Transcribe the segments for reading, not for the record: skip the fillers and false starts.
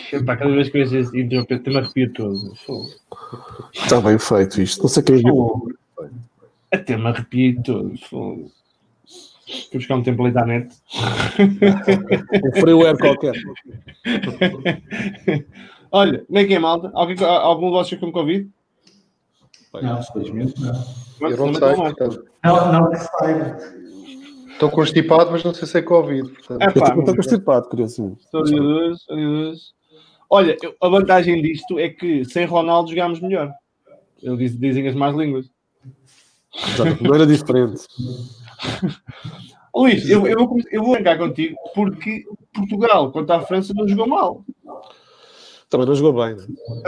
Epá, cada vez que vejo esse interromper, me arrepio todo. Está bem feito isto. Não sei quem viu. Até me arrepio todo. Fui buscar um template à net. Um freeware qualquer. Olha, como é que é, malta? Algum de vocês com Covid? Não, felizmente não. Eu não sei, portanto. Não sai. Estou constipado, mas não sei se é Covid. Portanto. Eu estou constipado, curiosamente. Olha, a vantagem disto é que sem Ronaldo jogámos melhor. Eles dizem as más línguas. Não era diferente. Luís, eu vou brincar contigo porque Portugal, contra a França, não jogou mal. Também não jogou bem, não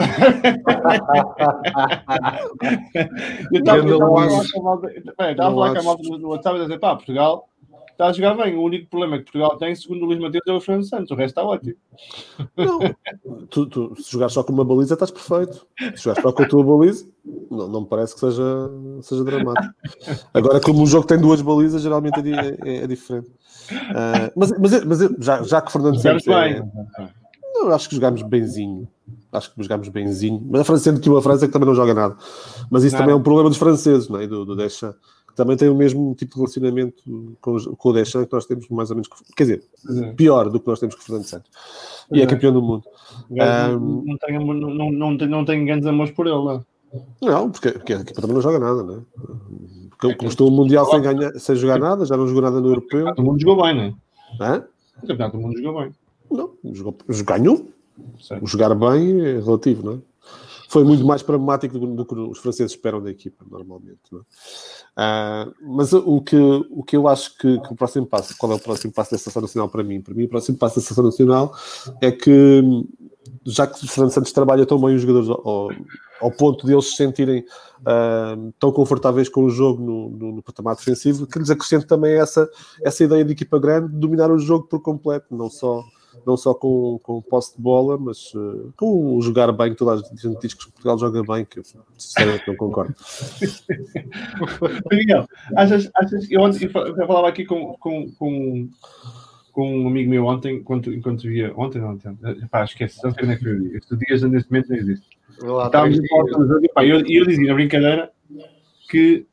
Eu estava a falar com a malta no WhatsApp e dizer, Portugal está a jogar bem. O único problema que Portugal tem, segundo o Luís Mateus, é o Fernando Santos. O resto está ótimo. Não. Tu, se jogares só com uma baliza, estás perfeito. Se jogares só com a tua baliza, não me parece que seja dramático. Agora, como o jogo tem duas balizas, geralmente é diferente. Mas já que o Fernando Santos eu acho que jogámos benzinho. Mas a França, sendo que uma França que também não joga nada. Mas isso também é um problema dos franceses, não é? Do Deschamps. Que também tem o mesmo tipo de relacionamento com o Deschamps que nós temos mais ou menos... Quer dizer, pior do que nós temos com o Fernando Santos. E é campeão do mundo. Não tenho grandes amores por ele, não, porque a equipa também não joga nada, não é? Porque começou o Mundial sem jogar nada, já não jogou nada no Europeu. O mundo jogou bem, não é? Hã? O campeonato do mundo jogou bem. Não, ganhou. O jogar bem é relativo, não é? Foi muito mais pragmático do que os franceses esperam da equipa, normalmente. Não é? Mas o que eu acho que o próximo passo, qual é o próximo passo da Seleção Nacional para mim? Para mim, o próximo passo da Seleção Nacional é que, já que o Fernando Santos trabalha tão bem os jogadores ao ponto de eles se sentirem tão confortáveis com o jogo no patamar defensivo, que lhes acrescente também essa ideia de equipa grande, de dominar o jogo por completo, não só com posse de bola, mas com o jogar bem. Toda a gente diz que Portugal joga bem, que eu sinceramente não concordo. Miguel, achas eu falava aqui com um amigo meu ontem, enquanto via ontem, esquece, não sei onde é que foi o dia. Estes dias neste momento não existe. Estávamos a falar sobre o jogo e eu dizia na brincadeira que,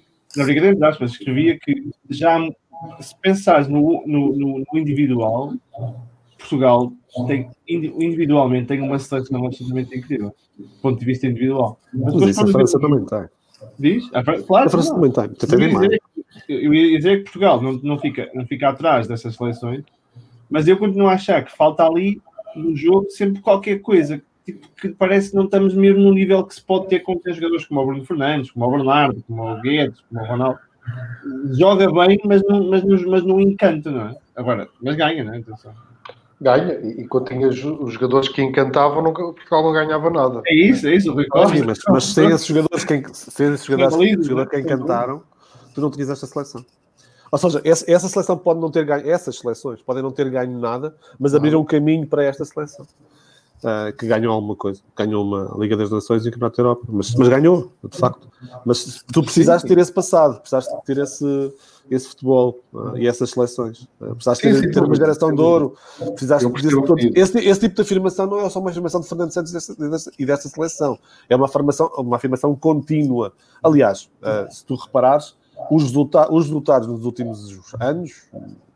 escrevia que já, se pensares no individual, Portugal individualmente tem uma seleção absolutamente incrível, do ponto de vista individual. Mas isso a França também tem. Diz? Claro, a França também tem. Eu ia dizer que Portugal não fica atrás dessas seleções, mas eu continuo a achar que falta ali no jogo sempre qualquer coisa que parece que não estamos mesmo no nível que se pode ter com jogadores como o Bruno Fernandes, como o Bernardo, como o Guedes, como o Ronaldo. Joga bem, mas não encanta, não é? Agora, mas ganha, não é? Atenção. Ganha, e quando tinha os jogadores que encantavam, Portugal não ganhava nada. É isso, o Rui Costa. Sim, mas sem esses jogadores que encantaram, tu não tinhas esta seleção. Ou seja, essa seleção pode não ter ganho, essas seleções podem não ter ganho nada, mas abriram um caminho para esta seleção. Que ganhou alguma coisa. Ganhou uma Liga das Nações e o Campeonato da Europa. Mas ganhou, de facto. Mas tu precisaste ter esse passado, precisaste ter esse futebol e essas seleções. Precisaste ter uma geração de ouro. Precisaste esse tipo de afirmação não é só uma afirmação de Fernando Santos e desta seleção. É uma afirmação contínua. Aliás, se tu reparares, os resultados nos últimos anos,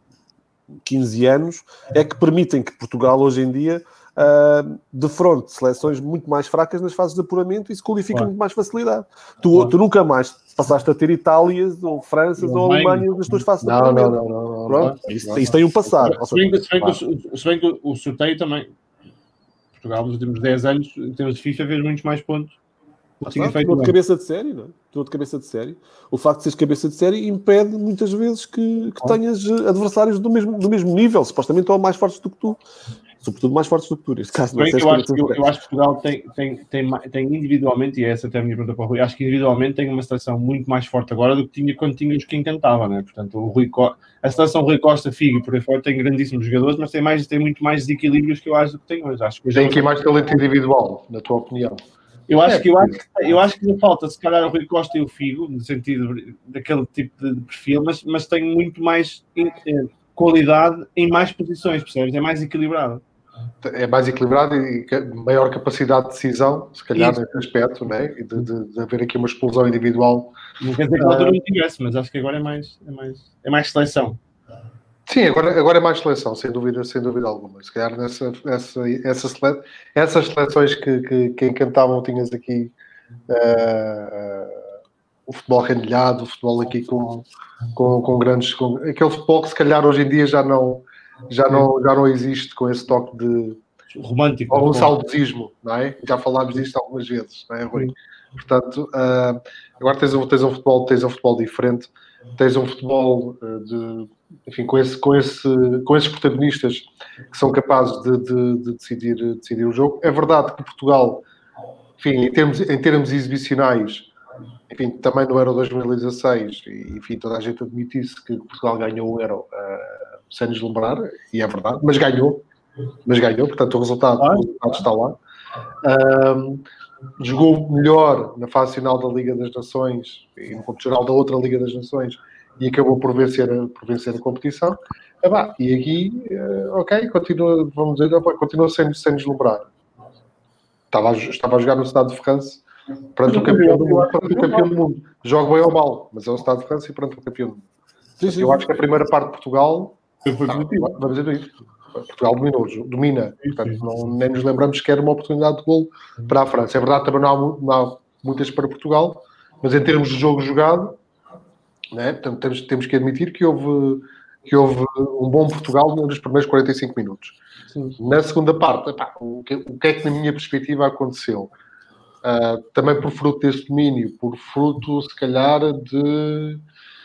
15 anos, é que permitem que Portugal, hoje em dia, defronte seleções muito mais fracas nas fases de apuramento e se qualifica com muito mais facilidade. Tu nunca mais passaste a ter Itálias ou Franças ou Alemanhas nas tuas fases de apuramento. Não. Isso tem um passado. Se bem que o sorteio também, Portugal nos últimos 10 anos, em termos de FIFA, fez muitos mais pontos. Estou de cabeça de série, não é? Estou de cabeça de série. O facto de seres cabeça de série impede muitas vezes que tenhas adversários do mesmo nível, supostamente ou mais fortes do que tu. Sobretudo mais fortes do que tu, neste caso. Eu acho que Portugal tem individualmente, e essa até a minha pergunta para o Rui, acho que individualmente tem uma seleção muito mais forte agora do que tinha quando tinha os que encantava, né? Portanto, a seleção Rui Costa, Figo, por aí fora, tem grandíssimos jogadores, mas tem muito mais desequilíbrios que eu acho que tem hoje. Tem aqui mais talento individual, na tua opinião? Eu acho que lhe falta, se calhar, o Rui Costa e o Figo, no sentido daquele tipo de perfil, mas tem muito mais qualidade em mais posições, percebes? É mais equilibrado. é mais equilibrado e maior capacidade de decisão, se calhar, nesse aspecto, né? E de haver aqui uma explosão individual. Não quer dizer que na altura não tivesse, mas acho que agora é mais seleção. Sim, agora é mais seleção, sem dúvida alguma. Se calhar essas seleções que encantavam, tinhas aqui o futebol rendilhado, o futebol aqui com grandes... aquele futebol que se calhar hoje em dia já não existe, com esse toque de... romântico. Ou um saudosismo, não é? Já falámos disto algumas vezes, não é, Rui? Portanto, agora tens um futebol diferente, tens um futebol enfim, com esses protagonistas que são capazes de decidir o jogo. É verdade que Portugal, enfim, em termos exibicionais, enfim, também no Euro 2016, e enfim, toda a gente admitisse que Portugal ganhou o Euro sem deslumbrar, e é verdade, mas ganhou, portanto o resultado está lá. Jogou melhor na fase final da Liga das Nações e no ponto geral da outra Liga das Nações e acabou por vencer a competição. E aqui, ok, continua sem deslumbrar. Estava a jogar no Stade de France perante o campeão do mundo. Joga bem ou mal, mas é o Stade de France e perante o campeão do mundo. Sim. Eu acho que a primeira parte de Portugal, vamos dizer isso, Portugal domina. Portanto, nem nos lembramos que era uma oportunidade de golo para a França. É verdade, também não há muitas para Portugal, mas em termos de jogo jogado, né, portanto, temos que admitir que houve um bom Portugal nos primeiros 45 minutos. Sim. Na segunda parte, o que é que na minha perspectiva aconteceu? Também por fruto desse domínio, por fruto, se calhar, de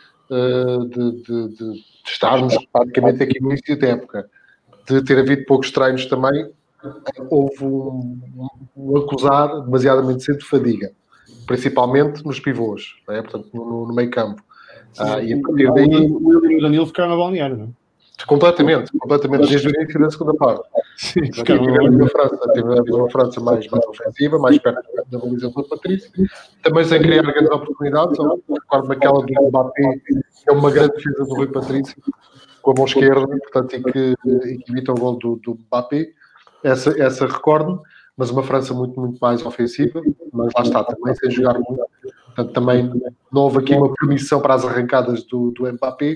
estarmos praticamente aqui no início da época, de ter havido poucos treinos também, houve um acusar demasiadamente cedo de fadiga, principalmente nos pivôs, né? Portanto, no meio campo. E a partir daí... O Willian e o Danilo ficaram no balneário, não é? Completamente, desde o início da segunda parte. Tivemos uma França mais ofensiva, mais perto da baliza do Patrício, também sem criar grandes oportunidades. Recordo-me aquela do Mbappé, que é uma grande defesa do Rui Patrício, com a mão esquerda, portanto, e que evita o gol do Mbappé. Essa recordo-me, mas uma França muito, muito mais ofensiva, mas lá está, também sem jogar muito. Portanto, também não houve aqui uma permissão para as arrancadas do Mbappé.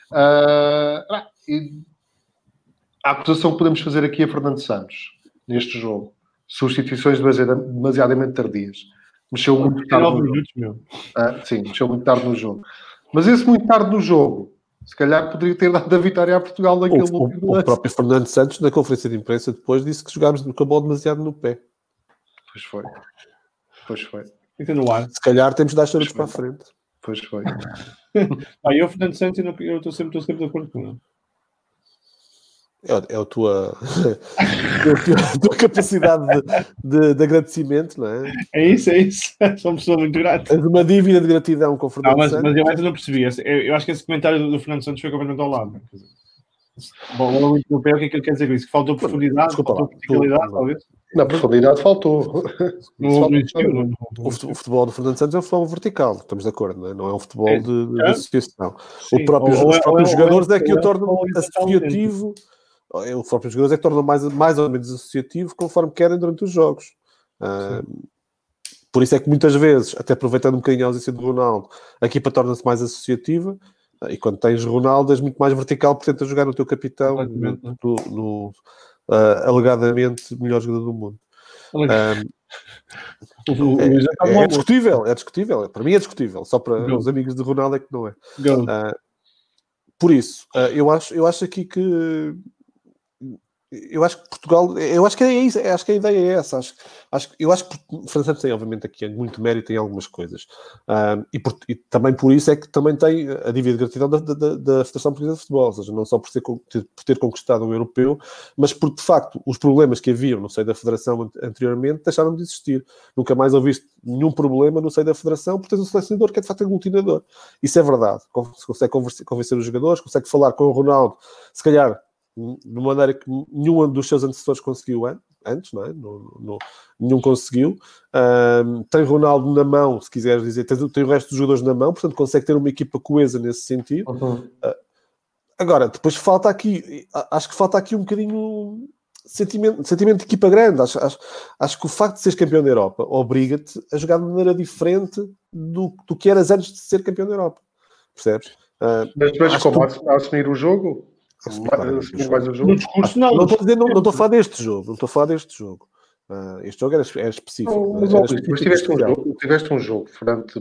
E a acusação que podemos fazer aqui a Fernando Santos neste jogo, substituições demasiadamente tardias, mexeu muito tarde no jogo. Sim, mexeu muito tarde no jogo, mas esse muito tarde no jogo se calhar poderia ter dado a vitória a Portugal naquele o próprio Fernando Santos na conferência de imprensa depois disse que jogámos com a bola demasiado no pé. Pois foi se calhar temos de dar charutos para a frente. Pois foi. Eu, Fernando Santos, eu estou sempre de acordo com ele. É a tua capacidade de agradecimento, não é? É isso. Sou uma pessoa muito grata. Tens uma dívida de gratidão com o Fernando Santos. Mas eu ainda não percebi. Eu acho que esse comentário do Fernando Santos foi completamente ao lado. Bom, o que é que ele quer dizer com isso? Que faltou profundidade, faltou verticalidade, talvez? Na profundidade faltou. O futebol do Fernando Santos é um futebol vertical, estamos de acordo, não é? Não é um futebol de associação. Os próprios jogadores é que o tornam associativo. Os próprios jogadores é que tornam mais ou menos associativo conforme querem durante os jogos. Por isso é que muitas vezes, até aproveitando um bocadinho a ausência do Ronaldo, a equipa torna-se mais associativa. E quando tens Ronaldo, és muito mais vertical, porque tentas jogar no teu capitão, alegadamente melhor jogador do mundo. É discutível. Para mim é discutível. Só para os amigos de Ronaldo é que não é. Por isso, eu acho aqui que... Eu acho que Portugal... Eu acho que é isso. Acho que a ideia é essa. Eu acho que o Fernando tem, obviamente, aqui muito mérito em algumas coisas. E também por isso é que também tem a dívida de gratidão da Federação Portuguesa de Futebol. Ou seja, não só por ter conquistado um europeu, mas porque, de facto, os problemas que haviam no seio da Federação anteriormente deixaram de existir. Nunca mais ouviste nenhum problema no seio da Federação porque tens um selecionador que é, de facto, aglutinador. Isso é verdade. Consegue convencer os jogadores, consegue falar com o Ronaldo, se calhar de uma maneira que nenhum dos seus antecessores conseguiu antes, não é? Nenhum conseguiu. Tem Ronaldo na mão, se quiseres dizer, tem o resto dos jogadores na mão, portanto consegue ter uma equipa coesa nesse sentido. Agora, depois falta aqui, acho que falta aqui um bocadinho sentimento de equipa grande. Acho que o facto de seres campeão da Europa obriga-te a jogar de maneira diferente do que eras antes de ser campeão da Europa. Percebes? Mas como a assumir o jogo? Assumir mais o jogo? No discurso, não. Não estou a falar deste jogo. Não estou a falar deste jogo. Este jogo era específico. Mas tiveste um jogo perante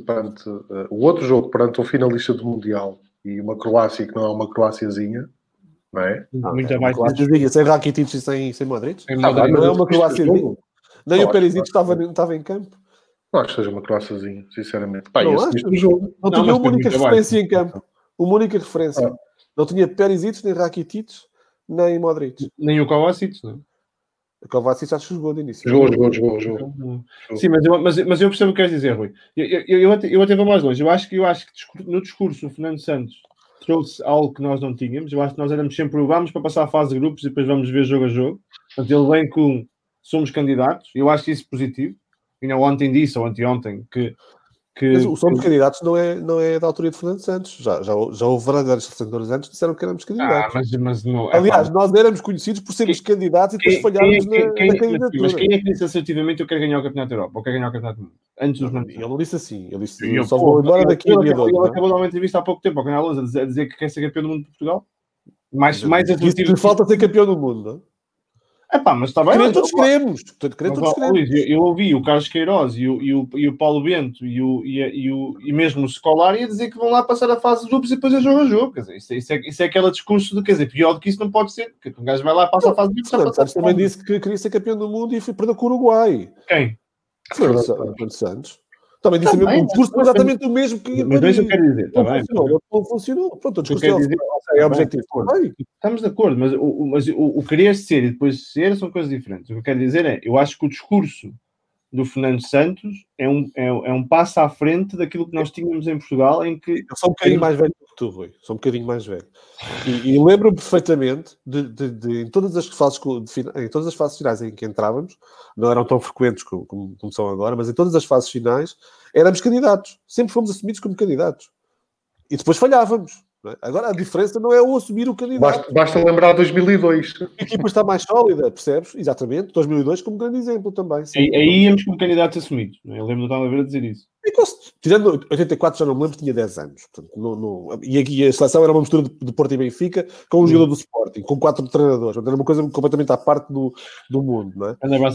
o outro jogo perante um finalista do Mundial e uma Croácia que não é uma Croáciazinha, não é? Muito abaixo. Croáciazinha, sem Rakitic e sem Modric. Não é uma Croáciazinha. Nem o Perisic estava em campo. Não acho que seja uma Croáciazinha, sinceramente. Não tinha uma única referência em campo. Uma única referência. Não tinha Perisic, nem Rakitic, nem Modric. Nem o Kovacic, não. O Kovacic acho que jogou de início. Jogou. Sim, mas eu percebo o que queres dizer, Rui. Eu até vou mais longe. Eu acho que no discurso o Fernando Santos trouxe algo que nós não tínhamos. Eu acho que nós éramos sempre vamos para passar a fase de grupos e depois vamos ver jogo a jogo. Portanto, ele vem com somos candidatos. Eu acho isso positivo. E não ontem disse, ou anteontem, que mas o somos candidatos não é da autoria de Fernando Santos. Já houve verdadeiros selecionadores antes que disseram que éramos candidatos. Mas não, aliás, nós éramos conhecidos por sermos candidatos e depois falhámos na candidatura. Mas quem é que disse assertivamente eu quero ganhar o Campeonato da Europa? Ou quero ganhar o Campeonato do Mundo? Antes dos Ele não disse assim. Ele disse só vou embora daqui a dia 12. Ele acabou de dar uma entrevista há pouco tempo ao Canal 11 a dizer que quer ser campeão do mundo de Portugal. Mais assertivo. Falta ser campeão do mundo, não? Mas está bem. Todos queremos. Eu ouvi o Carlos Queiroz e o Paulo Bento e mesmo o Scolari a dizer que vão lá passar a fase de grupos e depois é jogo a jogo. Quer dizer, isso é aquele discurso de, quer dizer, pior do que isso não pode ser. Porque um gajo vai lá e passa a fase de grupos. Também disse que queria ser campeão do mundo e foi perder com o Uruguai. Quem? Fernando Santos. Também disse o discurso foi exatamente o mesmo que... Mas isso eu quero dizer, não funcionou. Pronto, o discurso é objetivo. Estamos de acordo, mas o querer ser e depois ser são coisas diferentes. O que eu quero dizer é, eu acho que o discurso do Fernando Santos é um passo à frente daquilo que nós tínhamos em Portugal, em que... Eu sou um bocadinho mais velho que tu, Rui. Sou um bocadinho mais velho. E lembro-me perfeitamente de em todas as fases finais em que entrávamos, não eram tão frequentes como são agora, mas em todas as fases finais éramos candidatos. Sempre fomos assumidos como candidatos. E depois falhávamos. Não é? Agora a diferença não é o assumir o candidato. Basta lembrar 2002. A equipa está mais sólida, percebes? Exatamente. 2002 como grande exemplo também. Sim. Aí íamos como candidatos assumidos. Eu lembro do Oliveira dizer isso. Tirando 84, já não me lembro, tinha 10 anos. Portanto, e aqui a seleção era uma mistura de Porto e Benfica com um jogador do Sporting, com 4 treinadores. Portanto, era uma coisa completamente à parte do mundo. Não é?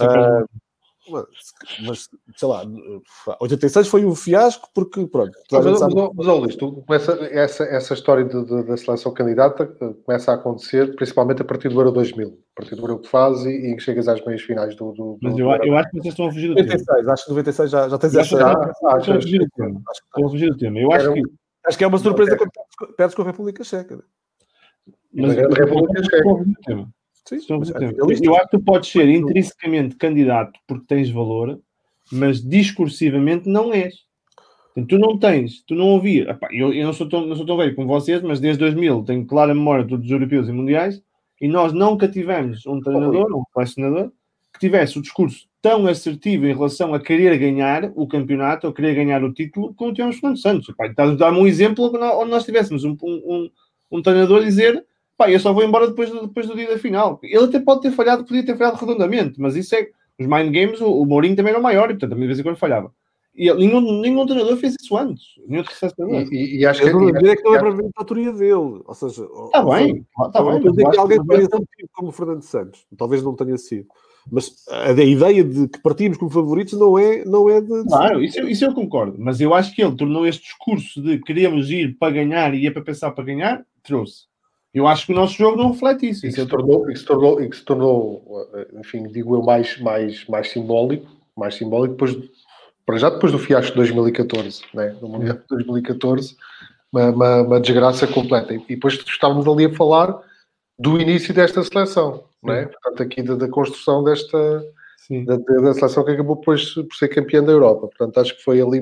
Mas, sei lá, 86 foi um fiasco porque, pronto... Mas Luís, essa história da seleção candidata começa a acontecer principalmente a partir do Euro 2000. A partir do Euro que faz e chegas às meias finais do Mas eu acho que vocês estão a fugir do 96, tema. Acho que 96 já tens essa... Estão a fugir do tema. Estão a fugir do tema. Eu acho que é uma surpresa quando perdes com a República Checa. Mas a República Checa... Sim, eu acho que tu podes ser intrinsecamente candidato porque tens valor, mas discursivamente não és. Portanto, tu não ouvias. Eu não sou tão velho como vocês, mas desde 2000 tenho clara memória de todos os europeus e mundiais e nós nunca tivemos um treinador, um selecionador, que tivesse o discurso tão assertivo em relação a querer ganhar o campeonato ou querer ganhar o título como tivemos Fernando Santos. Estás a dar-me um exemplo onde nós tivéssemos um treinador a dizer eu só vou embora depois do dia da final. Ele até pode ter falhado, podia ter falhado redondamente, mas isso é... Os mind games, o Mourinho também era o maior e, portanto, também de vez em quando falhava. E nenhum treinador fez isso antes. Nenhum e acho que não é que não é para ver a autoria dele. Ou seja... Está bem. Dizer que alguém foi executivo como o Fernando Santos. Talvez não tenha sido. Mas a ideia de que partimos como favoritos não é de... Claro, isso eu concordo. Mas eu acho que ele tornou este discurso de queremos ir para ganhar e é para pensar para ganhar, trouxe. Eu acho que o nosso jogo não reflete isso. E que se tornou, enfim, digo eu, mais simbólico, depois do fiasco de 2014, né? No Mundial de 2014, uma desgraça completa. E depois estávamos ali a falar do início desta seleção, né? Portanto, aqui da construção desta da seleção que acabou depois por ser campeã da Europa. Portanto, acho que foi ali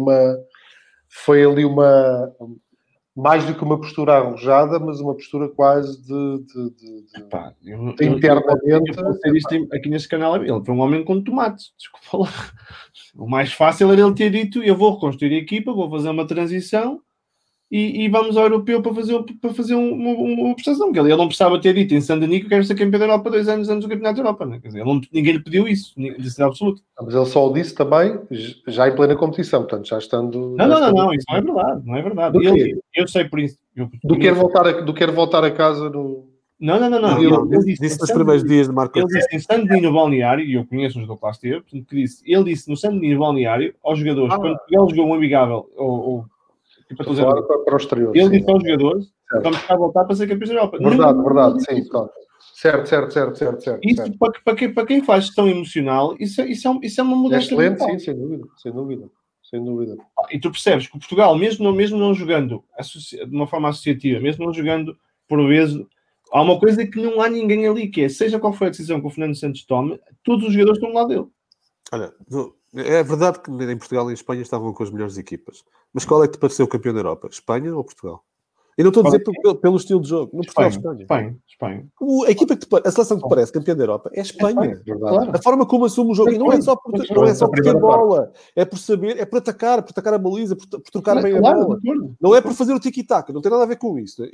uma mais do que uma postura arrojada, mas uma postura quase internamente. Eu dizer isto aqui neste canal. Ele foi um homem com tomates, desculpa lá. O mais fácil era ele ter dito: eu vou reconstruir a equipa, vou fazer uma transição e vamos ao europeu para fazer uma prestação. Ele não precisava ter dito em Saint-Denis que eu quero ser campeão da Europa 2 anos antes do Campeonato da Europa. Né? Quer dizer, ninguém lhe pediu isso, de ser absoluto. Mas ele só o disse também já em plena competição, portanto, já estando... Não, isso não é verdade. Eu sei por isso. Do quero voltar a casa no... Não. Ele disse nos primeiros dias de Marco. Ele disse em Saint-Denis no balneário, e eu conheço um jogador que lá esteve, ele disse no Saint-Denis no balneário aos jogadores, quando Portugal jogou um amigável, para o exterior. Ele disse aos jogadores, vamos cá voltar para ser campeões da Europa. Verdade, sim, claro. Certo. Isso, para quem faz gestão emocional, isso é uma mudança. Excelente, sim, sem dúvida. E tu percebes que o Portugal, mesmo não jogando de uma forma associativa, mesmo não jogando por vezes, há uma coisa que não há ninguém ali, que é, seja qual for a decisão que o Fernando Santos tome, todos os jogadores estão do lado dele. Olha, é verdade que em Portugal e em Espanha estavam com as melhores equipas. Mas qual é que te pareceu campeão da Europa? Espanha ou Portugal? E não estou a dizer pelo estilo de jogo. No Portugal, Espanha. A seleção que te parece campeã da Europa é Espanha. Claro. A forma como assume o jogo. E não é só por ter bola. É por saber, é por atacar a baliza, por trocar bem a bola. Não é por fazer o tiki-taka. Não tem nada a ver com isso.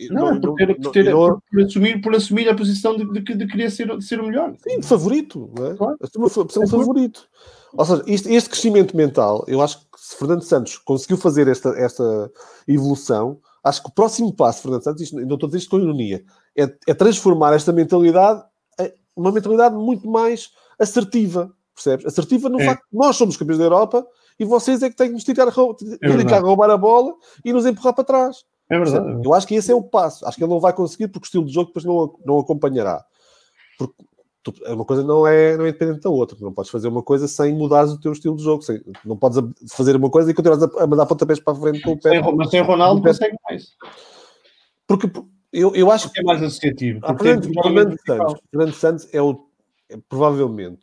Por assumir a posição de querer ser o melhor. Sim, favorito. Não é? Claro. Ser um favorito. Ou seja, este crescimento mental, eu acho que se Fernando Santos conseguiu fazer esta evolução, acho que o próximo passo, Fernando Santos, não estou a dizer isto com ironia, é transformar esta mentalidade em uma mentalidade muito mais assertiva, percebes? Assertiva no facto que nós somos campeões da Europa e vocês é que têm que nos dedicar a roubar a bola e nos empurrar para trás. É verdade. Eu acho que esse é o passo. Acho que ele não vai conseguir porque o estilo de jogo depois não acompanhará. Porque uma coisa não é independente da outra. Não podes fazer uma coisa sem mudares o teu estilo de jogo. Não podes fazer uma coisa e continuares a mandar pontapés para a frente com o pé. Mas sem Ronaldo consegue mais. Porque eu acho que é mais associativo. Fernando Santos provavelmente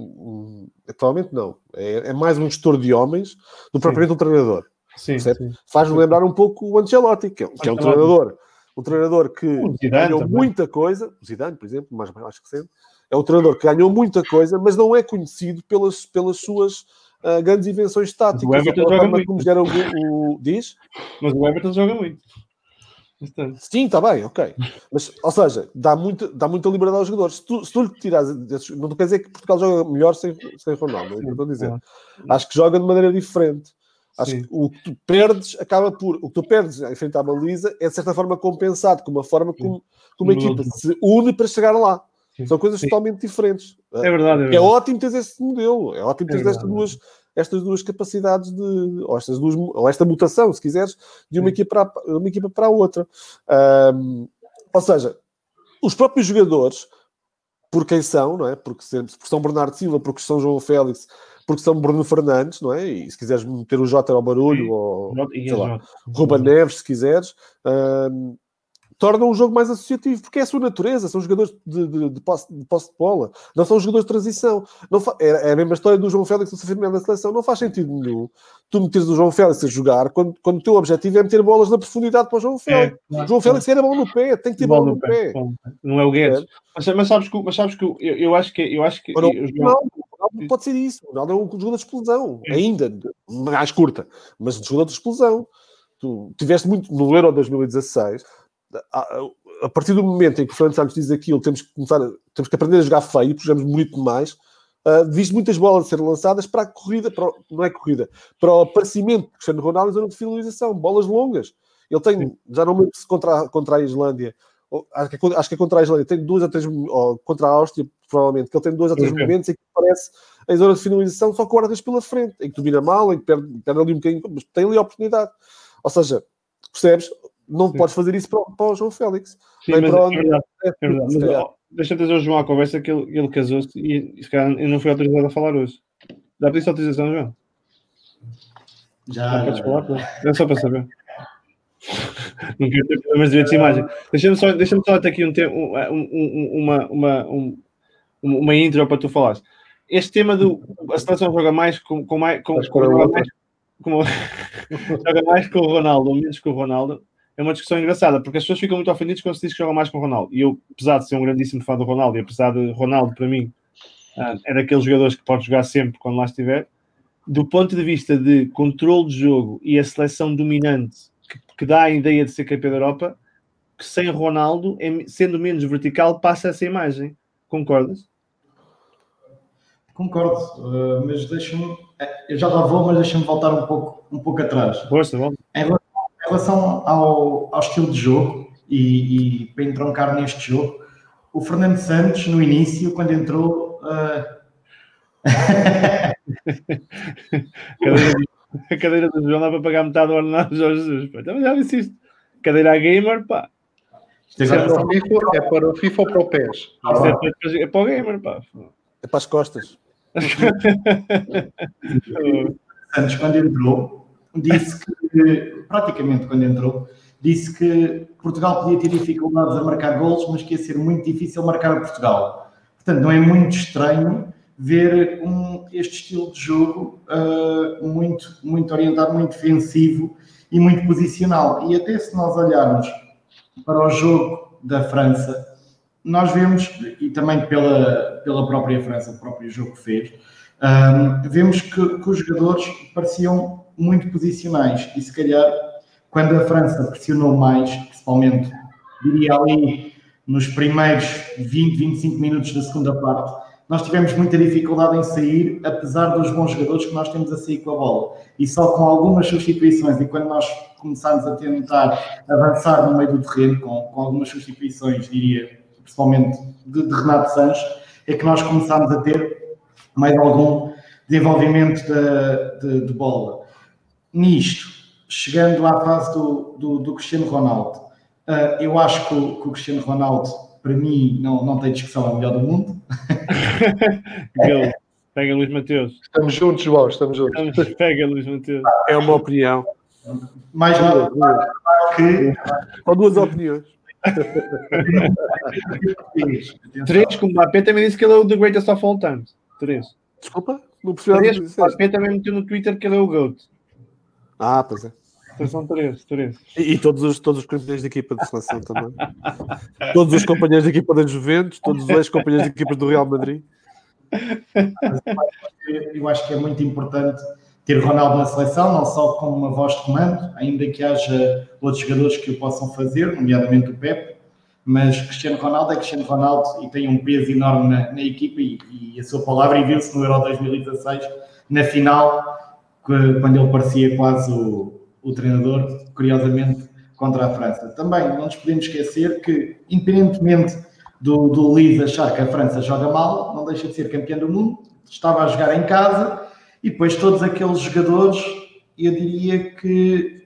não. É mais um gestor de homens do que propriamente um treinador. Sim. Faz-me lembrar um pouco o Ancelotti, que é um treinador. Um treinador que ganhou muita coisa. O Zidane, por exemplo, mais recente. É um treinador que ganhou muita coisa, mas não é conhecido pelas suas grandes invenções táticas. O Everton joga muito. Como diz? Mas o Everton joga muito. Sim, está bem, ok. Mas, ou seja, dá muita liberdade aos jogadores. Se tu lhe tirares... Não quer dizer que Portugal joga melhor sem Ronaldo, é o que eu estou a dizer. Acho que joga de maneira diferente. Acho que o que tu perdes em frente à baliza é de certa forma compensado com uma forma como a equipa se une para chegar lá. São coisas totalmente diferentes. É verdade. É ótimo ter esse modelo. É ótimo ter estas duas capacidades ou esta mutação, se quiseres, de uma equipa para a outra. Ou seja, os próprios jogadores, por quem são, não é? Porque são Bernardo Silva, porque são João Félix, porque são Bruno Fernandes, não é? E se quiseres meter o Jota ao barulho, ou sei lá, Ruben Neves, se quiseres, tornam o jogo mais associativo, porque é a sua natureza, são jogadores de posse de bola, não são jogadores de transição. É a mesma história do João Félix no Firmino da seleção, não faz sentido nenhum tu meteres o João Félix a jogar quando o teu objetivo é meter bolas na profundidade para o João Félix. O João Félix quer a bola no pé, tem que ter bola no pé. Não é o Guedes. Mas sabes que eu acho que... Não pode ser isso. O Ronaldo é um jogador de explosão, ainda, mais curta, mas um jogador de explosão. Tu tiveste muito no Euro 2016... A partir do momento em que o Fernando Santos diz aquilo, temos que aprender a jogar feio, porque jogamos muito mais. Viste muitas bolas a serem lançadas para a corrida, para o aparecimento de Cristiano Ronaldo em zona de finalização, bolas longas. Ele tem, já não me lembro se contra a Islândia, acho que é contra a Islândia, tem 2 ou 3, ou contra a Áustria, provavelmente, que ele tem 2 ou 3 momentos em que aparece em zona de finalização, só com guardas pela frente, em que domina mal, em que perde ali um bocadinho, mas tem ali a oportunidade. Ou seja, percebes? Não podes fazer isso para o João Félix. Sim, mas é verdade. Deixa-me trazer o João à conversa, que ele casou-se e se calhar eu não fui autorizado a falar hoje. Já pediste autorização, João? Já. Podes falar? É só para saber. Não quero ter problemas de direitos de imagem. Deixa-me só até aqui uma intro para tu falares. Este tema a seleção joga mais joga mais com o Ronaldo ou menos com o Ronaldo. É uma discussão engraçada, porque as pessoas ficam muito ofendidas quando se diz que joga mais com o Ronaldo. E eu, apesar de ser um grandíssimo fã do Ronaldo, e apesar de Ronaldo, para mim, é daqueles jogadores que pode jogar sempre quando lá estiver, do ponto de vista de controle de jogo e a seleção dominante que dá a ideia de ser campeão da Europa, que sem Ronaldo, sendo menos vertical, passa essa imagem. Concordas? Concordo, mas deixa-me... Eu já lá vou, mas deixa-me voltar um pouco atrás. Força, vamos. Em relação ao estilo de jogo, e para entroncar neste jogo, o Fernando Santos, no início, quando entrou... A cadeira do João dá para pagar metade do ordenado do Jorge Jesus. Então já disse isto. Cadeira a gamer, pá. Isto é para o FIFA ou para o PES? É para o gamer, pá. É para as costas. Santos, quando entrou, disse que, praticamente quando entrou, disse que Portugal podia ter dificuldades a marcar golos, mas que ia ser muito difícil marcar a Portugal. Portanto, não é muito estranho ver este estilo de jogo muito orientado, muito defensivo e muito posicional. E até se nós olharmos para o jogo da França, nós vemos, e também pela própria França, o próprio jogo que fez, vemos que os jogadores pareciam muito posicionais e se calhar quando a França pressionou mais, principalmente, diria ali nos primeiros 20, 25 minutos da segunda parte, nós tivemos muita dificuldade em sair, apesar dos bons jogadores que nós temos a sair com a bola. E só com algumas substituições, e quando nós começámos a tentar avançar no meio do terreno, com algumas substituições, diria, principalmente de Renato Sanches, é que nós começámos a ter mais algum desenvolvimento de bola. Nisto, chegando à fase do Cristiano Ronaldo, eu acho que o Cristiano Ronaldo, para mim, não tem discussão, é o melhor do mundo. Pega Luís Mateus. Estamos juntos, João, estamos juntos. Pega Luís Mateus. É uma opinião. Mais nada que... Ou duas opiniões. 3, com o Mbappé também disse que ele é o The Greatest of All Time. 3. Desculpa, não percebi. 3, o Mbappé também meteu no Twitter que ele é o GOAT. Ah, pois é. Então são 3. E todos os companheiros de equipa de seleção também. Todos os companheiros de equipa da Juventus, todos os ex-companheiros de equipas do Real Madrid. Eu acho que é muito importante ter Ronaldo na seleção, não só como uma voz de comando, ainda que haja outros jogadores que o possam fazer, nomeadamente o Pepe, mas Cristiano Ronaldo é Cristiano Ronaldo e tem um peso enorme na equipa e a sua palavra, e viu-se no Euro 2016, na final, quando ele parecia quase o treinador, curiosamente, contra a França. Também não nos podemos esquecer que, independentemente do Luís achar que a França joga mal, não deixa de ser campeão do mundo, estava a jogar em casa, e depois todos aqueles jogadores, eu diria que,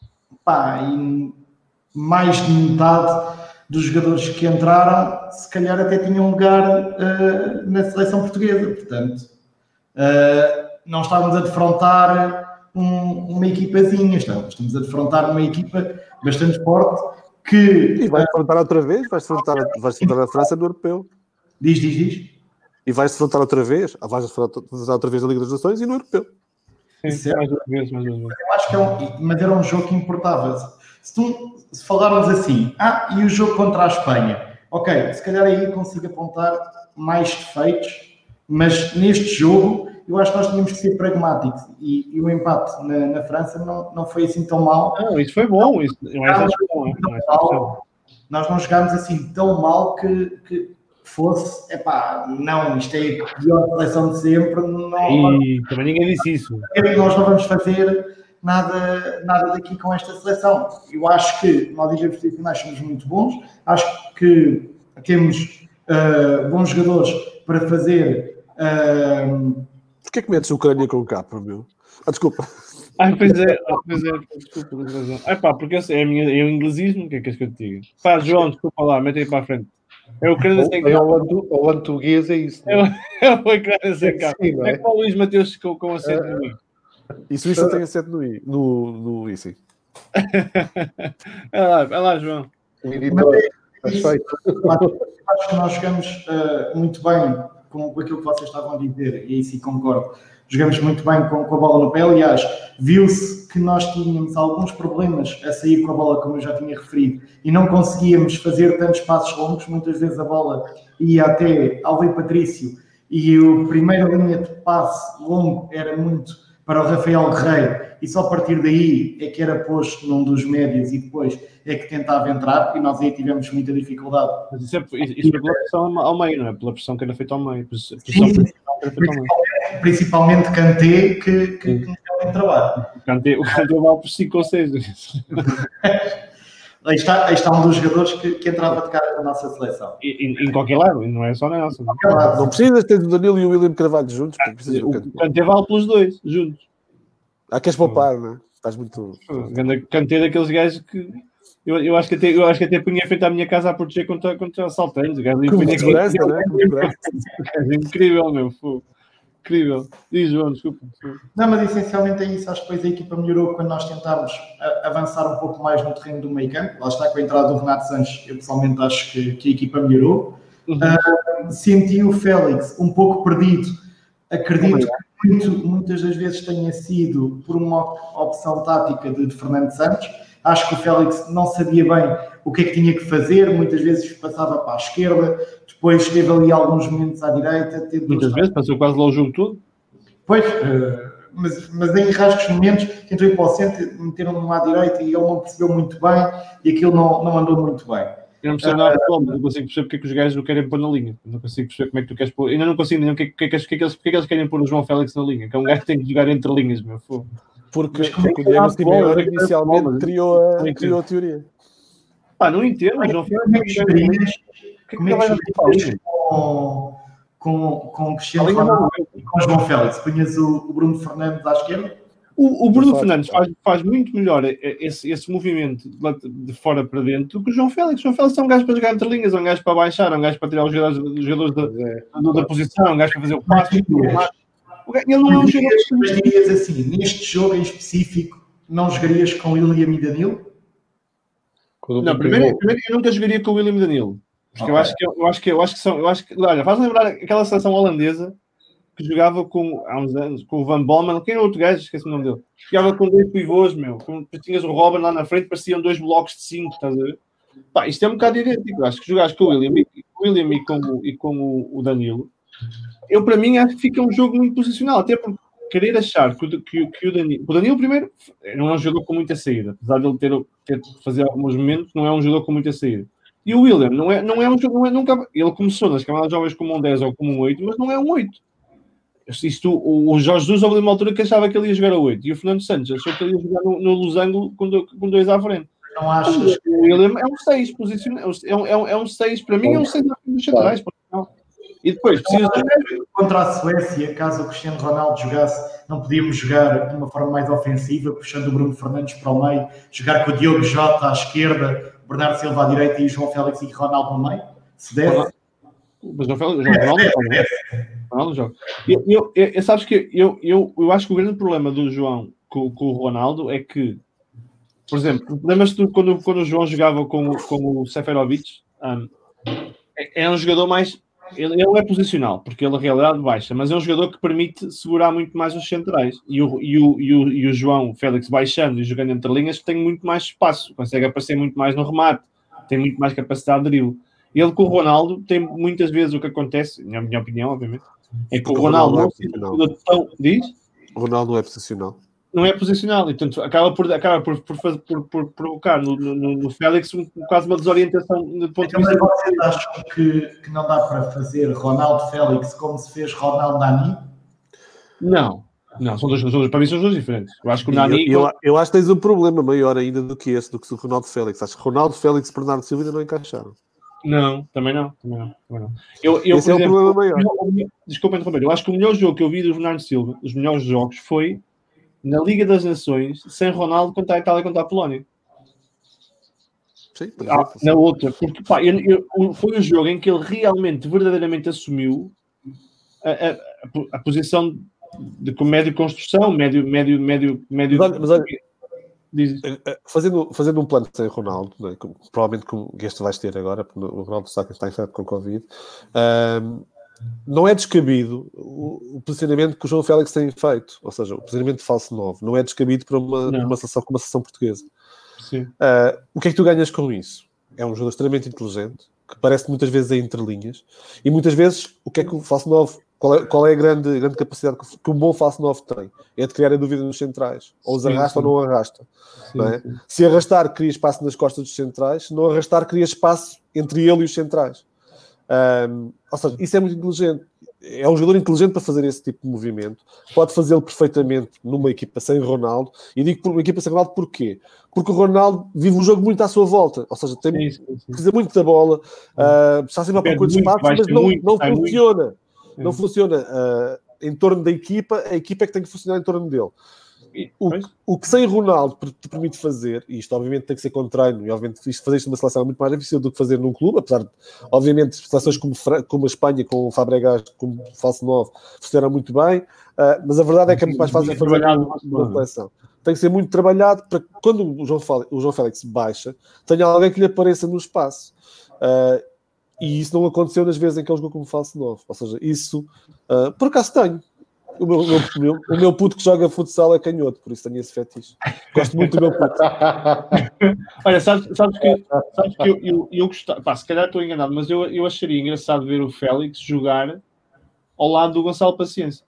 mais de metade dos jogadores que entraram, se calhar até tinham lugar na seleção portuguesa. Portanto, não estávamos a defrontar uma equipazinha, estamos a defrontar uma equipa bastante forte que... E vais defrontar outra vez? Vais defrontar a França no Europeu. Diz. E vais defrontar outra vez? Vais defrontar outra vez na Liga das Nações e no Europeu. Sim, mais uma vez. Eu acho que mas era um jogo que importava. Se falarmos assim, e o jogo contra a Espanha, ok, se calhar aí consigo apontar mais defeitos, mas neste jogo eu acho que nós tínhamos que ser pragmáticos e o empate na França não foi assim tão mal. Não, isso foi bom. Eu acho que foi bom. Nós não jogámos assim tão mal que fosse, isto é a pior seleção de sempre. E também ninguém disse isso. Nós não vamos fazer nada daqui com esta seleção. Eu acho que nós, líderes profissionais, somos muito bons. Acho que temos bons jogadores para fazer... Porquê é que metes Ucrânia com capa, meu? Desculpa. Pois é. Desculpa, tens razão. Porque é o inglesismo, o que é que eu te digo? João, desculpa lá, mete aí para a frente. É o Ucrânia sem capa. O português é isso. É o Ucrânia sem capa. É para o Luís Mateus com acento no I. E Suíça tem acento no I. No I, sim. Vai lá, João. Acho que nós jogamos muito bem com aquilo que vocês estavam a dizer, e aí sim concordo. Jogamos muito bem com a bola no pé. Aliás, viu-se que nós tínhamos alguns problemas a sair com a bola, como eu já tinha referido, e não conseguíamos fazer tantos passos longos. Muitas vezes a bola ia até ao Rui Patrício e a primeira linha de passe longo era muito para o Rafael Guerreiro e só a partir daí é que era posto num dos médios e depois é que tentava entrar e nós aí tivemos muita dificuldade. Mas isso é pela pressão ao meio, não é? Pela pressão que era feita ao meio. Principalmente Kanté, que não tem trabalho. O Kanté vale por 5 ou 6. Aí está um dos jogadores que entrava de cara na nossa seleção. Em qualquer lado, não é só na nossa. Não precisas ter o Danilo e o William Carvalho juntos. O Kanté vale pelos dois, juntos. Queres poupar, não é? Estás muito... Kanté daqueles gajos que... Eu acho que até punha feito à minha casa a proteger contra assaltantes. Com segurança, não é? É incrível, meu. Incrível. Diz, João, desculpa. Não, mas essencialmente é isso. Acho que depois a equipa melhorou quando nós tentámos avançar um pouco mais no terreno do meio campo. Lá está com a entrada do Renato Sanches. Eu pessoalmente acho que a equipa melhorou. Senti o Félix um pouco perdido. Acredito que muitas das vezes tenha sido por uma opção tática de Fernando Santos. Acho que o Félix não sabia bem o que é que tinha que fazer, muitas vezes passava para a esquerda, depois teve ali alguns momentos à direita. Muitas vezes passou quase lá o jogo todo. Pois, mas em rasgos momentos tentou ir para o centro, meteram-no à direita e ele não percebeu muito bem e aquilo não andou muito bem. Eu não percebo nada de futebol, mas não consigo perceber porque é que os gajos o querem pôr na linha. Não consigo perceber como é que tu queres pôr. Ainda não consigo entender porque é que eles querem pôr o João Félix na linha, que é um gajo que tem que jogar entre linhas, meu fogo. Porque o Diego Simeone inicialmente criou a teoria. Não entendo. Como é que escolhias com o Cristiano Ronaldo e com o João Félix? Punhas o Bruno Fernandes à esquerda? O Bruno Fernandes faz muito melhor esse movimento de fora para dentro do que o João Félix. O João Félix é um gajo para jogar entre linhas, é um gajo para baixar, é um gajo para tirar os jogadores da posição, é um gajo para fazer o passe. Ele não é um jogador. Mas dirias assim, neste jogo em específico, não jogarias com William e Danilo? Não, primeiro eu nunca jogaria com o William e Danilo. Porque eu acho que são. Olha, faz lembrar aquela seleção holandesa que jogava há uns anos com o Van Bommel, quem era outro gajo, esqueci o nome dele. Jogava com 2 pivôs, meu. Tinhas o Robin lá na frente, pareciam 2 blocos de 5, estás a ver? Isto é um bocado idêntico. Acho que jogares com o William e com o Danilo. Para mim, acho que fica um jogo muito posicional, até porque querer achar que o Danilo, primeiro, não é um jogador com muita saída, apesar de ele ter de fazer alguns momentos, não é um jogador com muita saída. E o William não é um jogador, nunca, ele começou nas camadas jovens como um 10 ou como um 8, mas não é um 8. O Jorge Jesus houve uma altura que achava que ele ia jogar a 8, e o Fernando Santos achou que ele ia jogar no losango com 2 à frente. Não achas que o William é um 6 posicional, é um 6, para mim é um 6 nos centrais, e depois, contra a Suécia, caso o Cristiano Ronaldo jogasse, não podíamos jogar de uma forma mais ofensiva, puxando o Bruno Fernandes para o meio, jogar com o Diogo Jota à esquerda, Bernardo Silva à direita e João Félix e Ronaldo no meio? Se desse. Mas o Ronaldo joga. Sabes que eu acho que o grande problema do João com o Ronaldo é que, por exemplo, lembras-te quando o João jogava com o Seferovic? É um jogador mais. Ele não é posicional, porque ele, na realidade, baixa, mas é um jogador que permite segurar muito mais os centrais. E o João Félix baixando e jogando entre linhas tem muito mais espaço, consegue aparecer muito mais no remate, tem muito mais capacidade de drible. Ele com o Ronaldo tem muitas vezes o que acontece, na minha opinião, obviamente, é que o Ronaldo não se diz? O Ronaldo não é posicional. Não é posicional, e portanto acaba por provocar no Félix quase uma desorientação do ponto de vista. Mas vocês acham que não dá para fazer Ronaldo Félix como se fez Ronaldo Nani? Não, são dois, para mim são dois diferentes. Eu acho que o Nani. Eu acho que tens um problema maior ainda do que o Ronaldo Félix. Acho que Ronaldo Félix e Bernardo Silva ainda não encaixaram. Não, também não. Esse é o problema maior. Desculpa interromper, eu acho que o melhor jogo que eu vi do Bernardo Silva, os melhores jogos, foi na Liga das Nações, sem Ronaldo, contra a Itália e contra a Polónia. Sim, na outra, porque foi um jogo em que ele realmente, verdadeiramente assumiu a posição de médio construção, médio. Mas olha, fazendo um plano sem Ronaldo, né, provavelmente como este vais ter agora, porque o Ronaldo Sá está infectado com Covid, não é descabido o posicionamento que o João Félix tem feito, ou seja, o posicionamento de falso 9, não é descabido para uma seleção como a seleção portuguesa. Sim. O que é que tu ganhas com isso? É um jogador extremamente inteligente, que parece muitas vezes em entrelinhas, e muitas vezes o que é que o falso 9 qual é a grande capacidade que um bom falso 9 tem? É de criar a dúvida nos centrais. Ou os arrasta ou não arrasta. Sim, não é? sim. Se arrastar, cria espaço nas costas dos centrais. Se não arrastar, cria espaço entre ele e os centrais. Ou seja, isso é muito inteligente. É um jogador inteligente para fazer esse tipo de movimento. Pode fazê-lo perfeitamente numa equipa sem Ronaldo. E digo por uma equipa sem Ronaldo porquê? Porque o Ronaldo vive o jogo muito à sua volta. Ou seja, precisa muito da bola, está sempre à procura de espaço, mas não funciona. Não funciona em torno da equipa, a equipa é que tem que funcionar em torno dele. O que sem Ronaldo te permite fazer, e isto obviamente tem que ser com treino, e obviamente fazer isto numa seleção é muito mais difícil do que fazer num clube, apesar de, obviamente, seleções como a Espanha, com o Fabregas, como o falso 9, funcionaram muito bem, mas a verdade é que é muito mais fácil fazer numa seleção. Tem que ser muito trabalhado para que quando o João Félix baixa, tenha alguém que lhe apareça no espaço. E isso não aconteceu nas vezes em que ele jogou como falso 9. Ou seja, isso, por acaso tenho. O meu puto que joga futsal é canhoto, por isso tenho esse fetiche. Gosto muito do meu puto. Olha, sabes que eu gostava, se calhar estou enganado, mas eu acharia engraçado ver o Félix jogar ao lado do Gonçalo Paciência.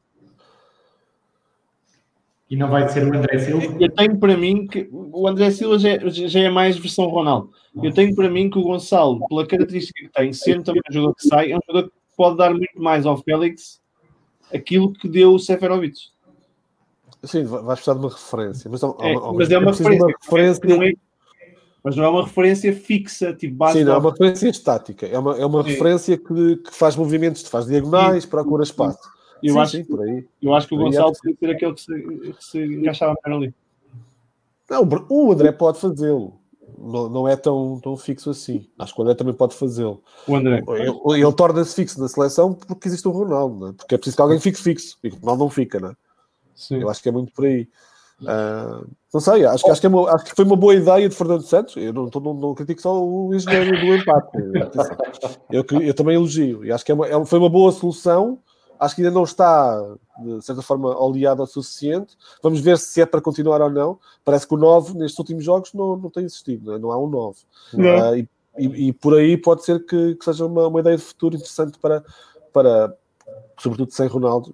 E não vai ser o André Silva? Eu tenho para mim que o André Silva já é mais versão Ronaldo. Eu tenho para mim que o Gonçalo, pela característica que tem, sendo também um jogador que sai, é um jogador que pode dar muito mais ao Félix aquilo que deu o Seferovic. Sim, vais precisar de uma referência. Mas é uma referência. Mas não é uma referência fixa, tipo base. Sim, não é uma referência estática. É uma referência que faz movimentos, faz diagonais, procura espaço. Eu acho que o Gonçalo podia ser aquele que se encaixava melhor ali. Não, o André pode fazê-lo. Não é tão fixo assim. Acho que o André também pode fazê-lo. O André. Ele torna-se fixo na seleção porque existe o Ronaldo, não é? Porque é preciso que alguém fique fixo. E o Ronaldo não fica, não é? Sim. Eu acho que é muito por aí. Não sei, acho que foi uma boa ideia de Fernando Santos. Eu não critico só o engenheiro do empate. Eu também elogio. E acho que foi uma boa solução. Acho que ainda não está, de certa forma, oleado o suficiente. Vamos ver se é para continuar ou não. Parece que o 9, nestes últimos jogos, não tem existido. Não há um 9. E por aí pode ser que seja uma ideia de futuro interessante para sobretudo sem Ronaldo.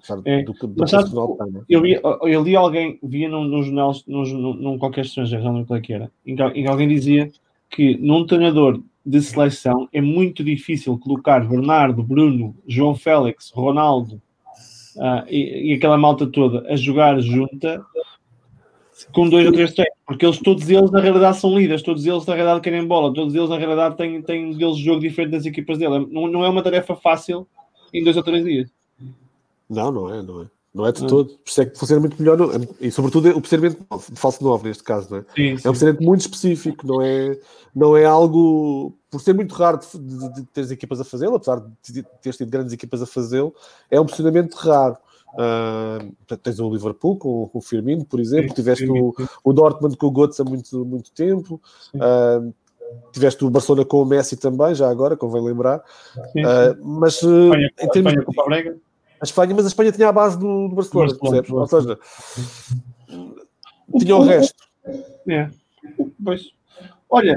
Eu li alguém, via num jornal, num qualquer estrangeiro, não sei o que era, em que alguém dizia que num treinador de seleção é muito difícil colocar Bernardo, Bruno, João Félix, Ronaldo e aquela malta toda a jogar junta com 2 ou 3 treinos, porque todos eles na realidade são líderes, todos eles na realidade querem bola, todos eles na realidade têm modelos de jogo diferente das equipas dele. Não é uma tarefa fácil em 2 ou 3 dias. Não é de todo. Por isso é que funciona muito melhor, e sobretudo o procedimento de falso 9 neste caso, não é? Sim. É um procedimento muito específico, não é algo, por ser muito raro de ter as equipas a fazê-lo, apesar de ter tido grandes equipas a fazê-lo, é um procedimento raro. Tens o Liverpool com o Firmino, por exemplo, tiveste o Dortmund com o Götze há muito tempo, tiveste o Barcelona com o Messi também, já agora, convém lembrar. Mas em termos de mas a Espanha tinha a base do Barcelona, percebes? Ou seja, tinha o resto. Pois. Olha,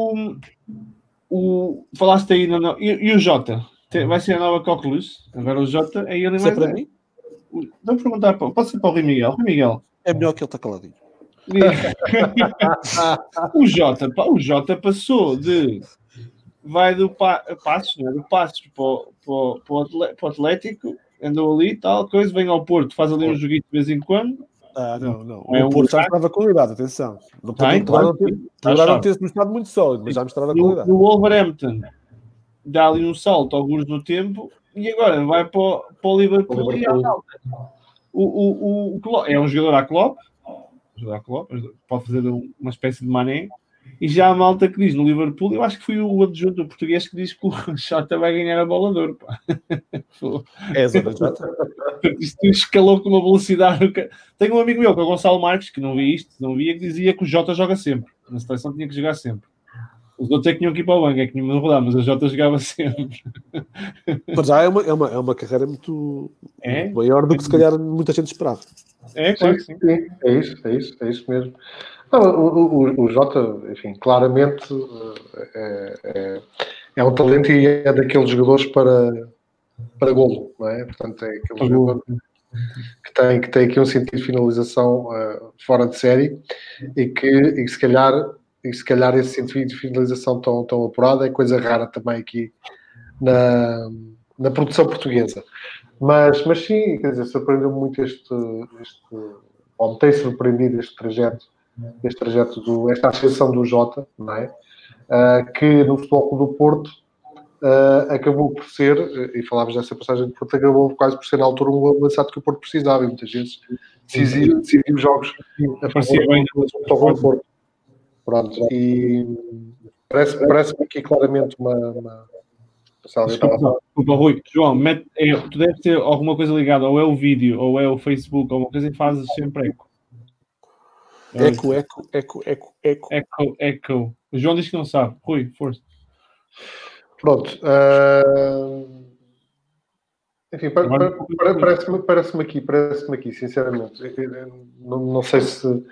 falaste aí, e o Jota? Vai ser a nova Coquelus? Agora o Jota é ele mais. Para mim? Vou perguntar, pode ser para o Rui Miguel. Rui Miguel. É melhor que ele está caladinho. O Jota passou vai do Passos, não é? Do Passos para o Atlético, andou ali, tal coisa, vem ao Porto, faz ali um joguinho de vez em quando. Não. O Porto já mostrava qualidade, atenção. Poderá não ter-se mostrado muito sólido, mas já mostrava qualidade. No Wolverhampton dá ali um salto, alguns no tempo, e agora vai para o Liverpool e é um jogador à Klopp, pode fazer uma espécie de Mané, e já a malta que diz no Liverpool, eu acho que foi o adjunto português que diz que o Jota vai ganhar a bola de ouro. É a zona Jota. Isto escalou com uma velocidade. Tenho um amigo meu, que é o Gonçalo Marques, que não via, que dizia que o Jota joga sempre. Na seleção tinha que jogar sempre. Os outros é que tinham que ir para o banco, é que tinham que rodar, mas o Jota jogava sempre. Mas já é uma carreira muito maior do que se calhar muita gente esperava. Claro que sim. É isso mesmo. Não, o Jota, enfim, claramente é um talento e é daqueles jogadores para para golo, não é? Portanto, é aquele jogador que tem aqui um sentido de finalização fora de série e que se calhar esse sentido de finalização tão apurado é coisa rara também aqui na produção portuguesa. Mas sim, quer dizer, surpreendeu-me muito ou me tem surpreendido este trajeto esta ascensão do Jota, não é? Que no Futebol Clube do Porto acabou por ser, e falávamos dessa passagem do Porto, acabou quase por ser na altura um avançado que o Porto precisava, e muitas vezes decidiu jogos a favor do Porto. Pronto, e parece-me aqui claramente uma Desculpa, Rui. João, tu deves ter alguma coisa ligada, ou é o vídeo, ou é o Facebook, alguma coisa, e fazes sempre eco. Eco. O João diz que não sabe. Rui, força. Pronto. Enfim, parece-me aqui, sinceramente. Não sei se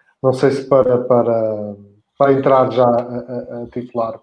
para entrar já a titular,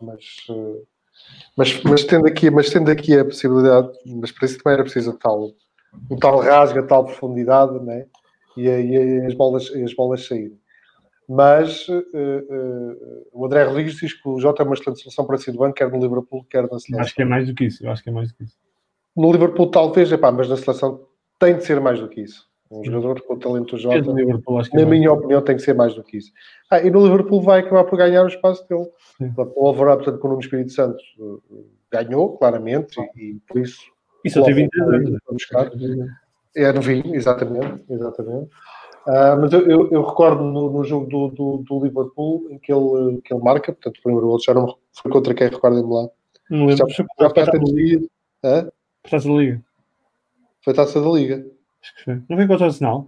mas tendo aqui a possibilidade, mas para isso também era preciso um tal rasga, tal profundidade, né? E as bolas saírem. Mas o André Rodrigues diz que o Jota é uma excelente solução para si do banco, quer no Liverpool, quer na seleção. Acho que é mais do que isso. No Liverpool talvez, mas na seleção tem de ser mais do que isso. Um jogador com o talento do Jota, na minha opinião, tem que ser mais do que isso. E no Liverpool vai acabar por ganhar o espaço dele. O Wolverhampton, com o Nuno Espírito Santo, ganhou, claramente, e por isso... Isso só tem 20 anos. É novinho, exatamente. Mas eu recordo no jogo do Liverpool em que ele marca, portanto, o primeiro gol já não foi contra quem, recordem-me lá. Não lembro. Já foi Taça da Liga. Foi Taça da Liga. Acho que foi. Não foi contra o Arsenal?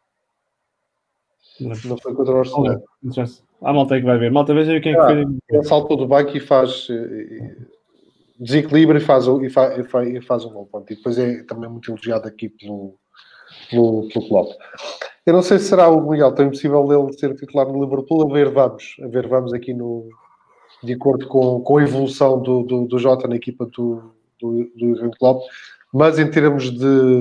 Não foi contra o Arsenal. A malta é que vai ver. Malta, veja quem é que foi. Ele saltou do banco e faz... desequilibra e faz um gol. E depois é também muito elogiado aqui pelo Klopp. Eu não sei se será o Miguel, tão impossível ele ser titular no Liverpool. A ver, vamos aqui de acordo com a evolução do Jota na equipa do Jürgen Klopp, mas em termos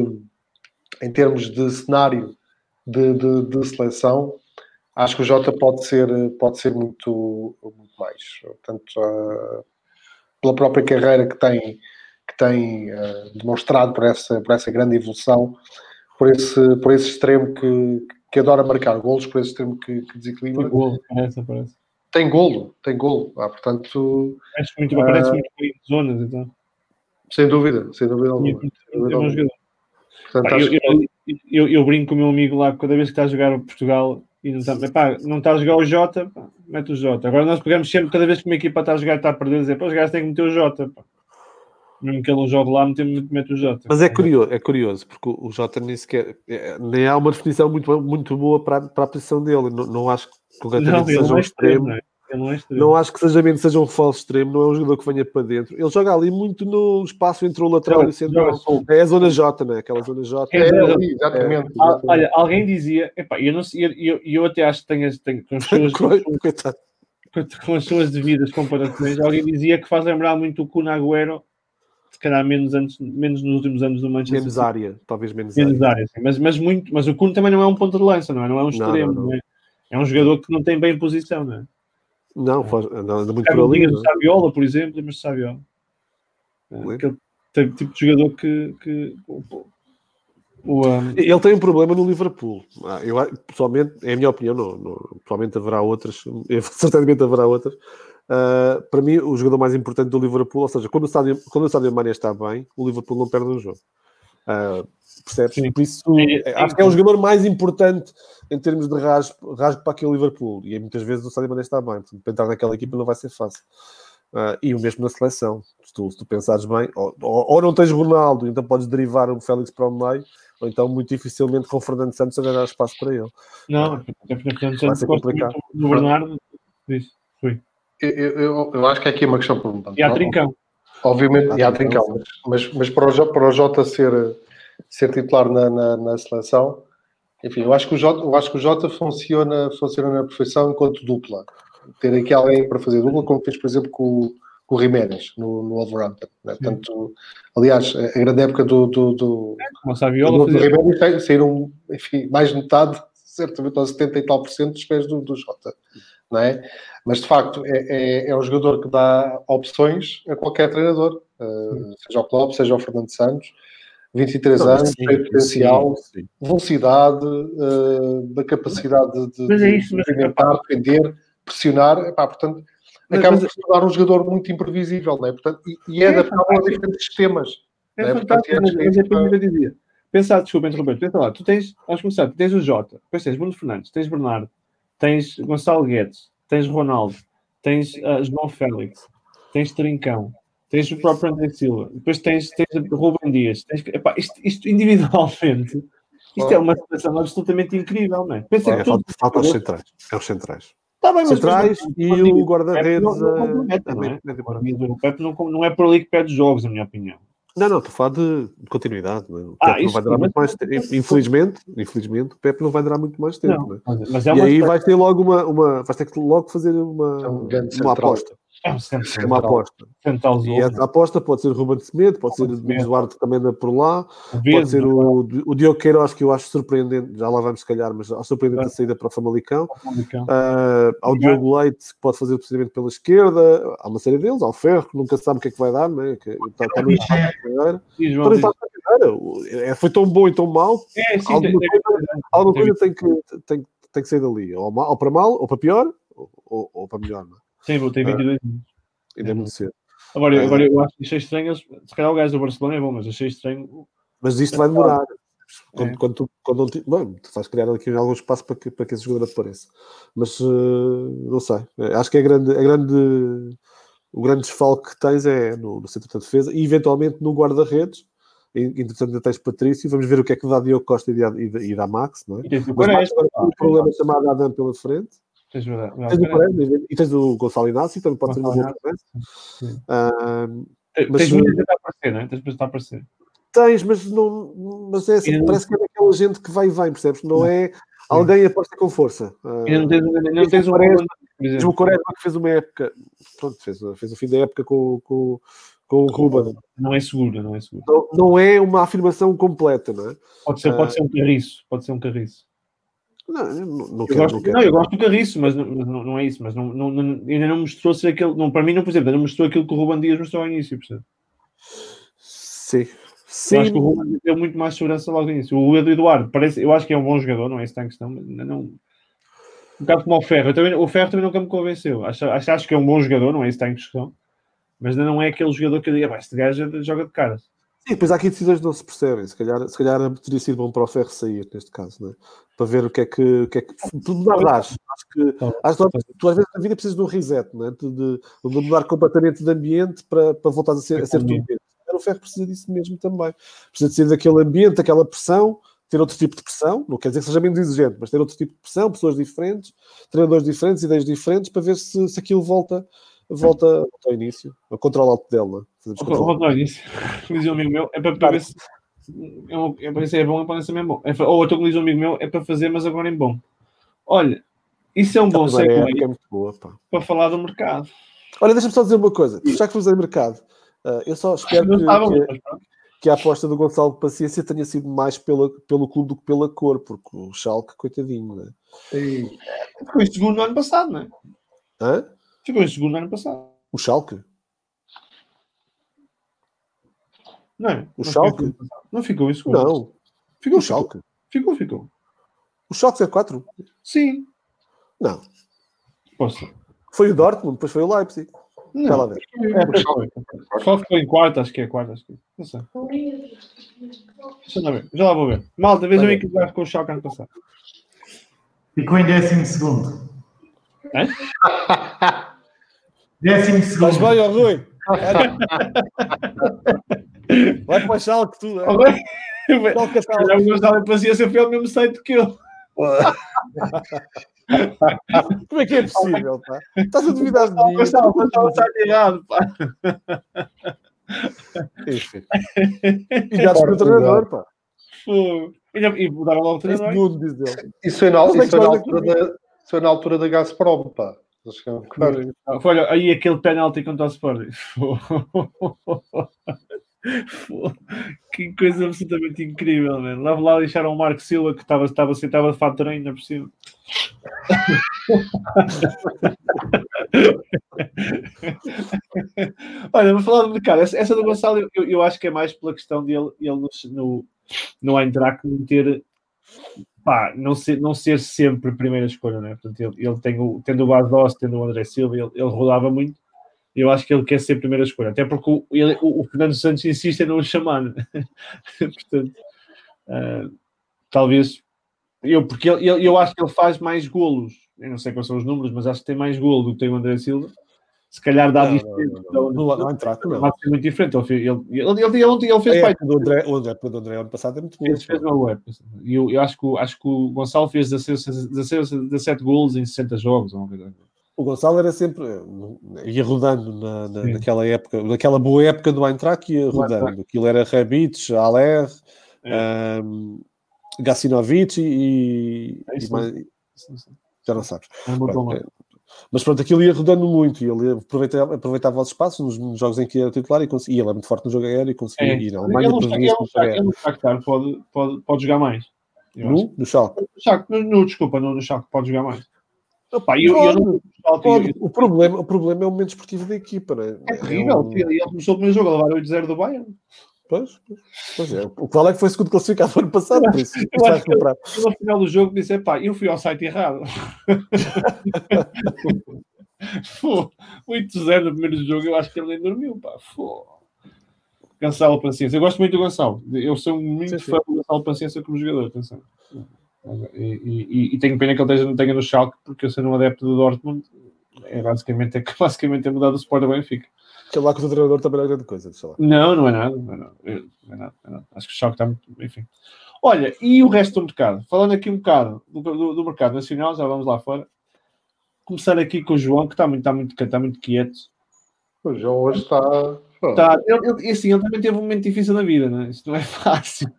de cenário de seleção, acho que o Jota pode ser muito mais. Portanto, pela própria carreira que tem demonstrado por essa grande evolução, por esse extremo que adora marcar golos, por esse extremo que desequilibra. Tem golo, parece. Tem golo. Portanto... Parece muito bem de zonas, então. Sem dúvida alguma. Portanto, eu brinco com o meu amigo lá, cada vez que está a jogar Portugal e não está a jogar o Jota, mete o Jota. Agora nós pegamos sempre, cada vez que uma equipa está a jogar, está a perder, dizer, os gajos têm que meter o Jota. Mesmo que ele não jogue lá, mete o Jota. Mas é curioso, porque o Jota nem sequer... Nem há uma definição muito boa para a posição dele. Não acho que concretamente seja um extremo. Não acho que seja um falso extremo. Não é um jogador que venha para dentro. Ele joga ali muito no espaço entre o lateral e o central. É a zona J, não é? Aquela zona J. Exatamente. Olha, alguém dizia... Eu até acho que tenho com as suas devidas comparações, alguém dizia que faz lembrar muito o Kun Agüero, se calhar menos nos últimos anos do Manchester. Menos área, talvez menos área. Sim. Mas o Kun também não é um ponta de lança, não é um extremo. Não. É um jogador que não tem bem posição, não é? Não, anda muito por ali. O Saviola, por exemplo, mas Saviola. Aquele tipo de jogador que ele tem um problema no Liverpool. Eu, pessoalmente, é a minha opinião, provavelmente haverá outras, certamente haverá outras. Para mim, o jogador mais importante do Liverpool, ou seja, quando o Sadio Mané está bem, o Liverpool não perde um jogo. Percebes? Sim. Por isso, acho que é o jogador mais importante em termos de rasgo para aquele Liverpool. E muitas vezes o Sadio Mané está bem. Portanto, para entrar naquela equipa não vai ser fácil. E o mesmo na seleção. Se tu pensares bem, ou não tens Ronaldo, então podes derivar o Félix para o meio, ou então muito dificilmente com o Fernando Santos haverá espaço para ele. Não, é Fernando Santos complicado. No Bernardo, isso foi. Eu acho que é aqui uma questão perguntante. E há Trincão. Obviamente, há Trincão. Mas para o Jota ser titular na seleção, enfim, eu acho que o Jota funciona na perfeição enquanto dupla. Ter aqui alguém para fazer dupla, como fez, por exemplo, com com o Jiménez no Wolverhampton. Né? Portanto, aliás, a grande época do Jiménez saíram, enfim, mais de metade, certamente aos 70 e tal % dos pés do Jota. Não é? Mas, de facto, é um jogador que dá opções a qualquer treinador, seja o Klopp, seja o Fernando Santos. 23 anos, cheio de potencial, velocidade, da capacidade de experimentar, defender, pressionar. Portanto, acaba por se tornar um jogador muito imprevisível, não é? Portanto, e é adaptável a diferentes sistemas. É fantástico, mas é como eu dizia. Pensa, desculpa interromper, pensa lá, vamos começar, tens o Jota, depois tens Bruno Fernandes, tens Bernardo, tens Gonçalo Guedes, tens Ronaldo, tens João Félix, tens Trincão, tens o próprio André Silva, depois tens Rubem Dias, isto individualmente, isto é uma situação absolutamente incrível, não é? Falta os centrais, os centrais. Tá bem, centrais e o guarda-redes. O Pepe não é por ali que perde jogos, na minha opinião. Não, estou a falar de continuidade. O Pepe não vai durar muito mais tempo. Infelizmente, o Pepe não vai durar muito mais tempo. Não, mas e aí vais ter logo vais ter que logo fazer uma aposta. É uma aposta. E essa aposta pode ser o Ruben Semedo, pode ser o Eduardo que também anda por lá, pode ser o Diogo Queiroz, que eu acho surpreendente, já lá vamos se calhar, mas surpreendente a saída para o Famalicão. Há o Diogo Leite, que pode fazer o procedimento pela esquerda, há uma série deles, há o Ferro, que nunca sabe o que é que vai dar, não é? Foi tão bom e tão mau, alguma coisa tem que sair dali, ou para mal, ou para pior, ou para melhor, não é? Sim, tem 22 anos. Ainda é muito cedo. Agora eu achei estranho, se calhar o gajo do Barcelona é bom, mas achei estranho. Mas isto vai demorar. Quando tu vais criar aqui algum espaço para que esse jogador apareça. Mas não sei. Acho que o grande desfalque que tens é no centro de defesa e eventualmente no guarda-redes. Entretanto, ainda tens Patrício. Vamos ver o que é que dá Diogo Costa e dá Max. Não é? Mas o problema chamado Adam pela frente. Tens o Gonçalo Inácio, também pode ser uma boa presença. Tens muito que aparecer, não é? Tens para aparecer. Tens, mas é assim, parece que é daquela gente que vai e vem, percebes? Não é alguém a aparecer com força. Não tens o Quaresma que fez uma época, pronto, fez o fim da época com o Ruben. Não é seguro. Não é uma afirmação completa, não é? Pode ser um carriço. Não eu gosto do Carriço, mas não é isso. Mas ainda não mostrou ser aquele. Não, para mim, não, por exemplo, ainda não mostrou aquilo que o Ruben Dias mostrou ao início, percebe? Sim. Eu acho que o Ruben deu muito mais segurança logo no início. O Eduardo, eu acho que é um bom jogador, não é esse a questão, mas ainda não. Um bocado como o Ferro. O Ferro também nunca me convenceu. Acho que é um bom jogador, não é esse a questão, mas ainda não é aquele jogador que eu diga, este gajo joga de caras. Sim, pois há aqui decisões que não se percebem. Se calhar teria sido bom para o Ferro sair, neste caso, não é? Para ver o que é que tu mudares. Acho que tu às vezes na vida precisas de um reset, não é? De mudar completamente de ambiente para voltar a ser tu mesmo. O Ferro precisa disso mesmo também. Precisa de ser daquele ambiente, daquela pressão, ter outro tipo de pressão, não quer dizer que seja menos exigente, mas ter outro tipo de pressão, pessoas diferentes, treinadores diferentes, ideias diferentes, para ver se aquilo volta ao início, a controle alto dela. Volta ao início. Diz um amigo meu, é para ver se é bom e pode ser mesmo bom. Ou eu estou com um amigo meu, é para fazer, mas agora em bom. Olha, isso é um bom segue para falar do mercado. Olha, deixa-me só dizer uma coisa. Já que fomos ao mercado, eu só espero que a aposta do Gonçalo de Paciência tenha sido mais pelo clube do que pela cor, porque o Schalke, coitadinho, não é? Ficou em segundo no ano passado, não é? Hã? Ficou em segundo no ano passado. O Schalke? Não é? O Schalke? Não ficou em segundo. Não. Ficou o Schalke? Ficou. O Schalke é 4? Sim. Não. Posso. Foi o Dortmund, depois foi o Leipzig. Não. Lá ver. Só ficou em quarto, acho que é quarto. Não sei. Deixa eu ver. Já lá vou ver. Malta, vejam aí que vai com o Schalke ano passado. Ficou em 12º. É? 12º. Estás bem, ó Rui? Vai para o Schalke, tu. O Gonçalo de Paciência foi ao mesmo site que eu. Como é que é possível, pá? Estás a duvidar de mim? Gonçalo está errado, pá. Enfim. E já descobriu o treinador, pá. E mudaram logo o treinador. Isso diz ele. Isso foi na altura da Gazprom, pá. Olha, aí aquele penalti contra o Sporting. Que coisa absolutamente incrível, mano. Lá deixaram o Marco Silva que estava de fato ainda por cima. Olha, vou falar do mercado. Essa do Gonçalo eu acho que é mais pela questão dele no Eintracht não ter, não ser sempre a primeira escolha, né? Portanto, ele tendo o Bas Dost, tendo o André Silva, ele rodava muito. Eu acho que ele quer ser a primeira escolha, até porque o Fernando Santos insiste em não o chamar. Né? Portanto, talvez porque eu acho que ele faz mais golos. Eu não sei quais são os números, mas acho que tem mais golo do que tem o André Silva. Se calhar dá diferença. Não entrar, não. Vai ser muito diferente. Ele fez parte. O André ano passado é muito bom. Fez uma web. E eu acho que o Gonçalo fez 17 golos em 60 jogos. O Gonçalo era sempre, ia rodando naquela época, naquela boa época do Eintracht, ia rodando. Aquilo era Rebic, Haller, Gacinovic e mais, já não sabes. Mas pronto, aquilo ia rodando muito e ele aproveitava os espaços nos jogos em que era titular e conseguia. Ele é muito forte no jogo aéreo e conseguia ir. Ele no Shakhtar pode jogar mais. No Schalke? No Schalke pode jogar mais. O problema é o momento esportivo da equipa, não é? É terrível. Ele começou o primeiro jogo a levar 8-0 do Bayern. Pois é. O que vale é que foi segundo classificado no ano passado, por isso. Eu acho que no final do jogo disse: eu fui ao site errado. 8-0 no primeiro jogo, eu acho que ele nem dormiu. Gonçalo Paciência. Eu gosto muito do Gonçalo. Eu sou muito fã do Gonçalo Paciência como jogador. Atenção. E tenho pena que ele não tenha no Schalke, porque eu sendo um adepto do Dortmund é basicamente mudar do Sport ao Benfica. Que lá com o treinador também não é grande coisa, sei lá. Não é nada. Acho que o Schalke está muito... Enfim. Olha, e o resto do mercado? Falando aqui um bocado do mercado nacional, já vamos lá fora. Começar aqui com o João, que está muito quieto. O João hoje está... Ele também teve um momento difícil na vida, não é? Isto não é fácil.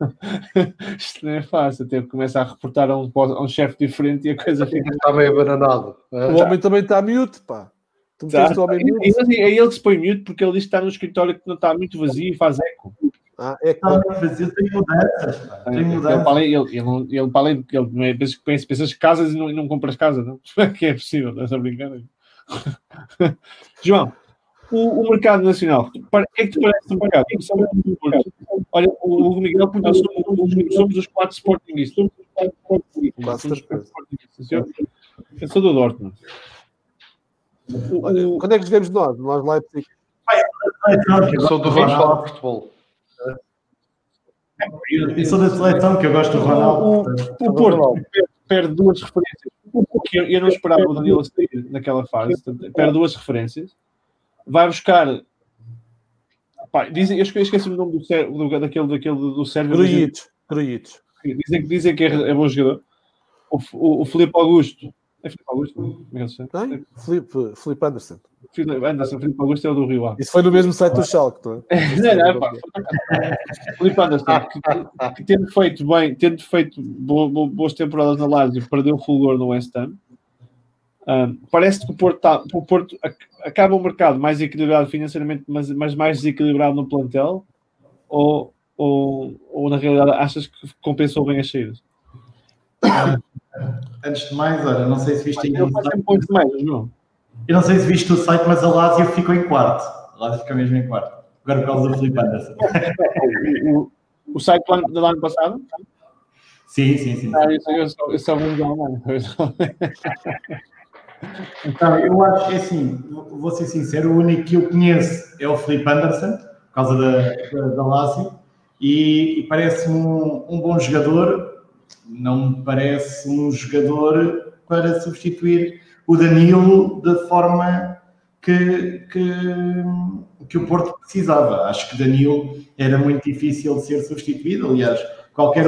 Até começa a reportar a um chefe diferente e a coisa fica... Está meio bananado. O homem também está mute, pá. Tu meteste o homem mute. É ele que se põe mute porque ele diz que está no escritório que não está muito vazio e faz eco. Vazio tem mudanças. Ele pensas casas e não compras casa, não? Que é possível, não é só brincadeira. João, o mercado nacional, o que é que te parece do mercado? Olha, o Hugo Miguel perguntou se somos os 4 sportingistas. Eu sou do Dortmund. Quando é que jogamos nós? Nós Leipzig. Eu sou do Vamos Falar de Futebol. Eu sou da seleção, que eu gosto do Ronaldo. O Porto perde 2 referências. Eu não esperava o Danilo sair naquela fase. Perde 2 referências. Vai buscar... eu esqueci o nome do Sérvio. Grujic. Dizem que é bom jogador. O Filipe Augusto. É Filipe Augusto? Como é que se chama? Filipe Anderson. Filipe Augusto é o do Rio Ave. Isso foi no mesmo site do Schalke, não é? Filipe Anderson, que tendo feito boas temporadas na Lazio, perdeu o fulgor no West Ham. Parece que o Porto acaba o mercado mais equilibrado financeiramente, mas mais desequilibrado no plantel, ou na realidade achas que compensou bem as saídas? Antes de mais, olha, não sei se viste Eu não sei se viste o site, mas a Lazio ficou em quarto. A Lazio fica mesmo em quarto. Agora por causa do Filipe Anderson. O site do ano passado? Sim. Eu só vou mudar o nome. Então, eu acho que assim, vou ser sincero, o único que eu conheço é o Filipe Anderson, por causa da Lazio, e parece-me um bom jogador. Não me parece um jogador para substituir o Danilo da forma que o Porto precisava. Acho que Danilo era muito difícil de ser substituído. Aliás, qualquer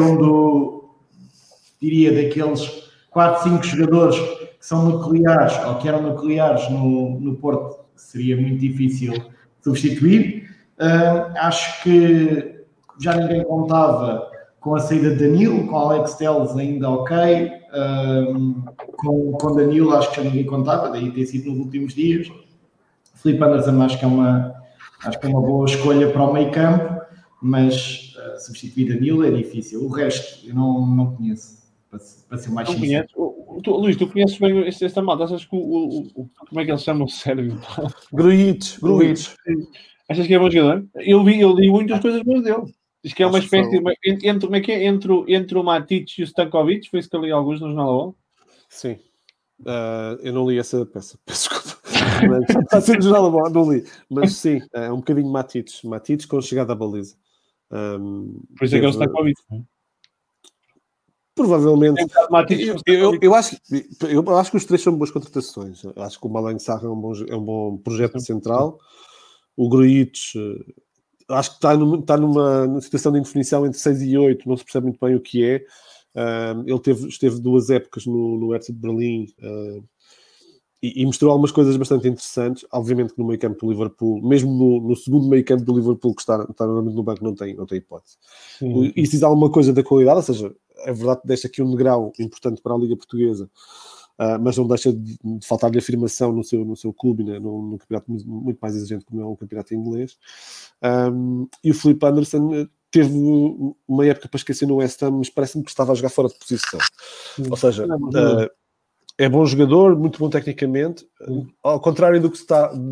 daqueles 4, 5 jogadores que são nucleares ou que eram nucleares no Porto, seria muito difícil substituir. Acho que já ninguém contava com a saída de Danilo, com Alex Telles ainda ok, com Danilo acho que já ninguém contava, daí tem sido nos últimos dias. Filipe Anderson acho que é uma boa escolha para o meio campo, mas substituir Danilo é difícil. O resto eu não conheço, para ser mais sincero. Luís, tu conheces bem esta malta? Achas que como é que eles chamam o sérvio? Grujic. Achas que é bom jogador? Eu li muitas coisas boas dele. Diz que é uma espécie entre o Matic e o Stankovic. Foi isso que eu li alguns no Jornal da Bola. Sim. Eu não li essa peça. Peço desculpa. Mas está a ser no Jornal da Bola, não li. Mas sim, é um bocadinho Matic com chegada à baliza. Por isso é que é o Stankovic. Provavelmente. Eu acho que os três são boas contratações. Eu acho que o Malang Sarr é um bom projeto central. O Grujic, acho que está numa situação de indefinição entre 6 e 8, não se percebe muito bem o que é. Ele esteve 2 épocas no Hertha de Berlim e mostrou algumas coisas bastante interessantes. Obviamente que no meio campo do Liverpool, mesmo no segundo meio campo do Liverpool, que está normalmente no banco, não tem hipótese. Isso diz alguma coisa da qualidade, ou seja, é verdade que deixa aqui um degrau importante para a Liga Portuguesa, mas não deixa de faltar-lhe afirmação no seu clube, né? num campeonato muito mais exigente como é o campeonato inglês. E o Filipe Anderson teve uma época para esquecer no West Ham, mas parece-me que estava a jogar fora de posição. Ou seja, é bom jogador, muito bom tecnicamente, ao contrário do que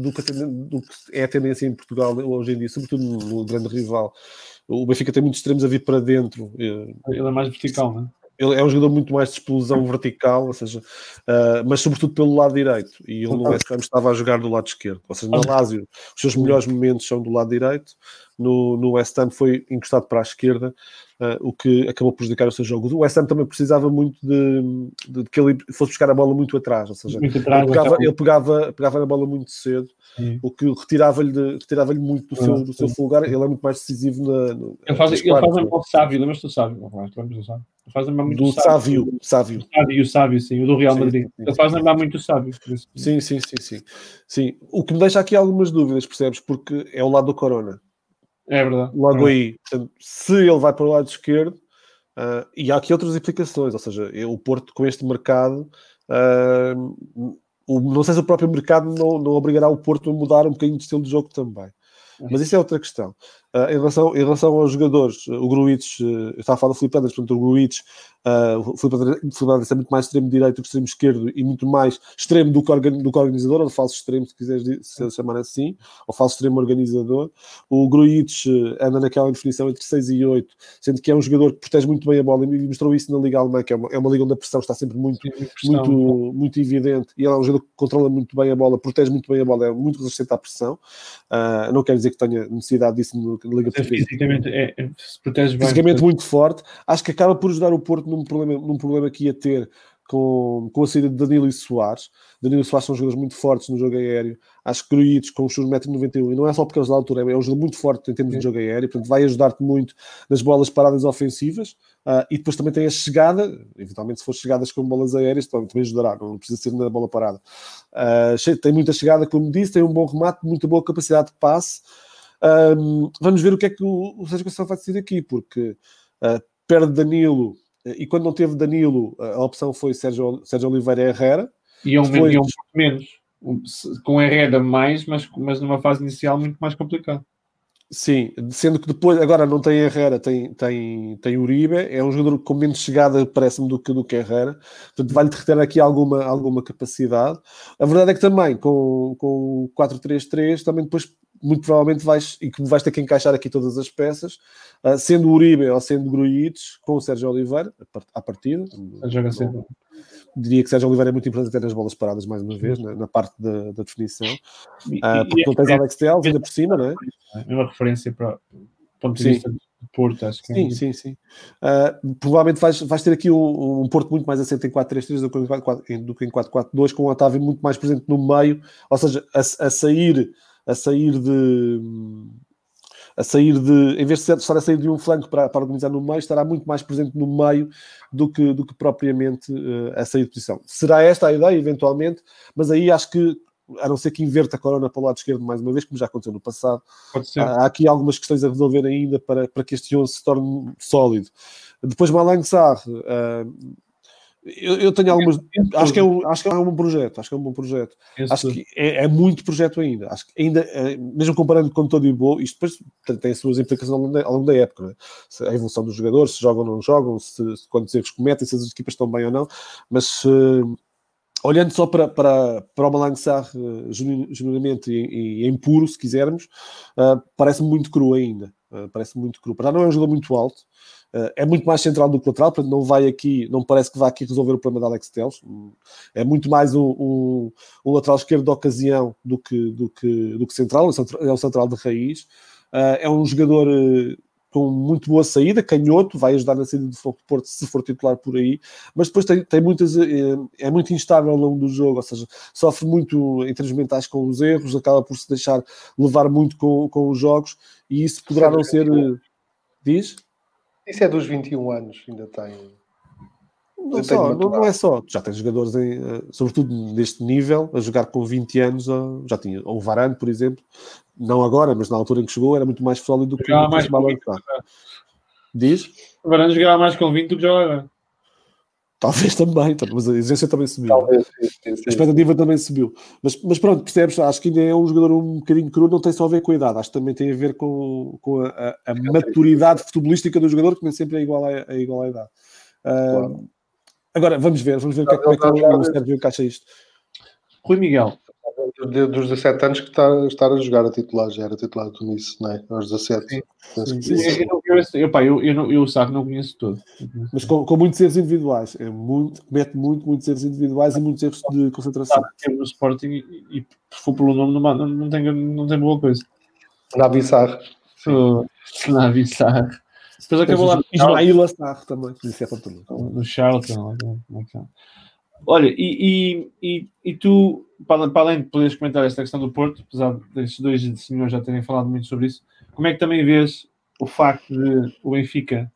é a tendência em Portugal hoje em dia, sobretudo no grande rival. O Benfica tem muitos extremos a vir para dentro. Ele é mais vertical, não é? Ele é um jogador muito mais de explosão vertical, ou seja, mas sobretudo pelo lado direito. E ele no West Ham estava a jogar do lado esquerdo. Ou seja, no Lazio, os seus melhores momentos são do lado direito. No West Ham foi encostado para a esquerda, o que acabou por prejudicar o seu jogo. O West Ham também precisava muito de que ele fosse buscar a bola muito atrás. Ou seja, ele pegava na bola muito cedo, o que retirava-lhe muito do seu fulgar. Ele é muito mais decisivo ele faz a mão de Sávio, lembras-te do Sávio? Ele faz lembrar muito do Sávio. O Sávio, sim, o do Real Madrid. Ele faz lembrar muito do Sávio. Sim. O que me deixa aqui algumas dúvidas, percebes? Porque é o lado do Corona. É verdade. Logo aí, portanto, se ele vai para o lado esquerdo, e há aqui outras implicações, ou seja, o Porto com este mercado, não sei se o próprio mercado não obrigará o Porto a mudar um bocadinho de estilo de jogo também. Mas isso é outra questão. Em relação aos jogadores, o Grujic, eu estava a falar do Filipe Anderson, portanto o Grujic, o Filipe Anderson é muito mais extremo direito do que extremo esquerdo e muito mais extremo do que organizador, ou falso extremo, se quiseres chamar assim, ou falso extremo organizador. O Grujic anda naquela definição entre 6 e 8, sendo que é um jogador que protege muito bem a bola e mostrou isso na Liga Alemã, que é uma liga onde a pressão está sempre muito evidente, e ele é um jogador que controla muito bem a bola, protege muito bem a bola, é muito resistente à pressão. Não quero dizer que tenha necessidade disso na Liga Portuguesa. Se protege bem. Fisicamente muito forte. Acho que acaba por ajudar o Porto num problema que ia ter com a saída de Danilo e Soares. Danilo e Soares são jogadores muito fortes no jogo aéreo. Acho que Grujic, com os seus 1,91 m, e não é só porque eles da altura, é um jogador muito forte em termos de jogo aéreo, portanto vai ajudar-te muito nas bolas paradas ofensivas, e depois também tem a chegada, eventualmente se for chegadas com bolas aéreas, também ajudará, não precisa ser na bola parada. Tem muita chegada, como disse, tem um bom remate, muita boa capacidade de passe. Vamos ver o que é que o Sérgio Conceição vai decidir aqui, porque perde Danilo, e quando não teve Danilo, a opção foi Sérgio Oliveira e Herrera. E um pouco menos. Com Herrera mais, mas numa fase inicial muito mais complicada. Sim, sendo que depois, agora não tem Herrera, tem Uribe, é um jogador com menos chegada, parece-me, do que Herrera, portanto vai-lhe reter aqui alguma capacidade. A verdade é que também, com o 4-3-3, também depois, muito provavelmente vais ter que encaixar aqui todas as peças, sendo Uribe ou sendo Grujic, com o Sérgio Oliveira, à partida. Diria que Sérgio Oliveira é muito importante ter as bolas paradas mais uma vez, na parte da definição, porque não tens Alex Telles ainda por cima, não é? É uma referência para o ponto de vista do Porto, acho que sim. Provavelmente vais ter aqui um Porto muito mais assente em 4-3-3 do que em 4-4-2, com o Otávio muito mais presente no meio, ou seja, a sair de, em vez de estar a sair de um flanco para organizar no meio, estará muito mais presente no meio do que propriamente a sair de posição. Será esta a ideia, eventualmente, mas aí acho que a não ser que inverta a corona para o lado esquerdo mais uma vez, como já aconteceu no passado. Pode ser. Há aqui algumas questões a resolver ainda para que este 11 se torne sólido. Depois Malang Sarr, eu tenho algumas... Acho que é um bom projeto. Acho que é muito projeto ainda. Acho que ainda, mesmo comparando com todo o Ibo, isto depois tem as suas implicações ao longo da época. Não é? A evolução dos jogadores, se jogam ou não jogam, quantos erros cometem, se as equipas estão bem ou não. Mas olhando só para o Malang Sarr genuinamente e em puro, se quisermos, parece-me muito cru ainda. Parece muito cru. Para já não é um jogador muito alto. É muito mais central do que lateral, portanto não parece que vá aqui resolver o problema de Alex Telles. É muito mais um lateral esquerdo de ocasião do que central. É um central de raiz. É um jogador com muito boa saída, canhoto, vai ajudar na saída do Futebol do Porto se for titular por aí, mas depois tem muitas, é muito instável ao longo do jogo, ou seja, sofre muito em termos mentais com os erros, acaba por se deixar levar muito com os jogos, e isso poderá não ser... Diz? Isso é dos 21 anos, ainda tem... Não é só. Já tem jogadores, sobretudo neste nível, a jogar com 20 anos. Já tinha o Varane, por exemplo. Não agora, mas na altura em que chegou, era muito mais sólido do que o Malang Sarr. Diz? O Varane jogava mais com 20 do que joga agora. Talvez também, mas a exigência também subiu. Talvez, sim. A expectativa também subiu. Mas pronto, percebes? Acho que ainda é um jogador um bocadinho cru, não tem só a ver com a idade, acho que também tem a ver com a maturidade futebolística do jogador, que nem sempre é igual à idade. Claro. Agora, vamos ver como é que o Sérgio encaixa isto. Rui Miguel. Dos 17 anos que está a jogar a titular, já era titular do Nice, não é? Aos 17. Sim. Eu o Sarro não conheço todo. Mas com muitos erros individuais. Comete muitos erros individuais e muitos erros de concentração. No Sporting e se for pelo nome, não tem boa coisa. Naby Sarr. Naby Sarr. Depois acabou lá. Ismaila Sarr também. Isso é para tudo. No Charlton. Olha, e tu, para além de poderes comentar esta questão do Porto, apesar destes dois senhores já terem falado muito sobre isso, como é que também vês o facto de o Benfica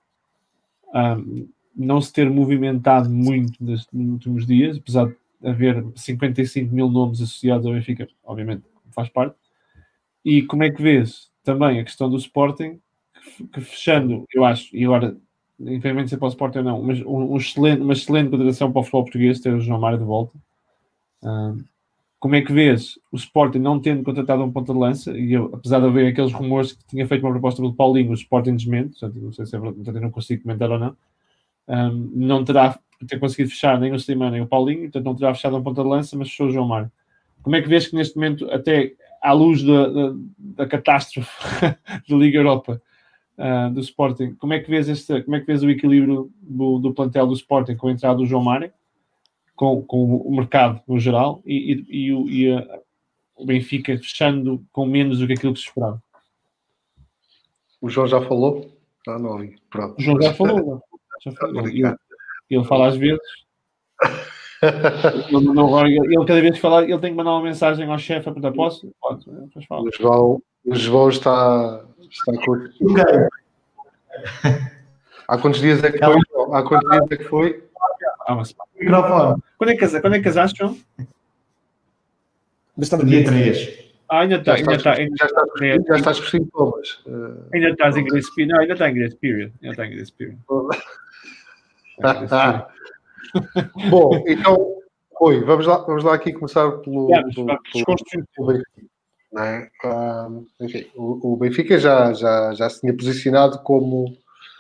não se ter movimentado muito nos últimos dias, apesar de haver 55 mil nomes associados ao Benfica, obviamente faz parte, e como é que vês também a questão do Sporting, que fechando, eu acho, e agora infelizmente se é para o Sporting ou não, mas uma excelente contratação para o futebol português ter o João Mário de volta. Como é que vês o Sporting não tendo contratado um ponta de lança, e apesar de haver aqueles rumores que tinha feito uma proposta pelo Paulinho, o Sporting desmente, portanto, não sei se é verdade, não consigo comentar ou não, não terá ter conseguido fechar nem o Slimani nem o Paulinho, portanto não terá fechado um ponta de lança, mas fechou o João Mário. Como é que vês que neste momento, até à luz da catástrofe da Liga Europa, do Sporting, como é que vês o equilíbrio do plantel do Sporting com a entrada do João Mário, com o mercado no geral e o Benfica fechando com menos do que aquilo que se esperava? O João já falou? Não ouvi. Pronto. O João já falou. Ele fala às vezes. Ele cada vez que falar, ele tem que mandar uma mensagem ao chefe a perguntar: posso? Pode. O João está com... Há quantos dias é que foi? Microfone. Quando é que casaste, João? Dia 3. Ainda está. Já estás por sintomas. Ainda estás em Grace Period. Não, ainda está em Grace Period. Bom, então, vamos lá aqui começar pelo Benfica. Não é? Enfim, o Benfica já se tinha posicionado como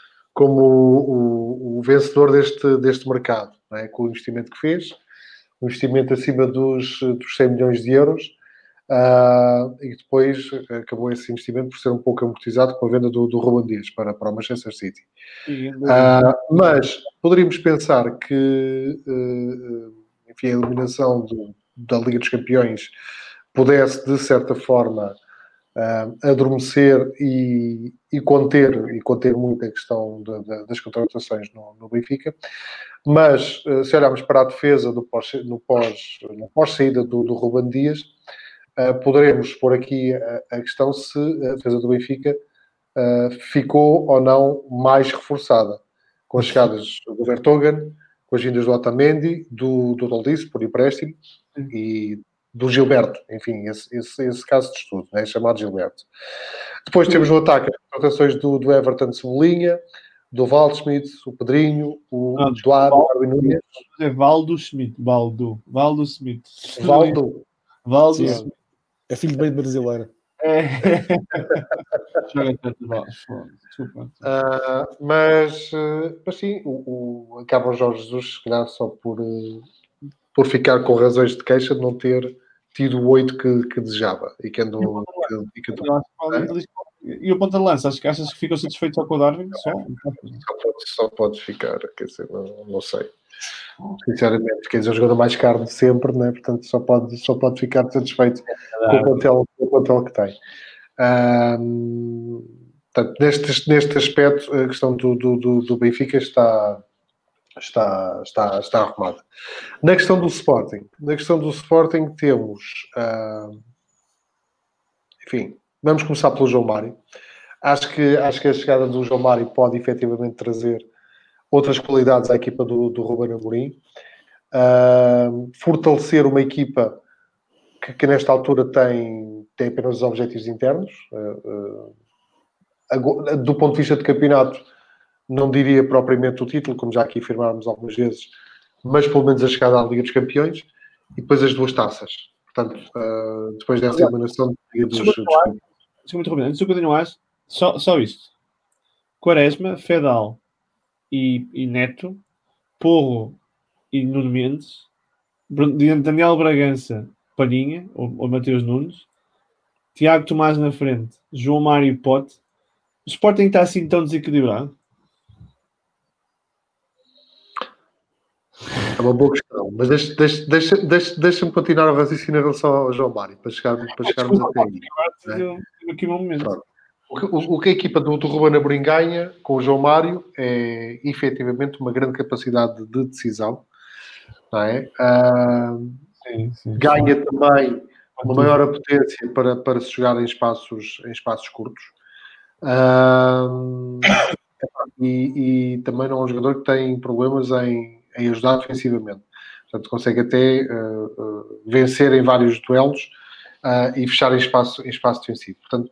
o vencedor deste mercado, não é? Com o investimento que fez, um investimento acima dos 100 milhões de euros, e depois acabou esse investimento por ser um pouco amortizado com a venda do Ruben Dias para o Manchester City. Mas poderíamos pensar que enfim, a eliminação da Liga dos Campeões pudesse, de certa forma, adormecer e conter muito a questão das contratações no Benfica. Mas, se olharmos para a defesa no pós-saída do Ruben Dias, poderemos pôr aqui a questão se a defesa do Benfica ficou ou não mais reforçada, com as chegadas do Vertonghen, com as vindas do Otamendi, do Tolisso por empréstimo, e do Gilberto, enfim, esse caso de estudo, né, chamado Gilberto. Depois temos no ataque as contratações do Everton Cebolinha, do Waldschmidt, o Pedrinho, o Darwin Núñez. É Valdo Schmidt. Valdo Schmidt. Valdo Schmidt. É filho de meio brasileiro. Mas sim, acaba o Jorge Jesus, se calhar, só por ficar com razões de queixa de não ter tido o 8 que desejava. E o ponta de lança, achas que ficou satisfeito só com o Darwin? Só pode ficar, quer dizer, não sei. Sinceramente, quer dizer, o jogador mais caro de sempre, né? Portanto, só pode ficar satisfeito com o plantel que tem. Portanto, neste aspecto, a questão do Benfica está arrumada. Na questão do Sporting temos, enfim, vamos começar pelo João Mário. Acho que a chegada do João Mário pode efetivamente trazer outras qualidades à equipa do Ruben Amorim, fortalecer uma equipa que nesta altura tem apenas os objetivos internos. Do ponto de vista de campeonato, não diria propriamente o título, como já aqui afirmámos algumas vezes, mas pelo menos a chegada à Liga dos Campeões e depois as 2 taças. Portanto, depois dessa eliminação da Liga dos Campeões. Muito rápido, antes do que eu tenho só isto. Quaresma, Fedal e Neto, Porro e Nuno Mendes, Daniel Bragança, Palhinha, ou Mateus Nunes, Tiago Tomás na frente, João Mário e Pote. O Sporting está assim tão desequilibrado? É uma boa questão, mas deixa-me continuar a raciocinar em relação ao João Mário, para chegarmos até aí. Aqui um momento. O que a equipa do Ruben Amorim ganha com o João Mário é efetivamente uma grande capacidade de decisão, não é? Sim. Ganha também uma maior potência para se jogar em espaços curtos. E também não é um jogador que tem problemas em ajudar defensivamente. Portanto, consegue até vencer em vários duelos e fechar em espaço defensivo. Portanto,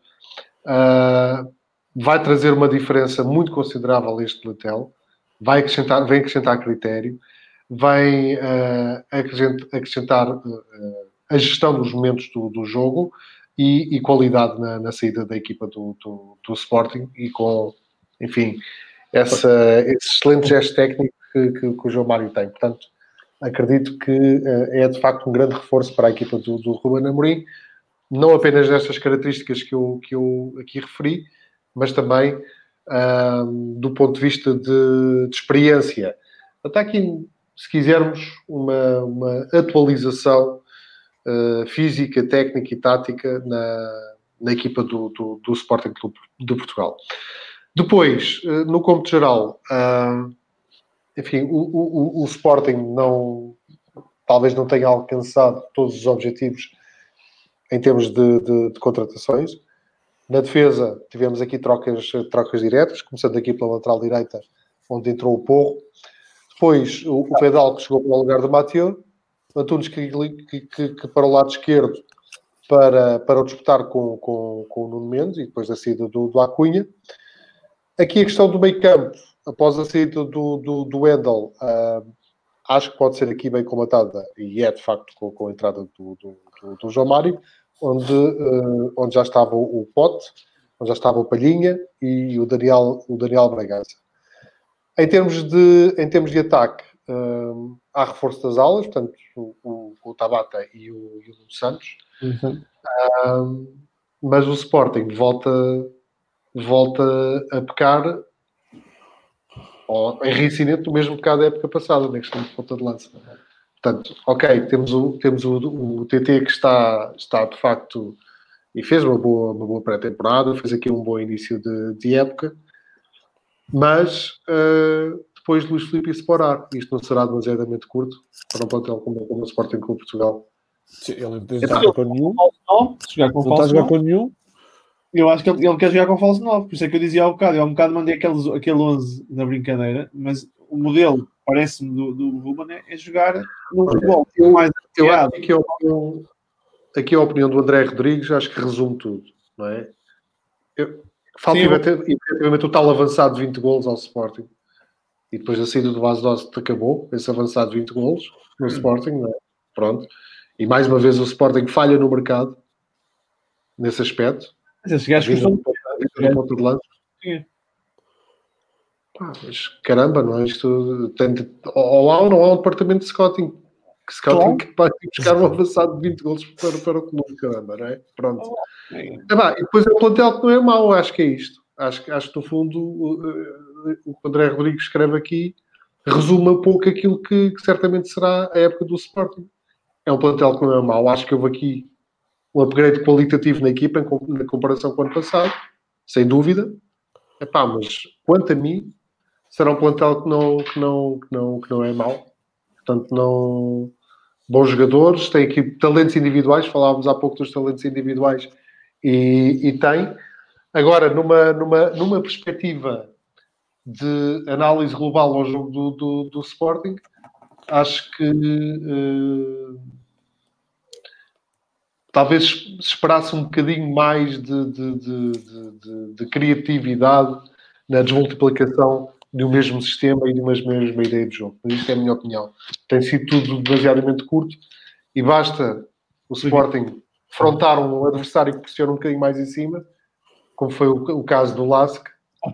vai trazer uma diferença muito considerável a este plantel, vem acrescentar critério, vem acrescentar a gestão dos momentos do jogo e qualidade na saída da equipa do Sporting e com, enfim, esse excelente gesto técnico que o João Mário tem. Portanto, acredito que é de facto um grande reforço para a equipa do Ruben Amorim, não apenas nestas características que eu aqui referi, mas também do ponto de vista de experiência. Até aqui, se quisermos, uma atualização física, técnica e tática na equipa do Sporting Clube de Portugal. Depois, no cômputo geral, enfim, o Sporting talvez não tenha alcançado todos os objetivos em termos de contratações. Na defesa, tivemos aqui trocas diretas, começando aqui pela lateral direita, onde entrou o Porro. Depois, o Fedal, que chegou para o lugar do Mathieu. Antunes, que para o lado esquerdo, para o disputar com o Nuno Mendes, e depois da saída do Acunha. Aqui a questão do meio campo, após a saída do Wendel, acho que pode ser aqui bem comatada, e é de facto com a entrada do João Mário, onde já estava o Pote, onde já estava o Palhinha e o Daniel Bragança. Em termos de ataque, há reforço das alas, portanto, o Tabata e o Nuno Santos. Mas o Sporting volta a pecar em reincidente do mesmo pecado da época passada, na questão de ponta de lança. Portanto, ok, temos o TT que está de facto e fez uma boa pré-temporada, fez aqui um bom início de época, mas depois Luís Filipe Sporar, isto não será demasiadamente curto para um plantel como o Sporting Clube Portugal. Sim, ele não está a jogar com nenhum. Não está a jogar com nenhum. Eu acho que ele quer jogar com falso 9, por isso é que eu dizia há bocado. Eu há um bocado mandei aquele 11 na brincadeira, mas o modelo, parece-me, do Ruben é jogar no futebol. Eu aqui a opinião do André Rodrigues, acho que resume tudo, não é? Falta efetivamente o tal avançado de 20 golos ao Sporting. E depois a saída do Bas Dost acabou, esse avançado de 20 golos no Sporting, não é? Pronto. E mais uma vez o Sporting falha no mercado nesse aspecto. Mas esses gajos custam ponto de lança. Mas caramba, não é? Isto tem ou há ou não há um departamento de scouting que vai buscar um avançado de 20 golos para o clube, caramba, não é? Pronto. E depois é um plantel que não é mau, acho que é isto. Acho que no fundo o que o André Rodrigues escreve aqui resume um pouco aquilo que certamente será a época do Sporting. É um plantel que não é mau. Acho que houve aqui um upgrade qualitativo na equipa na comparação com o ano passado, sem dúvida. Mas quanto a mim, será um plantel que não é mau. Portanto, não... Bons jogadores, tem aqui talentos individuais, falávamos há pouco dos talentos individuais, e tem. Agora, numa perspectiva de análise global ao jogo do Sporting, acho que talvez se esperasse um bocadinho mais de criatividade na desmultiplicação de um mesmo sistema e de uma mesma ideia de jogo. Mas isto é a minha opinião. Tem sido tudo demasiadamente curto e basta o Sporting afrontar um adversário que pressiona um bocadinho mais em cima, como foi o caso do Lask,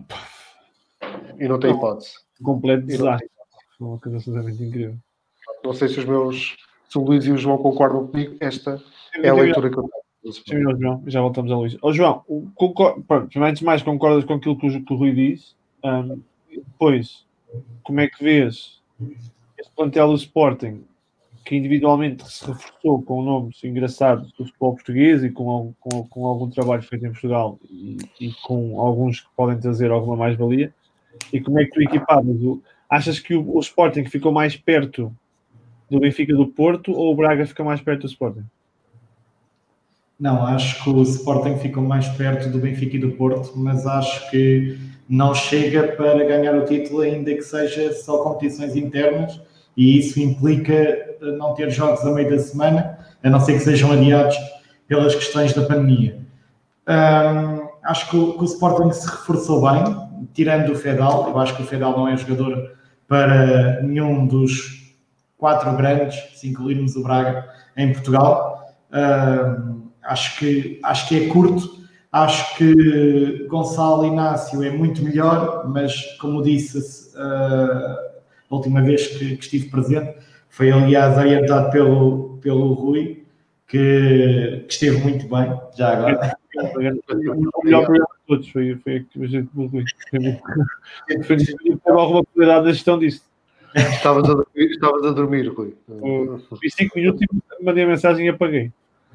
e não tem hipótese. Completo desastre. Uma coisa absolutamente incrível. Não sei se o Luís e o João concordam comigo. Esta é a leitura que eu tenho. Sim, João. Já voltamos a Luís. João, antes de mais, concordas com aquilo que o Rui disse? Depois, como é que vês este plantel do Sporting, que individualmente se reforçou com nomes engraçados do futebol português e com algum trabalho feito em Portugal e com alguns que podem trazer alguma mais-valia? E como é que tu equipavas? Achas que o Sporting ficou mais perto do Benfica do Porto ou o Braga fica mais perto do Sporting? Não, acho que o Sporting ficou mais perto do Benfica e do Porto, mas acho que não chega para ganhar o título, ainda que seja só competições internas, e isso implica não ter jogos a meio da semana, a não ser que sejam adiados pelas questões da pandemia. Acho que o Sporting se reforçou bem, tirando o Fedal. Eu acho que o Fedal não é jogador para nenhum dos 4 grandes, se incluirmos o Braga, em Portugal. Acho que é curto. Acho que Gonçalo Inácio é muito melhor, mas como disse a última vez que estive presente, foi aliás orientado pelo Rui, que esteve muito bem, já agora. O melhor programa de todos foi a gente do Rui. Foi alguma qualidade da gestão disto. Estavas a dormir, Rui. Vi 5 minutos e mandei a mensagem e apaguei.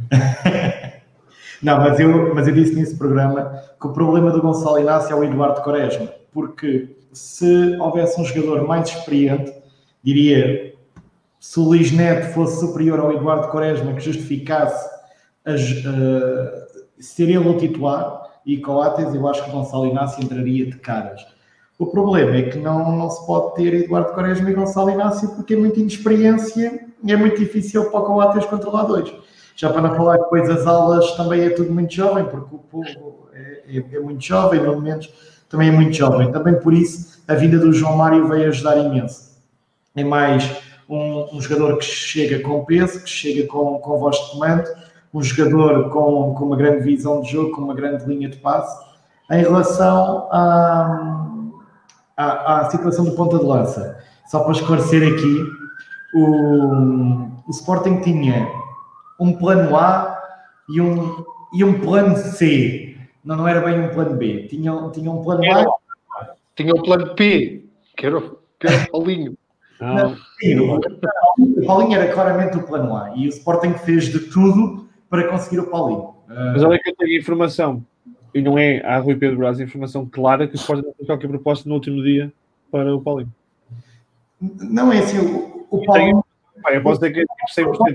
Não, mas eu disse nesse programa que o problema do Gonçalo Inácio é o Eduardo Quaresma, porque se houvesse um jogador mais experiente, diria, se o Luís Neto fosse superior ao Eduardo Quaresma, que justificasse ser ele o titular, e Coates, eu acho que o Gonçalo Inácio entraria de caras. O problema é que não se pode ter Eduardo Quaresma e Gonçalo Inácio porque é muita inexperiência e é muito difícil para o Coates controlar dois. Já para não falar que depois as aulas também é tudo muito jovem, porque o povo é muito jovem, no momento também é muito jovem. Também por isso a vinda do João Mário veio ajudar imenso. É mais um jogador que chega com peso, que chega com voz de comando, um jogador com uma grande visão de jogo, com uma grande linha de passe. Em relação à situação do ponta de lança, só para esclarecer aqui, o Sporting tinha um plano A e um plano C. Não era bem um plano B. Tinha um plano A. Tinha um plano P, que era o Paulinho. O Paulinho era claramente o plano A. E o Sporting fez de tudo para conseguir o Paulinho. Mas olha que eu tenho informação. E não é a Rui Pedro Braz, informação clara que o Sporting não fez qualquer proposta no último dia para o Paulinho. Não é assim. O Paulinho... Eu posso dizer que é 100%.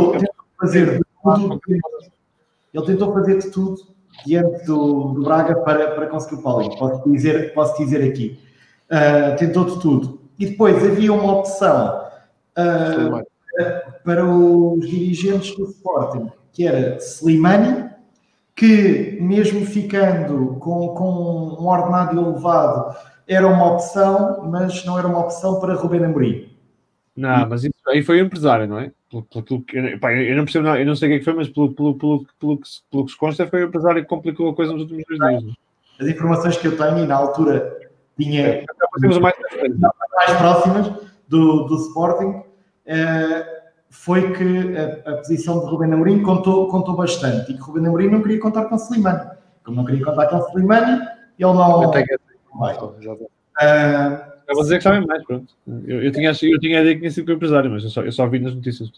Ele tentou fazer de tudo diante do Braga para conseguir o Paulinho. Posso dizer aqui. Tentou de tudo. E depois havia uma opção para os dirigentes do Sporting, que era Slimani, que mesmo ficando com um ordenado elevado, era uma opção, mas não era uma opção para Ruben Amorim. Não, mas isso aí foi o empresário, não é? Eu não percebo, eu não sei o que é que foi, mas pelo que se consta, foi o empresário que complicou a coisa nos últimos 2 dias. As informações que eu tenho, e na altura tinha mais próximas do Sporting, foi que a posição de Ruben Amorim contou bastante, e que Ruben Amorim não queria contar com Slimani. Como não queria contar com Slimani, ele não vai. Eu vou dizer que sabem mais, pronto. Eu tinha a ideia que tinha sido com o empresário, mas eu só vi nas notícias.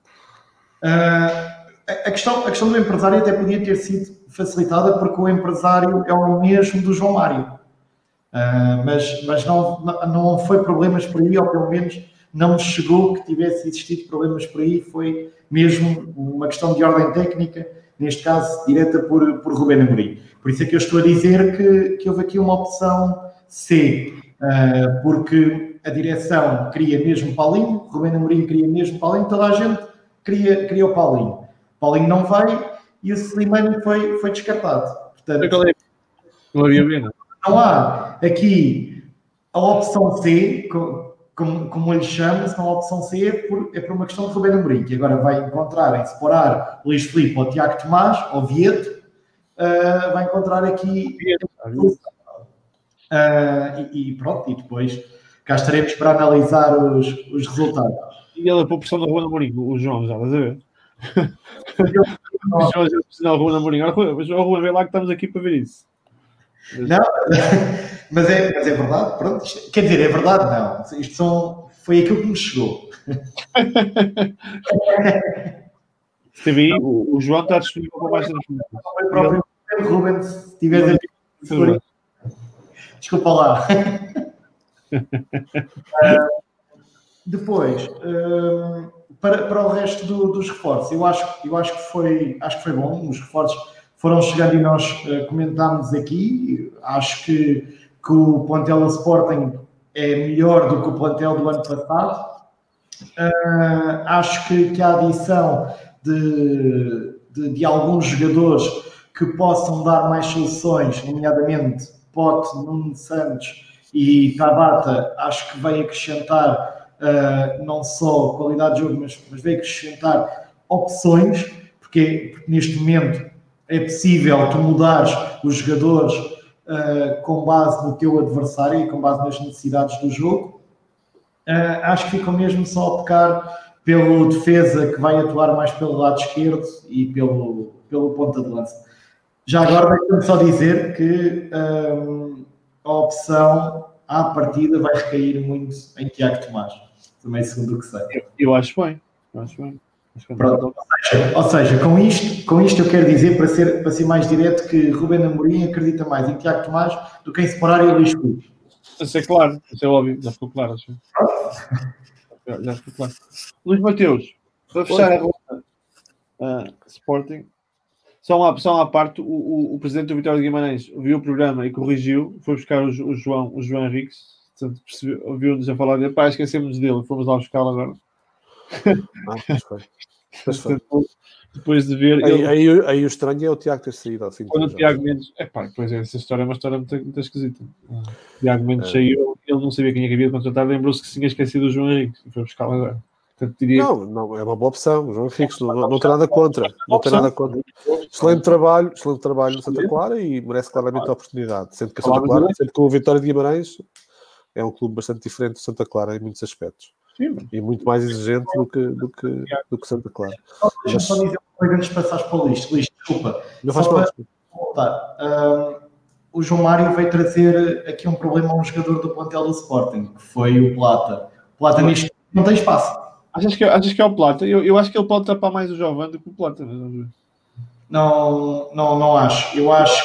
A questão do empresário até podia ter sido facilitada, porque o empresário é o mesmo do João Mário. Mas não foi problemas por aí, ou pelo menos não me chegou que tivesse existido problemas por aí. Foi mesmo uma questão de ordem técnica, neste caso direta por Ruben Amorim. Por isso é que eu estou a dizer que houve aqui uma opção C, porque a direção queria mesmo Paulinho, Ruben Amorim queria mesmo Paulinho, toda a gente queria o Paulinho. Paulinho não vai e o Slimani foi descartado. Portanto, não havia bem, não há aqui a opção C, como ele chama, senão a opção C é por uma questão de Ruben Amorim, que agora vai encontrar em separar Luís Filipe ou Tiago Tomás, ou Vieto, vai encontrar aqui... E pronto, e depois cá estaremos para analisar os resultados. E ele é por pressão do Ruben Amorim, o João, já estás a ver? O João já precisa do Ruben Amorim. O Ruben, vem lá que estamos aqui para ver isso. Não, mas é verdade, pronto. Quer dizer, é verdade, não. Foi aquilo que me chegou. Esteve aí, o João está disponível para mais transmissões. Foi o próprio Ruben, se tiveres aqui. Desculpa lá. Depois, para o resto dos reforços, eu acho que foi bom. Os reforços foram chegando e nós comentámos aqui. Acho que o plantel do Sporting é melhor do que o plantel do ano passado. Acho que a adição de alguns jogadores que possam dar mais soluções, nomeadamente Pote, Nuno Santos e Tabata, acho que vai acrescentar não só qualidade de jogo, mas vai acrescentar opções, porque neste momento é possível tu mudares os jogadores com base no teu adversário e com base nas necessidades do jogo. Acho que ficam mesmo só a pecar pelo defesa, que vai atuar mais pelo lado esquerdo e pelo ponta de lança. Já agora, deixa-me só dizer que a opção à partida vai recair muito em Tiago Tomás, também segundo o que sei. Eu acho bem. Pronto. Ou seja, com isto eu quero dizer, para ser mais direto, que Ruben Amorim acredita mais em Tiago Tomás do que em separar e Luís Filipe. Isso é claro, isso é óbvio, já ficou claro. Acho. Já ficou claro. Luís Mateus, para fechar a ronda Sporting, só à parte, o presidente do Vitória de Guimarães viu o programa e corrigiu, foi buscar o João Henriques, portanto, ouviu-nos a falar dele, esquecemos dele, fomos lá buscá-lo agora. Pois foi. Depois de ver... Aí o estranho é o Tiago ter saído ao fim. Quando o Tiago Mendes... Pois é, essa história é uma história muito esquisita. O Tiago Mendes saiu, ele não sabia quem havia de contratar, lembrou-se que se tinha esquecido o João Henrique e foi buscá-lo agora. Portanto, Não, é uma boa opção. O João Henrique não tem nada contra. Não tem nada contra. Excelente trabalho no Santa Clara e merece claramente a oportunidade. Sendo que o Vitória de Guimarães é um clube bastante diferente do Santa Clara em muitos aspectos. Sim. E muito mais exigente do que Santa Clara. Deixa-me só dizer uma coisa antes de passares para o Luís, desculpa. Não faz mal. Voltar. O João Mário veio trazer aqui um problema a um jogador do plantel do Sporting, que foi o Plata. O Plata nisto não tem espaço. Achas que é o Plata? Eu acho que ele pode tapar mais o Jovem do que o Plata. Não acho. Eu acho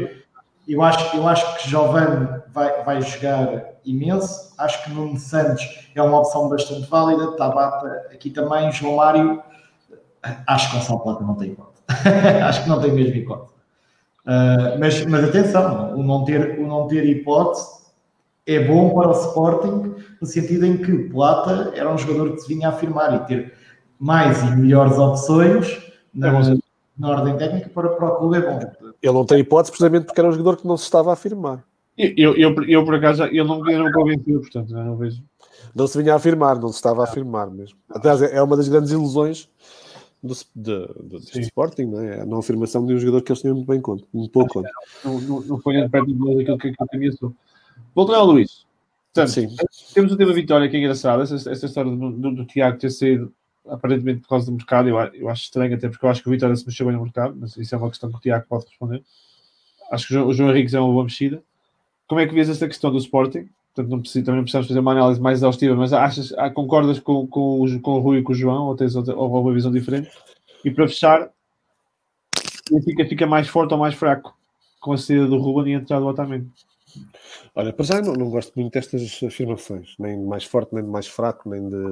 que Jovem vai jogar imenso. Acho que Nuno Santos é uma opção bastante válida. Tabata aqui também. João Mário, acho que o Gonçalo Plata não tem hipótese. Acho que não tem mesmo hipótese. Mas atenção, o não ter hipótese é bom para o Sporting, no sentido em que Plata era um jogador que se vinha a afirmar e ter mais e melhores opções. na ordem técnica para o clube é bom. Ele não tem hipótese precisamente porque era um jogador que não se estava a afirmar. Eu por acaso, eu não me convenceu, portanto, não vejo. Não se vinha a afirmar, não se estava a afirmar mesmo. Aliás, é uma das grandes ilusões do Sporting, não é? A não afirmação de um jogador que eles tinham muito bem conta, muito pouco conta. Não foi de perto daquilo que eu tinha sou. Voltando ao Luís. Portanto, temos o tema vitória que é engraçado. Essa história do Tiago ter saído aparentemente por causa do mercado, eu acho estranho, até porque eu acho que o Vitória se mexeu bem no mercado, mas isso é uma questão que o Tiago pode responder. Acho que o João Henriques é uma boa mexida. Como é que vês esta questão do Sporting? Portanto, também não precisamos fazer uma análise mais exaustiva, mas concordas com o Rui e com o João, ou tens uma visão diferente? E para fechar, o Benfica fica mais forte ou mais fraco com a saída do Ruben e a entrada do Otamendi? Olha, para já não gosto muito destas afirmações, nem de mais forte, nem de mais fraco, nem de...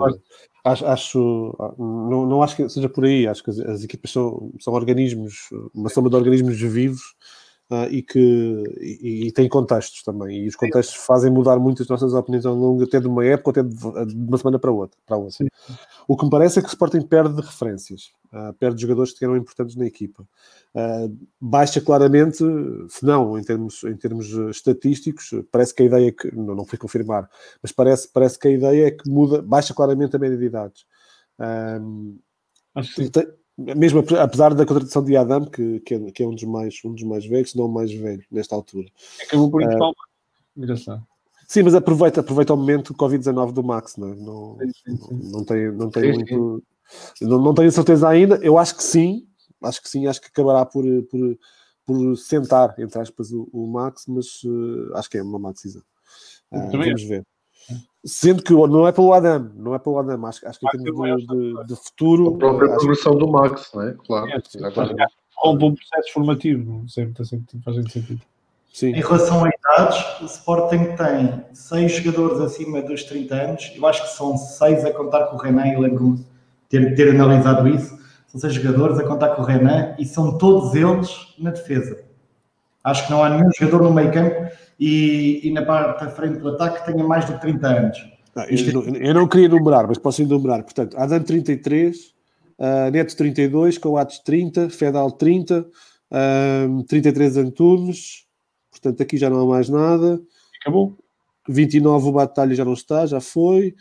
Não acho que seja por aí, acho que as equipas são organismos, uma soma de organismos vivos e têm contextos também, e os contextos fazem mudar muito as nossas opiniões ao longo até de uma época, até de uma semana para outra. Sim. O que me parece é que o Sporting perde de referências, perde jogadores que eram importantes na equipa. Baixa claramente, se não, em termos estatísticos, parece que a ideia que, não fui confirmar, mas parece que a ideia é que baixa claramente a média de idades. Acho que mesmo apesar da contratação de Adam, que é um dos mais velhos, se não o mais velho nesta altura. Acabou por ir engraçado. Sim, mas aproveita o momento Covid-19 do Max, não é? Não tem muito... Não tenho certeza ainda. Eu acho que sim. Acho que acabará por sentar, entre aspas, o Max, mas acho que é uma má decisão. Vamos ver. Sendo que não é pelo Adam, acho que em termos de futuro... A própria progressão do Max, não é? Claro. Um bom processo formativo, sempre faz sentido. Sim. Em relação a idades, o Sporting tem 6 jogadores acima dos 30 anos. Eu acho que são 6 a contar com o Renan, eu lembro-me de ter analisado isso. São 6 jogadores a contar com o Renan e são todos eles na defesa. Acho que não há nenhum jogador no meio campo e na parte da frente do ataque que tenha mais de 30 anos. Eu não queria enumerar, mas posso enumerar. Portanto, Adam 33, Neto 32, Coates 30, Fedal 30, 33 Antunes. Portanto, aqui já não há mais nada. Acabou. 29 o Batalha já não está, já foi.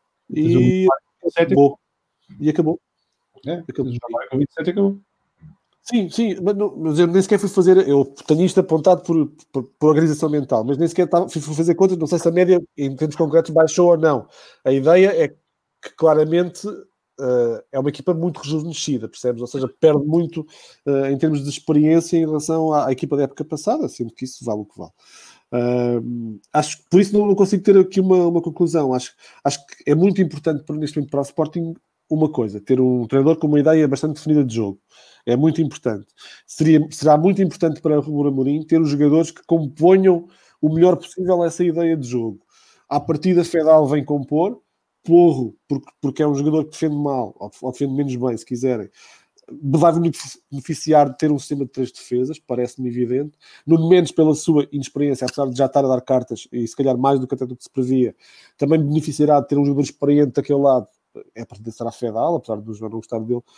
E acabou. E acabou. Acabou. Com 27 acabou. Sim, mas eu nem sequer fui fazer. Eu tenho isto apontado por organização mental, mas nem sequer fui fazer contas. Não sei se a média, em termos concretos, baixou ou não. A ideia é que claramente é uma equipa muito rejuvenescida, percebes? Ou seja, perde muito em termos de experiência em relação à equipa da época passada, sendo que isso vale o que vale. Acho que por isso não consigo ter aqui uma conclusão. Acho que é muito importante neste momento para o Sporting uma coisa, ter um treinador com uma ideia bastante definida de jogo. É muito importante. Será muito importante para o Rui Amorim ter os jogadores que componham o melhor possível essa ideia de jogo. À partida, Fedal vem compor, Porro, porque é um jogador que defende mal, ou defende menos bem, se quiserem, vai beneficiar de ter um sistema de 3 defesas, parece-me evidente. Nuno Mendes, pela sua inexperiência, apesar de já estar a dar cartas, e se calhar mais do que até do que se previa, também beneficiará de ter um jogador experiente daquele lado. É para pertencer à Fedal, apesar do João não gostar dele.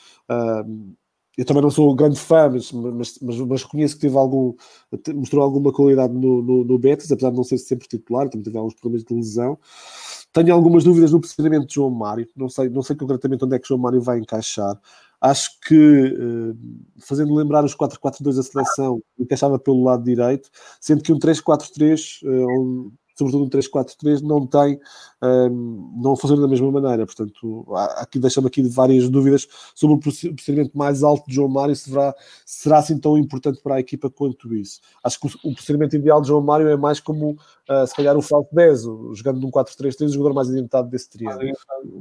Eu também não sou um grande fã, mas reconheço que mostrou alguma qualidade no Betis, apesar de não ser sempre titular, também teve alguns problemas de lesão. Tenho algumas dúvidas no posicionamento de João Mário, não sei concretamente onde é que João Mário vai encaixar. Acho que, fazendo lembrar os 4-4-2 da seleção, encaixava pelo lado direito, sendo que um 3-4-3, sobretudo um 3-4-3, não funciona da mesma maneira. Portanto, deixa-me aqui várias dúvidas sobre o posicionamento mais alto de João Mário, será assim tão importante para a equipa quanto isso. Acho que o posicionamento ideal de João Mário é mais como, se calhar, o falso 10, jogando num 4-3-3, o jogador mais adiantado desse triângulo.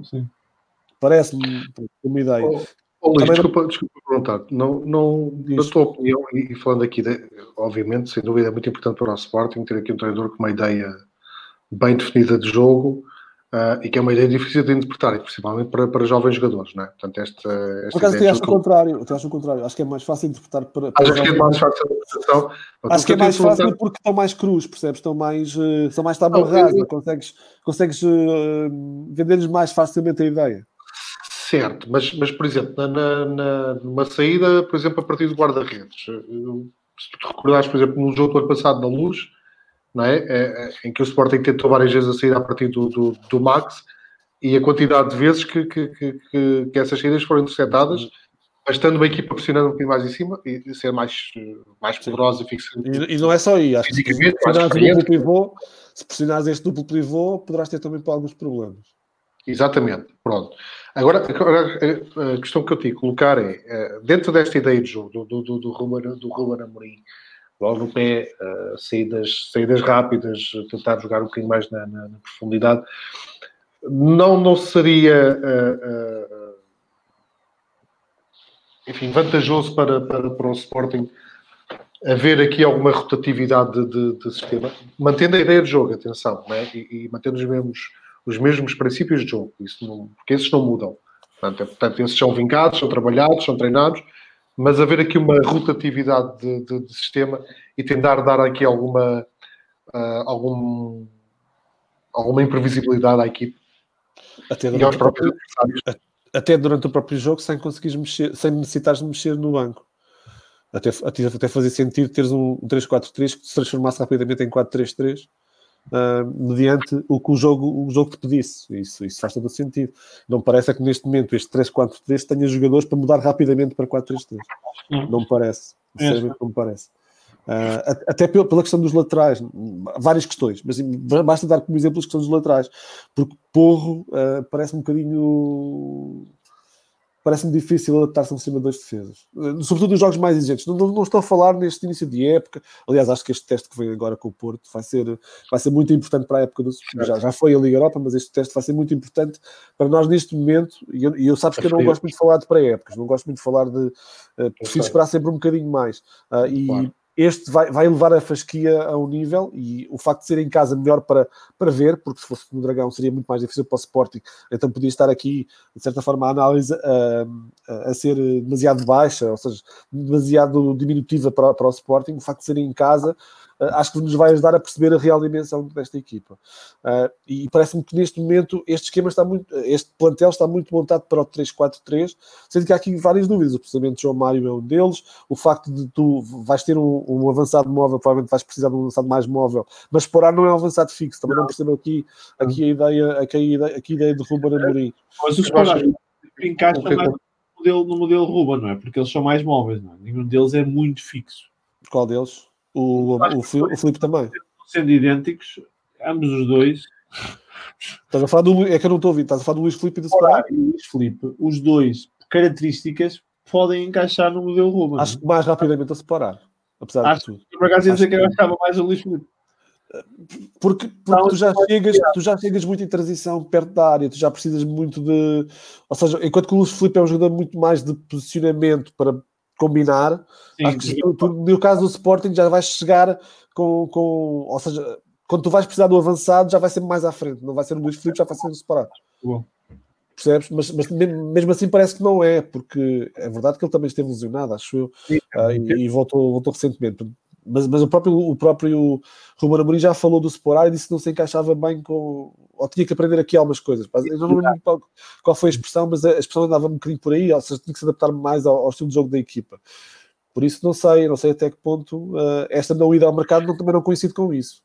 Parece-me uma ideia. Luís, desculpa perguntar. Na tua opinião, e falando aqui, obviamente, sem dúvida, é muito importante para o nosso Sporting ter aqui um treinador com uma ideia bem definida de jogo e que é uma ideia difícil de interpretar, principalmente para jovens jogadores, não é? Portanto, esta por acaso, eu acho o contrário. Acho que é mais fácil interpretar para acho que é mais fácil a interpretação. Acho que é mais fácil porque estão mais crus, percebes? São mais tábua rasa. Consegues vender-lhes mais facilmente a ideia. Certo, mas por exemplo, numa saída, por exemplo, a partir do guarda-redes, se tu te recordares, por exemplo, no jogo do ano passado na Luz, não é? Em que o Sporting tentou várias vezes a sair a partir do Max, e a quantidade de vezes que essas saídas foram interceptadas, bastando uma equipa pressionando um bocadinho mais em cima e ser mais poderosa e fixar. E não é só aí, acho que se pressionares este duplo pivô, poderás ter também alguns problemas. Exatamente, pronto. Agora a questão que eu te ia colocar é, dentro desta ideia de jogo do Ruben Amorim, logo no pé, saídas rápidas, tentar jogar um bocadinho mais na profundidade, não seria enfim, vantajoso para o Sporting haver aqui alguma rotatividade de sistema, mantendo a ideia de jogo, atenção, não é? E mantendo os mesmos princípios de jogo, porque esses não mudam. Portanto, esses são vincados, são trabalhados, são treinados, mas haver aqui uma rotatividade de sistema e tentar dar aqui alguma imprevisibilidade à equipe e aos próprios adversários. Até durante o próprio jogo, sem conseguires mexer, sem necessitares de mexer no banco. Até fazia sentido teres um 3-4-3 que se transformasse rapidamente em 4-3-3, mediante o jogo te pedisse. Isso faz todo o sentido. Não parece que neste momento este 3-4-3 tenha jogadores para mudar rapidamente para 4-3-3. Não me parece. Sinceramente, não me parece. Até pela questão dos laterais, várias questões, mas basta dar como exemplo a questão dos laterais, porque Porro parece-me difícil adaptar-se em cima das defesas, sobretudo nos jogos mais exigentes. Não estou a falar neste início de época. Aliás, acho que este teste que vem agora com o Porto vai ser muito importante para a época já foi a Liga Europa, mas este teste vai ser muito importante para nós neste momento. E eu sabes que eu não gosto muito de falar de pré-épocas, não gosto muito de falar de prefiro esperar sempre um bocadinho mais, claro. Este vai levar a fasquia a um nível, e o facto de ser em casa melhor para ver, porque se fosse no Dragão seria muito mais difícil para o Sporting, então podia estar aqui, de certa forma, a análise a ser demasiado baixa, ou seja, demasiado diminutiva para o Sporting. O facto de ser em casa, acho que nos vai ajudar a perceber a real dimensão desta equipa. E parece-me que neste momento este plantel está muito montado para o 3-4-3, sendo que há aqui várias dúvidas. O processamento de João Mário é um deles, o facto de tu vais ter um avançado móvel, provavelmente vais precisar de um avançado mais móvel, mas Porá não é um avançado fixo. Também não percebo aqui a ideia de Ruben Amorim. Mas os Porá encaixa mais no modelo Ruben, não é? Porque eles são mais móveis, não é? Nenhum deles é muito fixo. Qual deles? O Filipe também. Sendo idênticos, ambos os dois. Estás a falar é que eu não estou a ouvir. Estás a falar do Luís Filipe e do Separado? E o Luís Filipe, os dois, características, podem encaixar no modelo Ruben. Acho que mais rapidamente a separar. Apesar de tudo. Por acaso ia dizer que eu achava mais o Luís Filipe. Porque tu já chegas muito em transição perto da área, tu já precisas muito de... Ou seja, enquanto que o Luís Filipe é um jogador muito mais de posicionamento para combinar, sim, acho que no caso do Sporting já vais chegar com... Ou seja, quando tu vais precisar do avançado já vai ser mais à frente, não vai ser o Luís Filipe, já vai ser o Separado. Bom. Percebes? Mas mesmo assim parece que não é, porque é verdade que ele também esteve lesionado, acho eu, e voltou recentemente. Mas o próprio Ruben Amorim já falou do Separar e disse que não se encaixava bem ou tinha que aprender aqui algumas coisas. Eu não lembro qual foi a expressão, mas a expressão andava um bocadinho por aí, ou seja, tinha que se adaptar mais ao estilo de jogo da equipa. Por isso não sei até que ponto esta não ida ao mercado também não coincide com isso.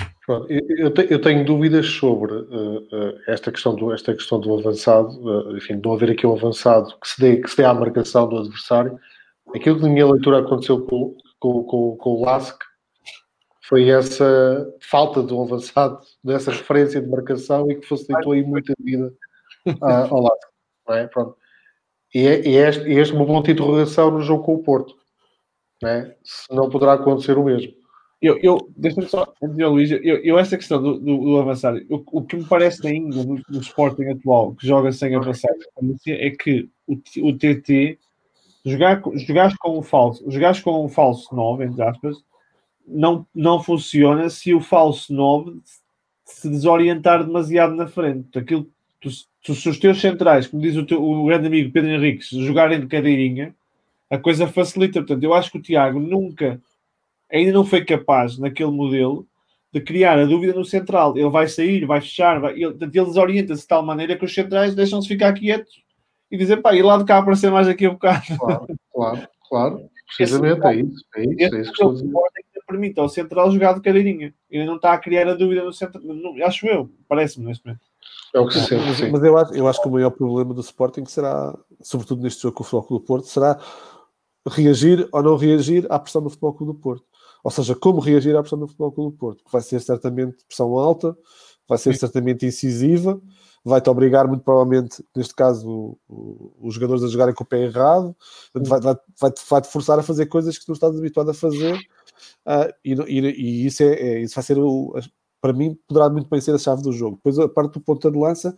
Eu tenho dúvidas sobre esta questão do avançado, enfim, de não haver aqui um avançado que se dê à marcação do adversário. Aquilo que na minha leitura aconteceu com o Lask foi essa falta de um avançado, dessa referência de marcação, e que facilitou aí muita vida ao Lask. Não é? Pronto. E este é um ponto de interrogação no jogo com o Porto. Não é? Se não poderá acontecer o mesmo. Deixa-me só, Luís, essa questão do avançar, o que me parece ainda no Sporting atual, que joga sem avançar, é que o TT, jogares com um falso 9, entre aspas, não funciona se o falso 9 se desorientar demasiado na frente. Se os teus centrais, como diz o grande amigo Pedro Henriques, jogarem de cadeirinha, a coisa facilita. Portanto, eu acho que o Tiago ainda não foi capaz, naquele modelo, de criar a dúvida no central. Ele vai sair, vai fechar, ele desorienta-se de tal maneira que os centrais deixam-se ficar quietos e dizer, pá, e lá de cá aparecer mais aqui a bocado. Claro. Precisamente, é isso que estou a dizer. Que permite ao central jogar de cadeirinha. Ele não está a criar a dúvida no centro. Acho eu, parece-me neste momento. É o que se sente, sim. Mas eu acho que o maior problema do Sporting será, sobretudo neste jogo com o Futebol Clube do Porto, será reagir ou não reagir à pressão do Futebol Clube do Porto. Ou seja, como reagir à pressão do Futebol Clube do Porto. Que vai ser certamente pressão alta, vai ser certamente incisiva, vai-te obrigar, muito provavelmente, neste caso, os jogadores a jogarem com o pé errado, vai-te forçar a fazer coisas que tu não estás habituado a fazer, e isso vai ser, para mim, poderá muito bem ser a chave do jogo. Depois, a parte do ponta de lança,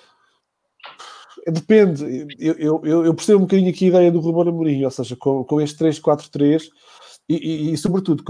depende. Eu percebo um bocadinho aqui a ideia do Ruben Amorim, ou seja, com este 3-4-3, e sobretudo,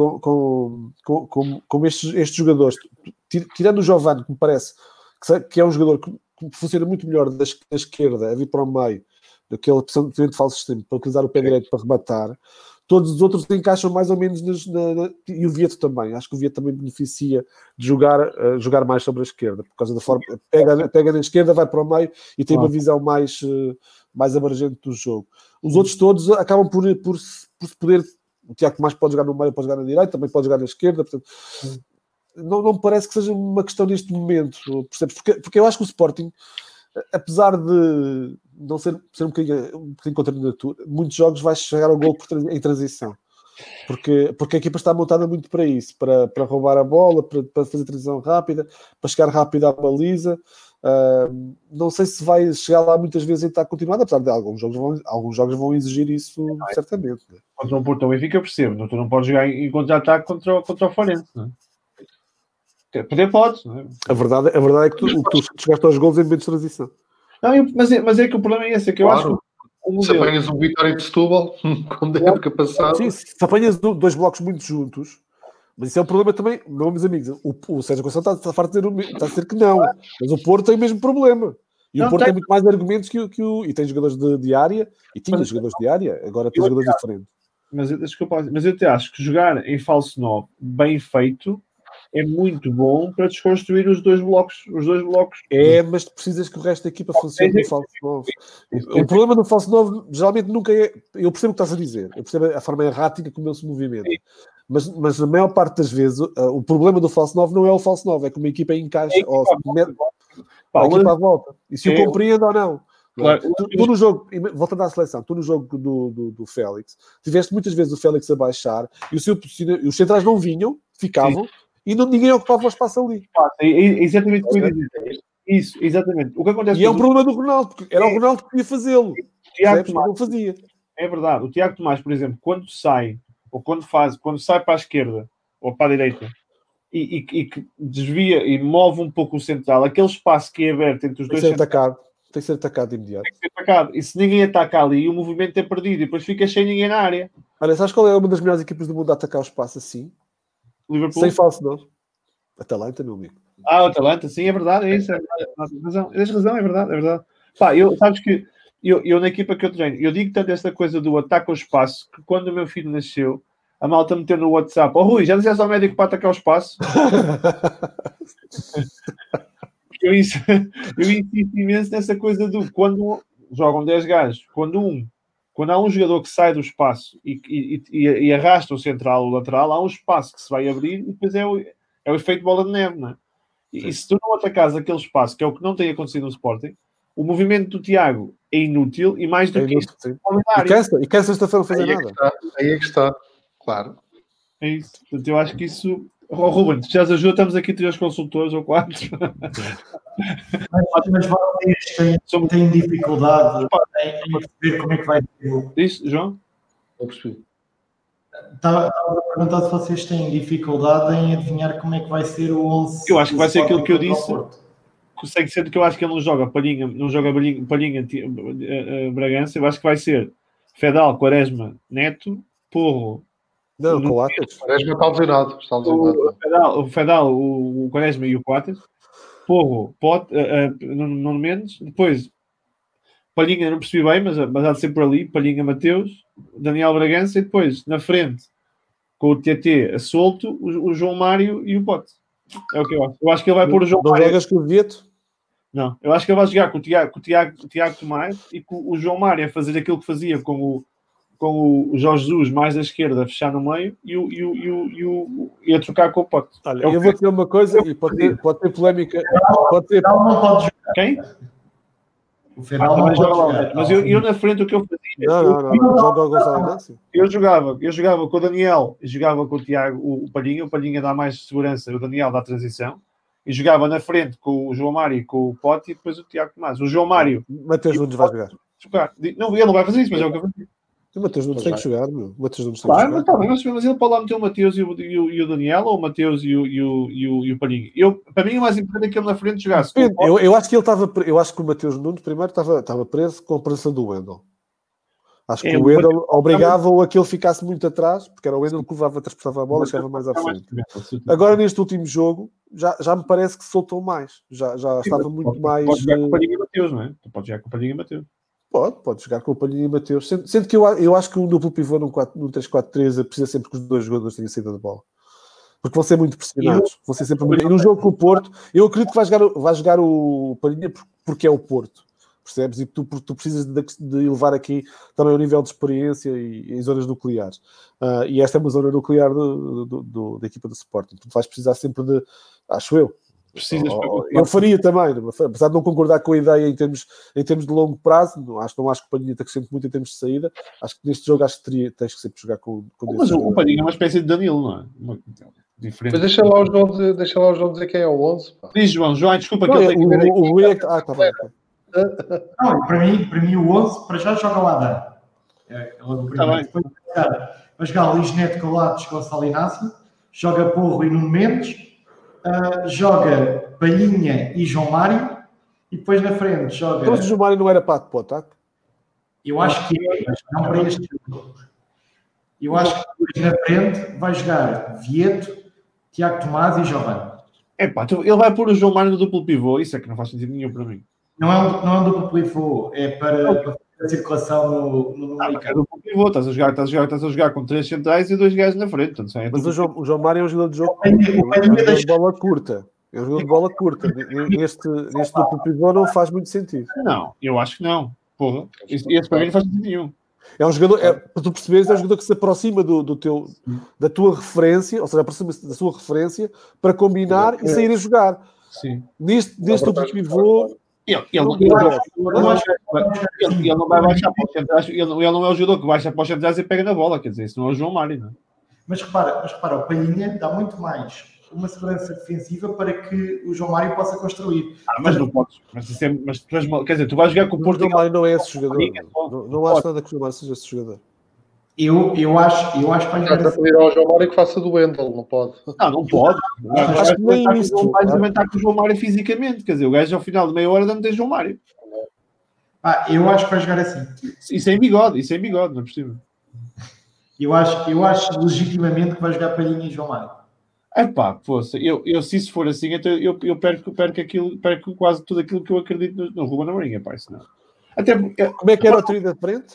com estes jogadores, tirando o Giovane, que me parece que é um jogador que funciona muito melhor da esquerda a vir para o meio, daquele de falso extremo, para utilizar o pé direito para rematar. Todos os outros encaixam mais ou menos e o Vieto também. Acho que o Vieto também beneficia de jogar mais sobre a esquerda, por causa da forma. Pega na esquerda, vai para o meio e tem uma visão mais abrangente do jogo. Os outros todos acabam por se poder. O Tiago Tomás pode jogar no meio, pode jogar na direita, também pode jogar na esquerda. Portanto, não me parece que seja uma questão neste momento, percebes? Porque eu acho que o Sporting, apesar de não ser um bocadinho contra a natura, muitos jogos vai chegar ao gol em transição. Porque a equipa está montada muito para isso, para roubar a bola, para fazer transição rápida, para chegar rápido à baliza. Não sei se vai chegar lá muitas vezes e está continuado, apesar de alguns jogos vão exigir isso, certamente. Né? Contra um Porto Benfica, eu percebo. Tu não podes jogar em contra-ataque contra o Farense, não é? Poder pode, não é? A verdade é que tu chegaste aos golos em momentos de transição. Não, mas é que o problema é esse, é que eu acho que se apanhas um Vitória de Setúbal, como da época passada. Sim, se apanhas dois blocos muito juntos, mas isso é um problema também, meus amigos. O Sérgio Conceição está a dizer que não, mas o Porto tem o mesmo problema. E o Porto tem muito mais argumentos que o. E tem jogadores de área, e tinha jogadores de área, agora tem jogadores diferentes. Mas eu te acho que jogar em falso 9 bem feito é muito bom para desconstruir os dois blocos. Mas precisas que o resto da equipa funcione no falso 9. O problema do falso 9 geralmente nunca é. Eu percebo o que estás a dizer, eu percebo a forma errática como ele se movimenta. Mas na maior parte das vezes o problema do falso 9 não é o falso 9, é como a equipa encaixa ou a equipa à volta. E se o compreende ou não. Claro. Tu no jogo, voltando à seleção, tu no jogo do Félix, tiveste muitas vezes o Félix a baixar e os centrais não vinham, ficavam. Sim. E ninguém ocupava o espaço ali. É exatamente o que eu ia dizer. Isso, exatamente. O que acontece é um problema do Ronaldo, porque era o Ronaldo que podia fazê-lo. O Tiago Tomás não fazia. É verdade. O Tiago Tomás, por exemplo, quando sai, ou quando sai para a esquerda, ou para a direita, e que desvia e move um pouco o central, aquele espaço que é aberto entre os dois centrais... Tem que ser atacado de imediato. Tem que ser atacado. E se ninguém ataca ali, o movimento é perdido. E depois fica sem ninguém na área. Olha, sabes qual é uma das melhores equipas do mundo a atacar o espaço assim? Liverpool. Sem falso 9. Atalanta, meu amigo. O Atalanta, sim, é verdade, é isso. Tens razão, é verdade. Pá, sabes que eu na equipa que eu treino, eu digo tanto esta coisa do ataque ao espaço, que quando o meu filho nasceu, a malta meteu no WhatsApp: Rui, já disseste ao médico para atacar o espaço? eu insisto imenso nessa coisa do quando jogam 10 gajos, quando há um jogador que sai do espaço e arrasta o central ou o lateral, há um espaço que se vai abrir e depois é o efeito bola de neve, não é? E se tu não atacares aquele espaço, que é o que não tem acontecido no Sporting, o movimento do Tiago é inútil e mais do que isso. E cansa-se de fazer nada. Aí é que está, claro. É isso. Portanto, eu acho que isso... Ruben, se já ajuda, estamos aqui 3 consultores ou 4. Mas vocês têm dificuldade em perceber como é que vai ser. Isso, João? Eu percebi. Estava a perguntar se vocês têm dificuldade em adivinhar como é que vai ser o 11. Eu acho que vai ser aquilo que eu disse. Sendo que eu acho que ele não joga Palhinha Bragança, eu acho que vai ser Fedal, Quaresma, Neto, Porro. Não, Coates. Quaresma está lesionado. O Fedal, o Quaresma e o Coates. Porro, Nuno Mendes. Depois, Palhinha, não percebi bem, mas há de ser por ali. Palhinha, Mateus, Daniel Bragança. E depois, na frente, com o TT a solto, o João Mário e o Pote. É o que eu acho. Eu acho que ele vai pôr o João Mário. Não jogas com o Vieto? Não, eu acho que ele vai jogar com o Tiago Tomás e com o João Mário a fazer aquilo que fazia com o Jorge Jesus mais à esquerda, a fechar no meio e a trocar com o Pote. Olha, eu vou dizer uma coisa e pode ter polémica. Pode ter... Não pode jogar. Quem? O Federal não pode jogar. Mas eu na frente o que eu fazia... Não. Joga o Gonçalo Inácio? Eu jogava com o Daniel, jogava com o Tiago, o Palhinha dá mais segurança, o Daniel dá transição, e jogava na frente com o João Mário e com o Pote e depois o Tiago Tomás. O João Mário... Matheus Nunes vai jogar. Não, ele não vai fazer isso, mas é o que eu fazia. O Matheus Nunes tem que jogar, meu. O Matheus Nunes tem que jogar. Tá bem, mas ele pode lá meter o Matheus e o Daniel, ou o Matheus e o Palhinha. Para mim, o mais importante é que ele na frente jogasse. Eu acho que ele estava. Eu acho que o Matheus Nunes primeiro estava preso com a presença do Wendel. Acho que o Wendel obrigava-o a que ele ficasse muito atrás, porque era o Wendel que transportava a bola e chegava mais à frente. Agora, neste último jogo, já me parece que soltou mais. Já estava muito mais. Pode jogar com o Palhinha e Matheus, não é? Pode jogar com o Palhinha e Matheus. Pode jogar com o Palhinha e Matheus. Sendo que eu acho que um duplo pivô num 3-4-3 precisa sempre que os dois jogadores tenham saída da bola. Porque vão ser muito pressionados. Vão ser sempre muito... E no jogo com o Porto, eu acredito que vai jogar o Palhinha porque é o Porto. Percebes? E tu precisas de elevar aqui também o nível de experiência e em zonas nucleares. E esta é uma zona nuclear da equipa do Sporting. Tu vais precisar sempre de... Acho eu. Eu faria também, apesar de não concordar com a ideia em termos de longo prazo, não acho que o Palhinha te acrescente muito em termos de saída. Acho que neste jogo tens que sempre jogar com mas o Palhinha é uma espécie de Danilo, não é? Diferente. Mas deixa lá o João dizer quem é o 11. Pá. Diz João, desculpa que não, ele tem que ver aqui. Tá bem. Não, para mim o 11 para já joga o Adam. Depois vai jogar Luís Neto, Colados, Gonçalo Inácio, joga Porro e Nuno Mendes. Joga Palhinha e João Mário e depois na frente joga... Então o João Mário não era para o tá? Eu acho que é, mas não para este jogo. Eu acho que depois na frente vai jogar Vieto, Tiago Tomás e Giovanni. Ele vai pôr o João Mário no duplo pivô, isso é que não faz sentido nenhum para mim. Não é um duplo pivô, é para a circulação no meio campo. É duplo pivô, estás a jogar com 3 centrais e 2 gajos na frente. Portanto, mas o João Mário é um jogador de jogo de bola curta. É um jogador de bola curta. Neste duplo pivô não faz muito sentido. Não, eu acho que não. Porra, esse para mim não faz sentido nenhum. É um jogador, para tu perceberes, é um jogador que se aproxima da tua referência, ou seja, aproxima-se da sua referência para combinar e sair a jogar. Sim. Neste duplo pivô. Ele não vai baixar para os centrais. Ele não é o jogador que baixa para os centrais e pega na bola. Quer dizer, isso não é o João Mário, não é? Mas repara, o Palhinha dá muito mais uma segurança defensiva para que o João Mário possa construir. Mas não podes. Quer dizer, tu vais jogar com o Porto. O João Mário não é esse jogador. Não acho nada que o João Mário seja esse jogador. Eu acho que vai jogar. Já pedir ao João Mário que faça do Wendel, não pode. Não pode. Acho que nem isso. Vai comentar com o João Mário fisicamente. Quer dizer, o gajo ao final de meia hora não tem João Mário. Eu acho que vai jogar assim. E sem bigode, não é possível. Eu acho legitimamente que vai jogar Palhinha e João Mário. Poxa, eu se isso for assim, então eu perco quase tudo aquilo que eu acredito no Ruben Amorim, isso não. Até porque, como é que era o trio da frente?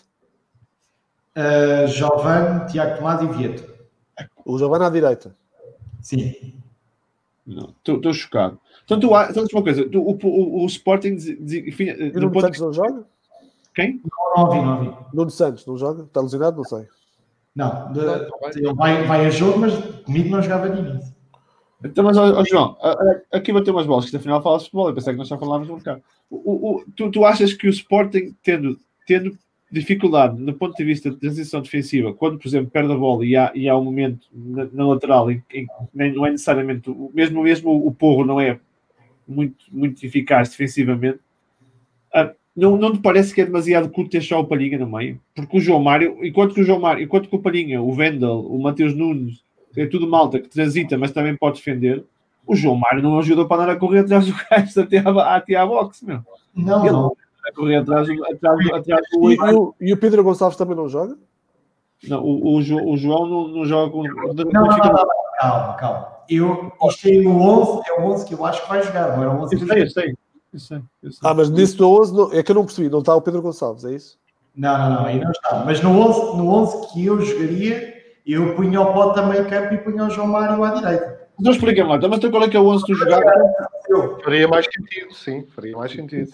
Giovanni, Tiago Tomás e Vieto. O Giovanni à direita. Sim. Não, estou chocado. Então, uma coisa, o Sporting... E o Nuno Santos não joga? Quem? Não vi. Nuno Santos não joga? Está lesionado? Não sei. Não, ele vai a jogo, mas comigo não jogava de início. Então, mas, João, aqui bateu umas bolas, que afinal fala de futebol, eu pensei que nós já falávamos um bocado. Tu achas que o Sporting, tendo dificuldade no ponto de vista de transição defensiva, quando, por exemplo, perde a bola e há um momento na lateral em que não é necessariamente, mesmo o Porro não é muito eficaz defensivamente, não te parece que é demasiado curto ter só o Palhinha no meio? Porque o João Mário, enquanto que o Palhinha, o Wendel, o Matheus Nunes, é tudo malta que transita, mas também pode defender, o João Mário não ajudou para andar a correr atrás do gajo até à boxe, meu. Não. A correr atrás do... E o Pedro Gonçalves também não joga? Não, o João não joga com... Calma. Isto é o 11 que eu acho que vai jogar, não é o 11 que eu sei. Mas nesse do 11 é que eu não percebi, não está o Pedro Gonçalves, é isso? Não, aí não está. Mas no 11 que eu jogaria, eu punha o Pote a meio campo e punha o João Mário à direita. Então explica-me lá, mas qual é que é o 11 que tu jogaste? Faria mais sentido, sim. Faria mais sentido.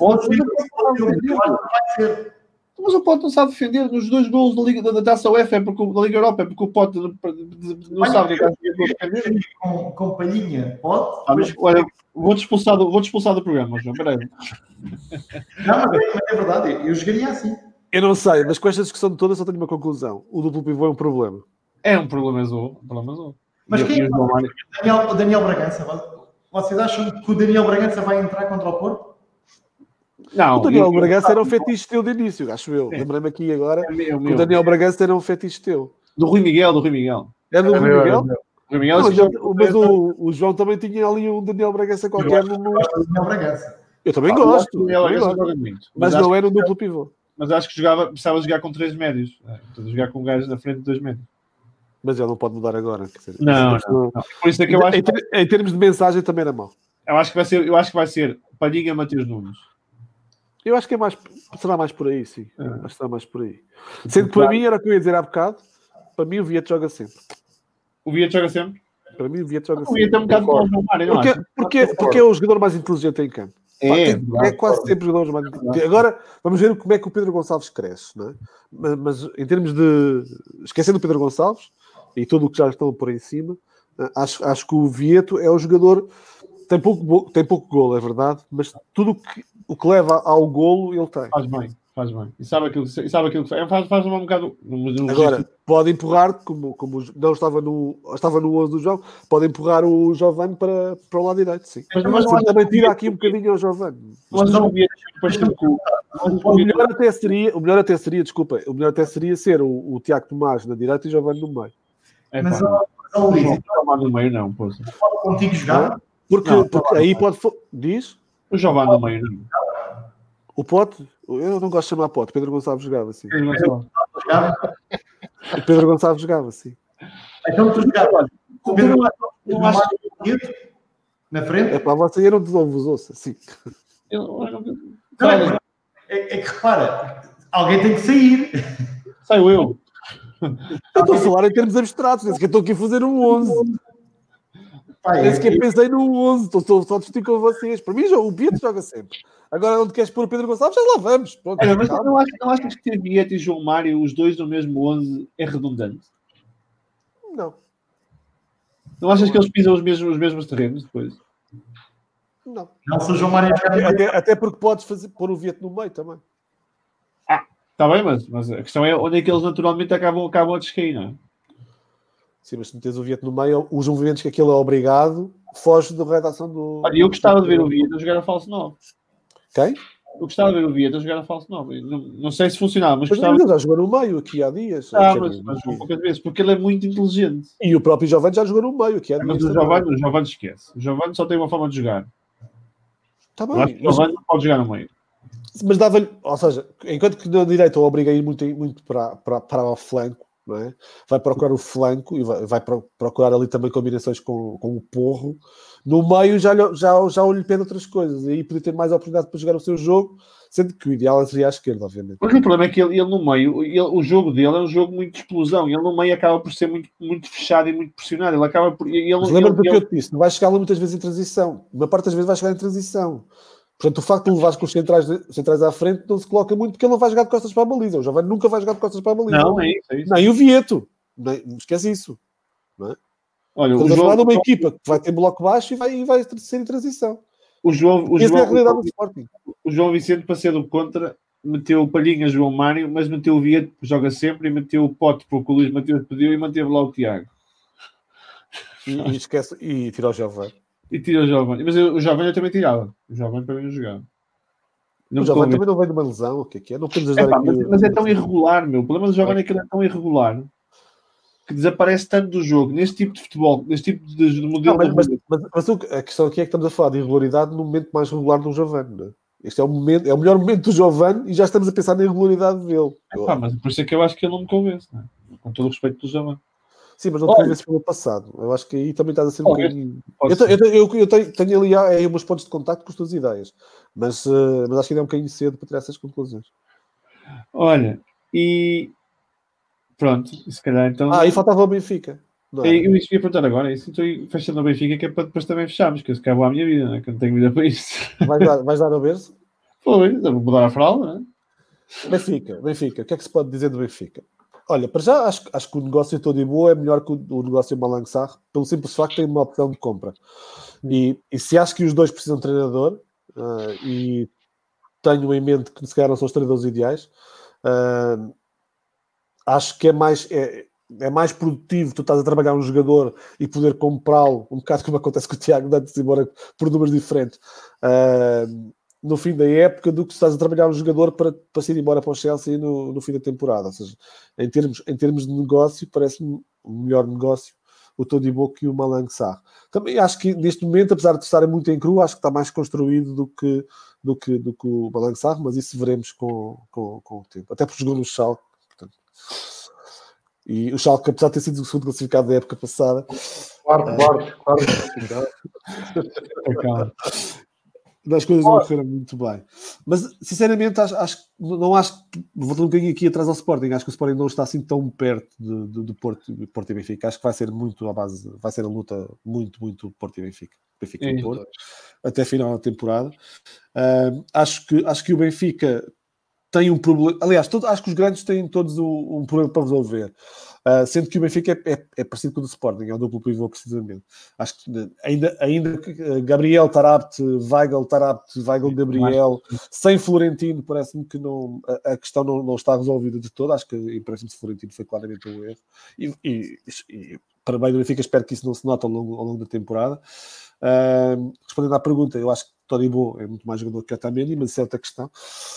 Mas o Pote não sabe defender nos 2 gols da Taça UEFA, da Liga Europa, é porque o Pote não sabe que defender. Com palhinha, Pote. Olha, vou-te expulsar do programa, João. Peraí. Não, mas é verdade, eu jogaria assim. Eu não sei, mas com esta discussão toda só tenho uma conclusão. O duplo pivô é um problema. É um problema azul. Mas quem é o Daniel Bragança? Vocês acham que o Daniel Bragança vai entrar contra o Porto? Não. O Daniel Bragança era um fetiche teu de início, acho eu. Lembrei-me aqui agora que o Daniel Bragança era um fetiche teu. Do Rui Miguel. É do Rui Miguel? Rui Miguel mas o João também tinha ali um Daniel Bragança qualquer. Eu gosto do Daniel Bragança. Eu também gosto. Muito. Mas não era um duplo pivô. Mas acho que precisava jogar com 3 médios. Jogar com um gajo na frente de 2 médios. Mas ele não pode mudar agora. Quer dizer, não. Por isso é que eu acho em termos de mensagem também era mau. Eu acho que vai ser Palhinha, Mateus Nunes. Eu acho que será mais por aí, sim. Acho que será mais por aí. Sendo que para mim era o que eu ia dizer há bocado. Para mim o Vieto joga sempre. O Vieto joga sempre? Para mim o Vieto joga sempre. O Vieto é um bocado bom no Mário, não acho? Porque é o jogador mais inteligente em campo. É quase sempre o jogador mais inteligente. Agora vamos ver como é que o Pedro Gonçalves cresce, não é? Mas em termos de... Esquecendo o Pedro Gonçalves e tudo o que já estão por aí em cima, acho que o Vieto é o jogador... Tem pouco golo, é verdade, mas tudo o que leva ao golo ele tem. Faz bem. E sabe aquilo que faz um bocado... Agora, pode empurrar, como não estava no 11 do João, pode empurrar o Giovane para o lado direito, sim. Mas também tira aqui um bocadinho ao Giovane. Mas não havia o melhor até seria ser o Tiago Tomás na direita e o Giovane no meio. Mas o Giovane no meio não, pô. Pode contigo jogar? Porque aí pode... Diz? O Giovane no meio não. O Pote? Eu não gosto de chamar Pote. Pedro Gonçalves jogava assim. O Pedro Gonçalves jogava assim. Então tu jogavas. O Pedro Gonçalves na frente? É para você, eu não vos ouço assim. É que repara, alguém tem que sair. Saio eu. Eu estou a falar em termos abstratos. Desde que eu estou aqui a fazer um 11. Desde que eu pensei no 11. Estou só a discutir com vocês. Para mim, o Vieto joga sempre. Agora, onde queres pôr o Pedro Gonçalves, já lá vamos. Pronto, mas não achas que ter Vieto e João Mário, os dois no mesmo 11, é redundante? Não. Não achas que eles pisam os mesmos terrenos depois? Não. Não se o João Mário... Até porque podes pôr o Vieto no meio também. Está bem, mas a questão é onde é que eles naturalmente acabam a descair, não é? Sim, mas se meteres o Vieto no meio, os movimentos que aquilo é obrigado, foge da redação do... Olha, eu gostava de ver o Vieto a jogar a falso 9. Quem? Eu gostava de ver o Vieto a jogar a falso 9. Não sei se funcionava, mas gostava... Ele já jogou no meio aqui há dias. Mas poucas vezes, porque ele é muito inteligente. E o próprio Giovane já jogou no meio aqui há dias. Mas o Giovane esquece. O Giovane só tem uma forma de jogar. Está bem. O Giovane não pode jogar no meio. Mas dava-lhe... Ou seja, enquanto que na direita o obriga a ir muito para o flanco, não é? Vai procurar o flanco e vai procurar ali também combinações com o Porro. No meio já lhe pede outras coisas. E aí podia ter mais oportunidade para jogar o seu jogo, sendo que o ideal seria à esquerda, obviamente. Mas o problema é que ele no meio, o jogo dele é um jogo muito de explosão. Ele no meio acaba por ser muito, muito fechado e muito pressionado. Ele acaba por... Mas lembra-te do que eu te disse, não vai chegar lá muitas vezes em transição. Uma parte das vezes vai chegar em transição. Portanto, o facto de levares com os centrais à frente não se coloca muito porque ele não vai jogar de costas para a baliza. O Giovane nunca vai jogar de costas para a baliza. Não, é isso. Nem o Vieto. Esquece isso. Não é? Olha, estamos a falar de uma equipa que vai ter bloco baixo e vai ser em transição. Essa é a realidade do Sporting. O João Vicente, para ser do contra, meteu o Palhinha, João Mário, mas meteu o Vieto, que joga sempre, e meteu o Pote, porque o Luís Mateus pediu, e manteve lá o Tiago. E tirou o Giovane. E tirou o Giovane. Mas o Giovane eu também tirava. O Giovane para mim não jogava. O Giovane também não veio de uma lesão. O que é? Não podemos ajudar aqui. Mas é tão irregular, meu. O problema do Giovane é que ele é tão irregular que desaparece tanto do jogo, neste tipo de futebol, neste tipo de modelo. Não, mas a questão aqui é que estamos a falar de irregularidade no momento mais regular do Giovane, não é? Este é o melhor momento do Giovane e já estamos a pensar na irregularidade dele. Mas por isso é que eu acho que ele não me convence, não é? Com todo o respeito pelo Giovane. Sim, mas não te convence pelo passado. Eu acho que aí também estás a ser um bocadinho... Eu tenho ali uns pontos de contacto com as tuas ideias, mas acho que ainda é um bocadinho cedo para tirar essas conclusões. Olha, e... Pronto, se calhar então... E faltava o Benfica. Eu ia perguntar agora, isso estou fechando o Benfica, que é para depois também fecharmos, que acabou a minha vida, né? Que eu não tenho vida para isto. Vais dar a berço? Foi, vou mudar a fralda, né? Benfica, o que é que se pode dizer do Benfica? Olha, para já acho que o negócio todo e boa é melhor que o negócio Malang Sarr, pelo simples facto de ter uma opção de compra. E se acho que os dois precisam de treinador, e tenho em mente que se calhar não são os treinadores ideais, acho que é mais produtivo tu estás a trabalhar um jogador e poder comprá-lo, um bocado como acontece com o Tiago, dando-se embora por números diferentes, no fim da época, do que estás a trabalhar um jogador para se ir embora para o Chelsea no fim da temporada. Ou seja, em termos de negócio, parece-me o melhor negócio o Todibo que o Malang Sarr. Também acho que neste momento, apesar de estarem muito em cru, acho que está mais construído do que o Malang Sarr, mas isso veremos com o tempo. Até porque jogou no Schalke. Portanto. E o Schalke, apesar de ter sido o segundo classificado da época passada... Claro. As coisas não correram muito bem. Mas, sinceramente, não acho que... Voltando um bocadinho aqui atrás ao Sporting, acho que o Sporting não está assim tão perto do Porto e Benfica. Acho que vai ser muito à base... Vai ser a luta muito, muito Porto e Benfica. Benfica e Porto. Até a final da temporada. Acho que o Benfica tem um problema... Aliás, acho que os grandes têm todos um problema para resolver. Sendo que o Benfica é parecido com o do Sporting, é um duplo pivô precisamente. Acho que ainda Gabriel Tarabt, Weigl, Gabriel, sem Florentino, parece-me que a questão não está resolvida de todo. Acho que parece-me que Florentino foi claramente um erro. E para bem do Benfica, espero que isso não se note ao longo da temporada. Respondendo à pergunta, eu acho que Todibo é muito mais jogador que Otamendi, mas isso é outra questão.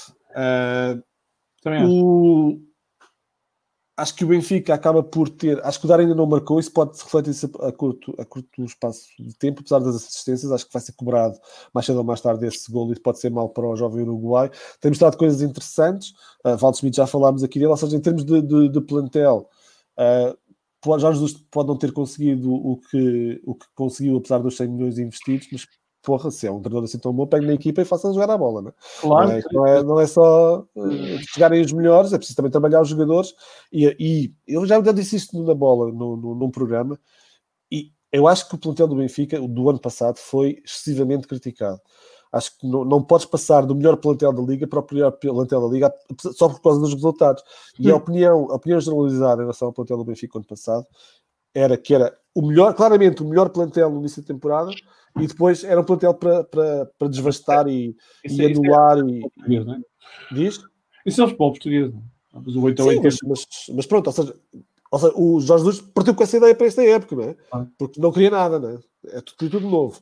Acho que o Benfica acaba por ter... Acho que o Dar ainda não marcou, isso pode refletir a curto espaço de tempo, apesar das assistências. Acho que vai ser cobrado mais cedo ou mais tarde esse gol, e pode ser mal para o jovem Uruguai. Tem mostrado coisas interessantes. Waldschmidt, já falámos aqui dele, ou seja, em termos de plantel, Jorge Jesus pode não ter conseguido o que conseguiu, apesar dos 100 milhões investidos, mas porra, se é um treinador assim tão bom, pegue na equipa e faça jogar a bola, né? Claro. Não é só chegarem os melhores, é preciso também trabalhar os jogadores, e eu já disse isto na bola, num programa, e eu acho que o plantel do Benfica, do ano passado, foi excessivamente criticado. Acho que não podes passar do melhor plantel da Liga para o pior plantel da Liga só por causa dos resultados. E a opinião generalizada em relação ao plantel do Benfica ano passado era que era claramente o melhor plantel no início da temporada, e depois era um plantel para desvastar e anular. Diz? Isso é o futebol português. Mas pronto, ou seja, o Jorge Jesus partiu com essa ideia para esta época, não é? Porque não queria nada, não é? É tudo novo.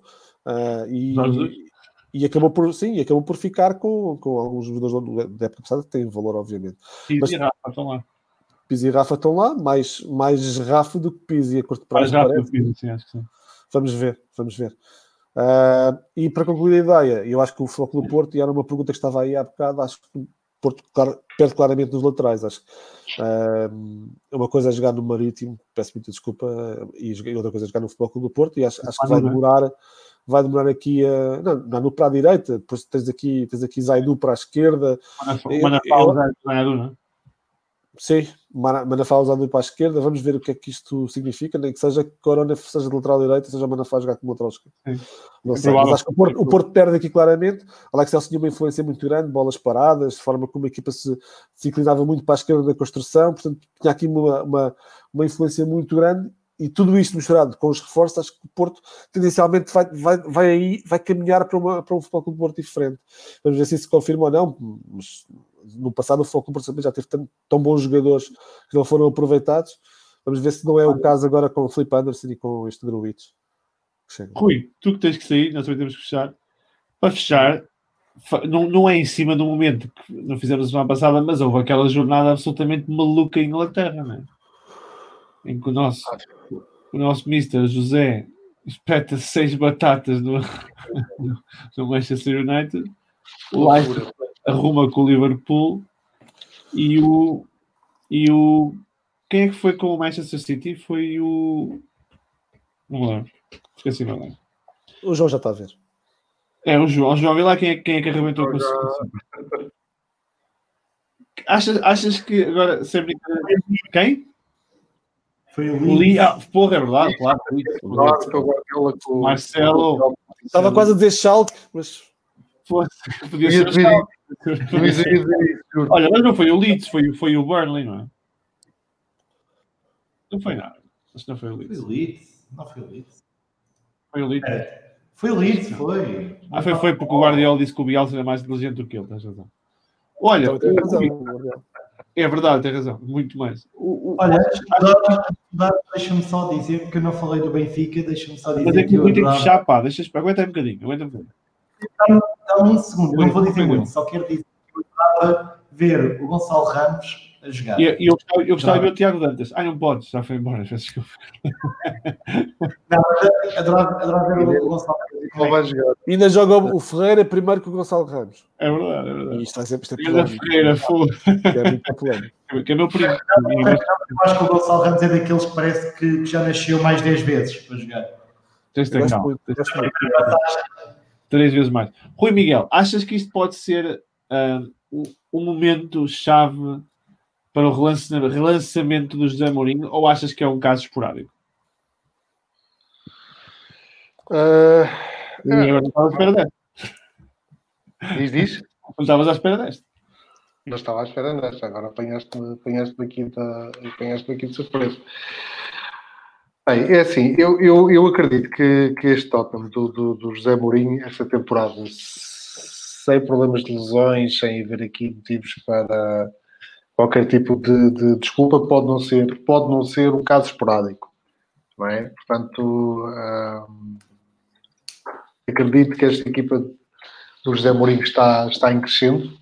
E acabou por ficar com alguns jogadores da época passada que têm valor, obviamente. Pizzi e Rafa estão lá. Pizzi e Rafa estão lá, mais Rafa do que Pizzi a curto prazo. Mais Rafa do que Pizzi, sim, acho que sim. Vamos ver. E para concluir a ideia, eu acho que o Futebol Clube do Porto, e era uma pergunta que estava aí há bocado, acho que o Porto perde claramente nos laterais. Acho que uma coisa é jogar no Marítimo, peço muita desculpa, e outra coisa é jogar no Futebol Clube do Porto, e acho que vai demorar aqui no para a direita, depois tens aqui Zaidu para a esquerda. Zaidu, não é? Sim, Manafá usado para a esquerda. Vamos ver o que é que isto significa, nem que seja que Corona seja de lateral direito, seja Manafá jogar como lateral esquerdo. Não sei, mas acho que o Porto perde aqui claramente. Alex Celso tinha uma influência muito grande, bolas paradas, de forma como a equipa se inclinava muito para a esquerda na construção, portanto tinha aqui uma influência muito grande, e tudo isto misturado com os reforços, acho que o Porto tendencialmente vai caminhar para um Futebol Clube do Porto diferente. Vamos ver se isso se confirma ou não, mas no passado o Futebol Clube do Porto já teve tão bons jogadores que não foram aproveitados. Vamos ver se não é o caso agora com o Filipe Anderson e com este Gruitch. Rui, tu que tens que sair, nós também temos que fechar. Para fechar, não é em cima do momento que não fizemos a semana passada, mas houve aquela jornada absolutamente maluca em Inglaterra, não é? Em que o nosso Mr. José espeta 6 batatas no Manchester United, o Leicester arruma com o Liverpool, e o quem é que foi com o Manchester City? Foi o... não lembro, esqueci o nome. O João já está a ver. É o João, vê lá quem é que arrebentou com o City. Achas que agora sempre... Quem? Foi o Leeds. Porra, é verdade, claro. Marcelo. Estava quase a dizer Schalke, mas... Podia ser Olha, mas não foi o Leeds, foi o Burnley, não é? Não foi nada. Mas não foi o Leeds. Foi o Leeds. Não foi o Leeds. Foi o Leeds. Foi o Leeds, foi. Foi porque o Guardiola disse que o Bielsa era mais inteligente do que ele, tens razão. Olha, tem razão. É verdade, tem razão. Muito mais. Olha, deixa-me só dizer, porque eu não falei do Benfica, deixa-me só dizer. Mas é que eu tenho que fechar, pá. Aguenta aí um bocadinho. Dá um segundo, eu não vou dizer muito, só quero dizer que eu estava a ver o Gonçalo Ramos a jogar. E eu gostava de ver o Tiago Dantas. Não podes, já foi embora, desculpa. Não, adorava ver o Gonçalo Ramos. E ainda joga o Ferreira primeiro que o Gonçalo Ramos. É verdade. E isto vai sempre Ferreira, é muito polêmico. Que é meu primo. Eu acho que o Gonçalo Ramos é daqueles que parece que já nasceu mais 10 vezes para jogar. Tens 3 vezes mais. Rui Miguel, achas que isto pode ser um momento-chave para o relançamento do José Mourinho ou achas que é um caso esporádico? Eu não estava à espera desta. Diz? Não estavas à espera desta. Não estava à espera desta. Agora apanhaste-me aqui de surpresa. Bem, é assim, eu acredito que este Tottenham do José Mourinho, esta temporada, sem problemas de lesões, sem haver aqui motivos para qualquer tipo de desculpa, pode não ser um caso esporádico, não é? Portanto, acredito que esta equipa do José Mourinho está em crescendo.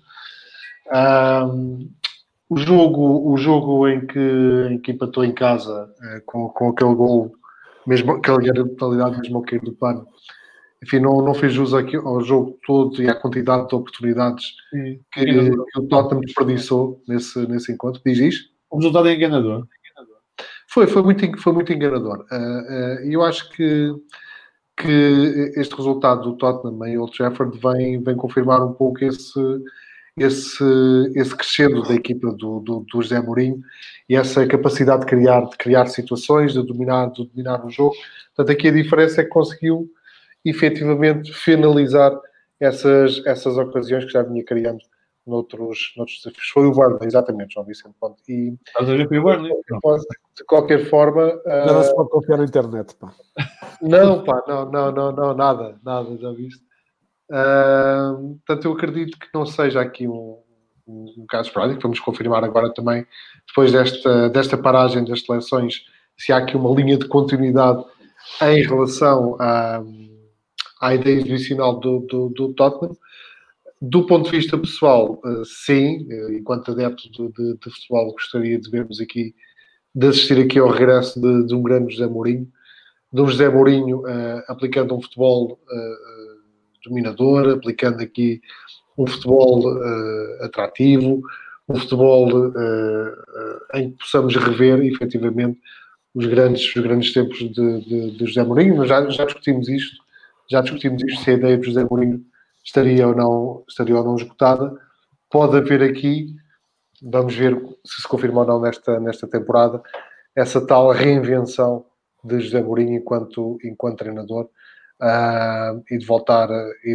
O jogo em que empatou em casa com aquele gol, mesmo aquela totalidade, mesmo ao cair do pano, enfim, não fez jus ao jogo todo e à quantidade de oportunidades que o Tottenham desperdiçou nesse encontro. Diz isto? O resultado é enganador. Foi muito enganador. E eu acho que este resultado do Tottenham em Old Trafford vem confirmar um pouco esse crescendo da equipa do José Mourinho e essa capacidade de criar situações, de dominar o jogo. Portanto, aqui a diferença é que conseguiu efetivamente finalizar essas ocasiões que já vinha criando noutros desafios. Foi o Burnley, exatamente, João Vicente Ponte. E estás a ver, foi o Burnley? De qualquer forma... Já não se pode confiar na internet, pá. Não, pá, não, nada, já viste. Portanto, eu acredito que não seja aqui um caso esporádico. Vamos confirmar agora também, depois desta paragem das seleções, se há aqui uma linha de continuidade em relação à ideia institucional do Tottenham. Do ponto de vista pessoal, sim, enquanto adepto de futebol, gostaria de vermos aqui, de assistir aqui ao regresso de um grande José Mourinho, de um José Mourinho aplicando um futebol dominador, aplicando aqui um futebol atrativo, um futebol em que possamos rever, efetivamente, os grandes tempos de José Mourinho. Nós já discutimos isto, se a ideia de José Mourinho estaria ou não esgotada. Pode haver aqui, vamos ver se confirma ou não nesta temporada, essa tal reinvenção de José Mourinho enquanto treinador, e de voltar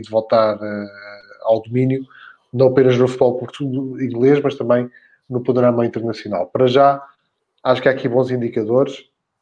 ao domínio, não apenas no futebol inglês, mas também no panorama internacional. Para já, acho que há aqui bons indicadores.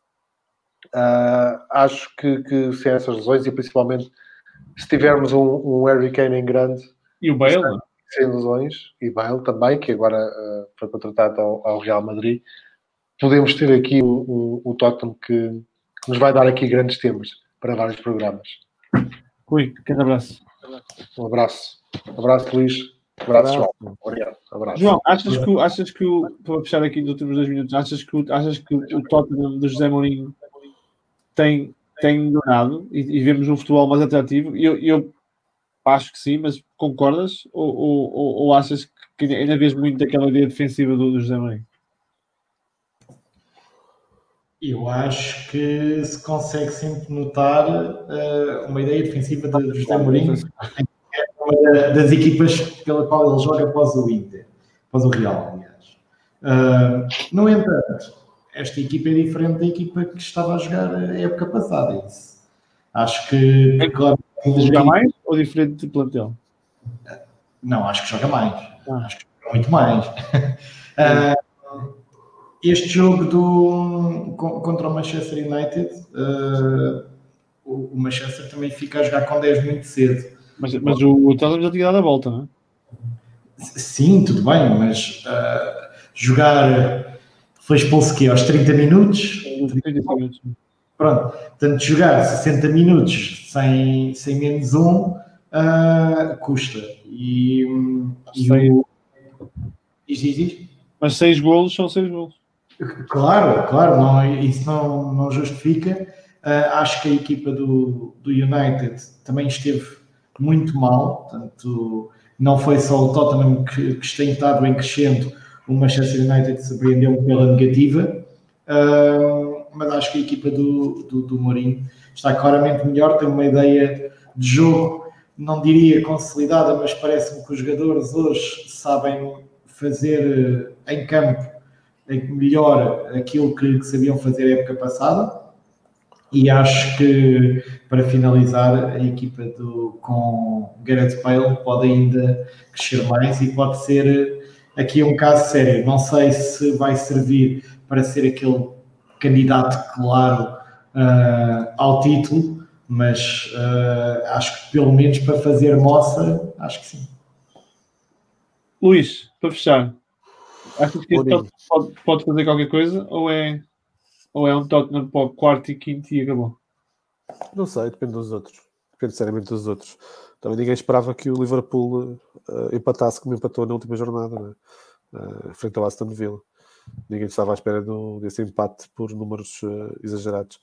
Acho que sem essas lesões, e principalmente se tivermos um Harry Kane em grande e o Bale sem lesões, e Bale também, que agora foi contratado ao Real Madrid, podemos ter aqui o Tottenham que nos vai dar aqui grandes temas para vários programas. Rui, pequeno abraço. Um abraço, Luís. Um abraço, João. Obrigado. Abraço. João, achas que para fechar aqui nos últimos 2 minutos, achas que o Tottenham de José Mourinho tem melhorado e vemos um futebol mais atrativo? Eu acho que sim, mas concordas? Ou achas que ainda vês muito daquela ideia defensiva do José Mourinho? Eu acho que se consegue sempre notar uma ideia defensiva de José Mourinho, é uma das equipas pela qual ele joga após o Inter, após o Real, aliás. No entanto, esta equipa é diferente da equipa que estava a jogar a época passada. Isso. Acho que claro, jogar mais ou diferente de plantel? Não, acho que joga mais. Acho que joga muito mais. Este jogo contra o Manchester United, o Manchester também fica a jogar com 10 muito cedo. Mas o Tottenham já tinha dado a volta, não é? Sim, tudo bem, mas jogar foi expulso que aos 30 minutos. 30 minutos. Pronto, portanto, jogar 60 minutos sem menos um custa. Mas 6 golos são 6 golos. Claro, não, isso não justifica. Acho que a equipa do United também esteve muito mal, portanto, não foi só o Tottenham que tem estado em crescendo, o Manchester United surpreendeu pela negativa, mas acho que a equipa do Mourinho está claramente melhor, tem uma ideia de jogo, não diria consolidada, mas parece-me que os jogadores hoje sabem fazer em campo melhor aquilo que sabiam fazer a época passada, e acho que para finalizar a equipa com Gareth Bale pode ainda crescer mais e pode ser aqui um caso sério. Não sei se vai servir para ser aquele candidato claro ao título, mas acho que pelo menos para fazer moça, acho que sim. Luís, para fechar, achas que este pode fazer qualquer coisa ou é um Tottenham para o quarto e quinto e acabou? Não sei, depende dos outros. Depende seriamente dos outros. Também ninguém esperava que o Liverpool empatasse como empatou na última jornada, né? Frente ao Aston Villa. Ninguém estava à espera desse empate por números exagerados.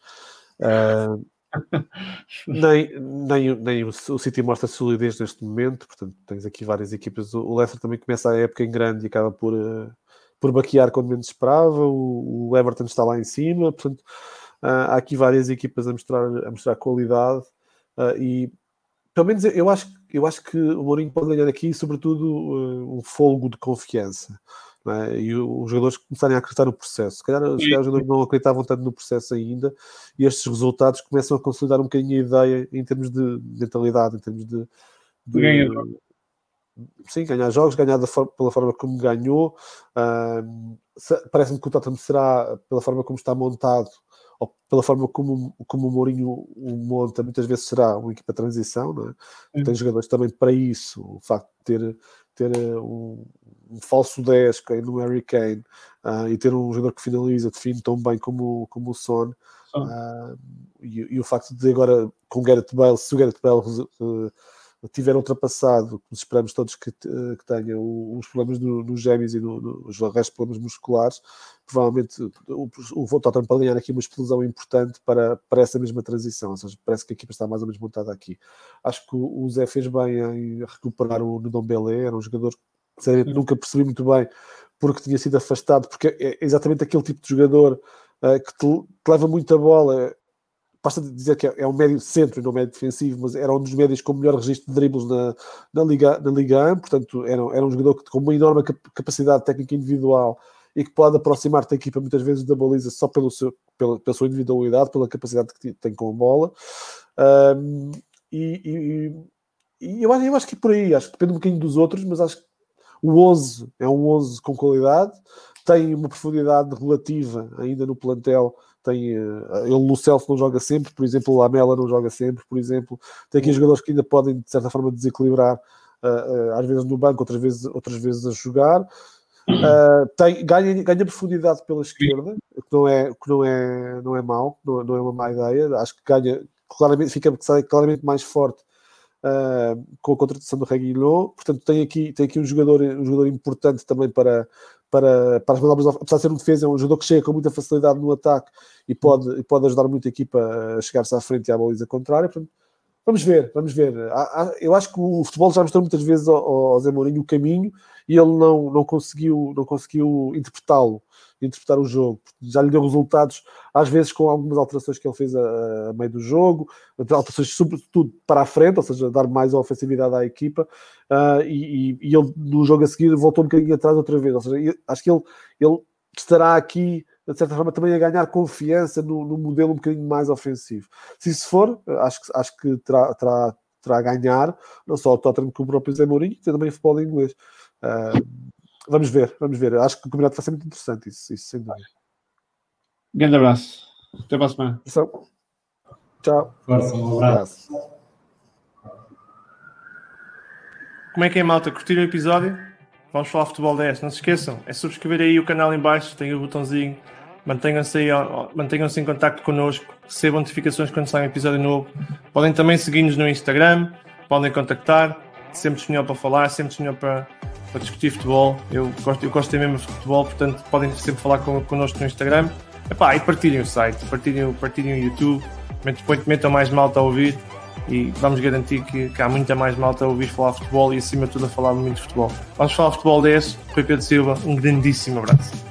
Nem o City mostra solidez neste momento, portanto tens aqui várias equipas. O Leicester também começa a época em grande e acaba por baquear quando menos esperava. O Everton está lá em cima, portanto há aqui várias equipas a mostrar qualidade e pelo menos eu acho que o Mourinho pode ganhar aqui sobretudo um fôlego de confiança, não é? E os jogadores começarem a acreditar no processo. Se calhar os jogadores não acreditavam tanto no processo ainda e estes resultados começam a consolidar um bocadinho a ideia em termos de mentalidade, em termos de sim, ganhar jogos, ganhar pela forma como ganhou. Parece-me que o Tottenham será, pela forma como está montado, ou pela forma como o Mourinho o monta, muitas vezes será uma equipa de transição, não é? Tem jogadores também para isso. O facto de ter um falso 10 no Harry Kane e ter um jogador que finaliza, define tão bem como o Son. E o facto de agora, com o Gareth Bale, se o Gareth Bale tiver ultrapassado, como esperamos todos que tenha, os problemas nos gêmeos e nos restos de problemas musculares, provavelmente o Tottenham pode ganhar aqui uma explosão importante para essa mesma transição, ou seja, parece que a equipa está mais ou menos montada aqui. Acho que o Zé fez bem em recuperar o Ndombele, era um jogador que sinceramente nunca percebi muito bem porque tinha sido afastado, porque é exatamente aquele tipo de jogador que te leva muito a bola. Basta dizer que é um médio centro e não um médio defensivo, mas era um dos médios com o melhor registro de dribles na Liga 1, portanto era um jogador com uma enorme capacidade técnica individual e que pode aproximar-te da equipa muitas vezes da baliza só pela sua individualidade, pela capacidade que tem com a bola. Eu acho que é por aí, acho que depende um bocadinho dos outros, mas acho que o 11 é um 11 com qualidade, tem uma profundidade relativa ainda no plantel. O Celso não joga sempre, por exemplo, o Lamela não joga sempre, por exemplo. Tem aqui jogadores que ainda podem, de certa forma, desequilibrar, às vezes no banco, outras vezes a jogar. Ganha profundidade pela esquerda, o que não é mau, não é uma má ideia. Acho que ganha claramente, sai claramente mais forte com a contratação do Reguilhon. Portanto, tem aqui um jogador importante também para as manobras, apesar de ser um defesa, é um jogador que chega com muita facilidade no ataque e pode ajudar muito a equipa a chegar-se à frente e à baliza contrária. Portanto, vamos ver. Eu acho que o futebol já mostrou muitas vezes ao Zé Mourinho o caminho e ele não conseguiu interpretar o jogo. Já lhe deu resultados, às vezes com algumas alterações que ele fez a meio do jogo, alterações sobretudo para a frente, ou seja, dar mais ofensividade à equipa, e ele no jogo a seguir voltou um bocadinho atrás outra vez. Ou seja, acho que ele estará aqui de certa forma, também a ganhar confiança no modelo um bocadinho mais ofensivo. Se isso for, acho que terá a ganhar, não só o Tottenham como o próprio Zé Mourinho, e também o futebol inglês. Vamos ver. Acho que o campeonato vai ser muito interessante, isso sem dúvida. Grande abraço. Até para a semana. Tchau. Força, um abraço. Como é que é, malta? Curtiram o episódio? Vamos falar futebol 10. Não se esqueçam, é subscrever aí o canal em baixo, tem o botãozinho. Mantenham-se em contacto connosco, recebam notificações quando sai um episódio novo. Podem também seguir-nos no Instagram, podem contactar, sempre disponível para falar, sempre disponível para discutir futebol. Eu gosto mesmo de futebol, portanto podem sempre falar connosco no Instagram. E partilhem o site, partilhem o YouTube, metam mais malta a ouvir e vamos garantir que há muita mais malta a ouvir falar futebol e acima de tudo a falar muito de futebol. Vamos falar futebol 10, Rui Pedro Silva, um grandíssimo abraço.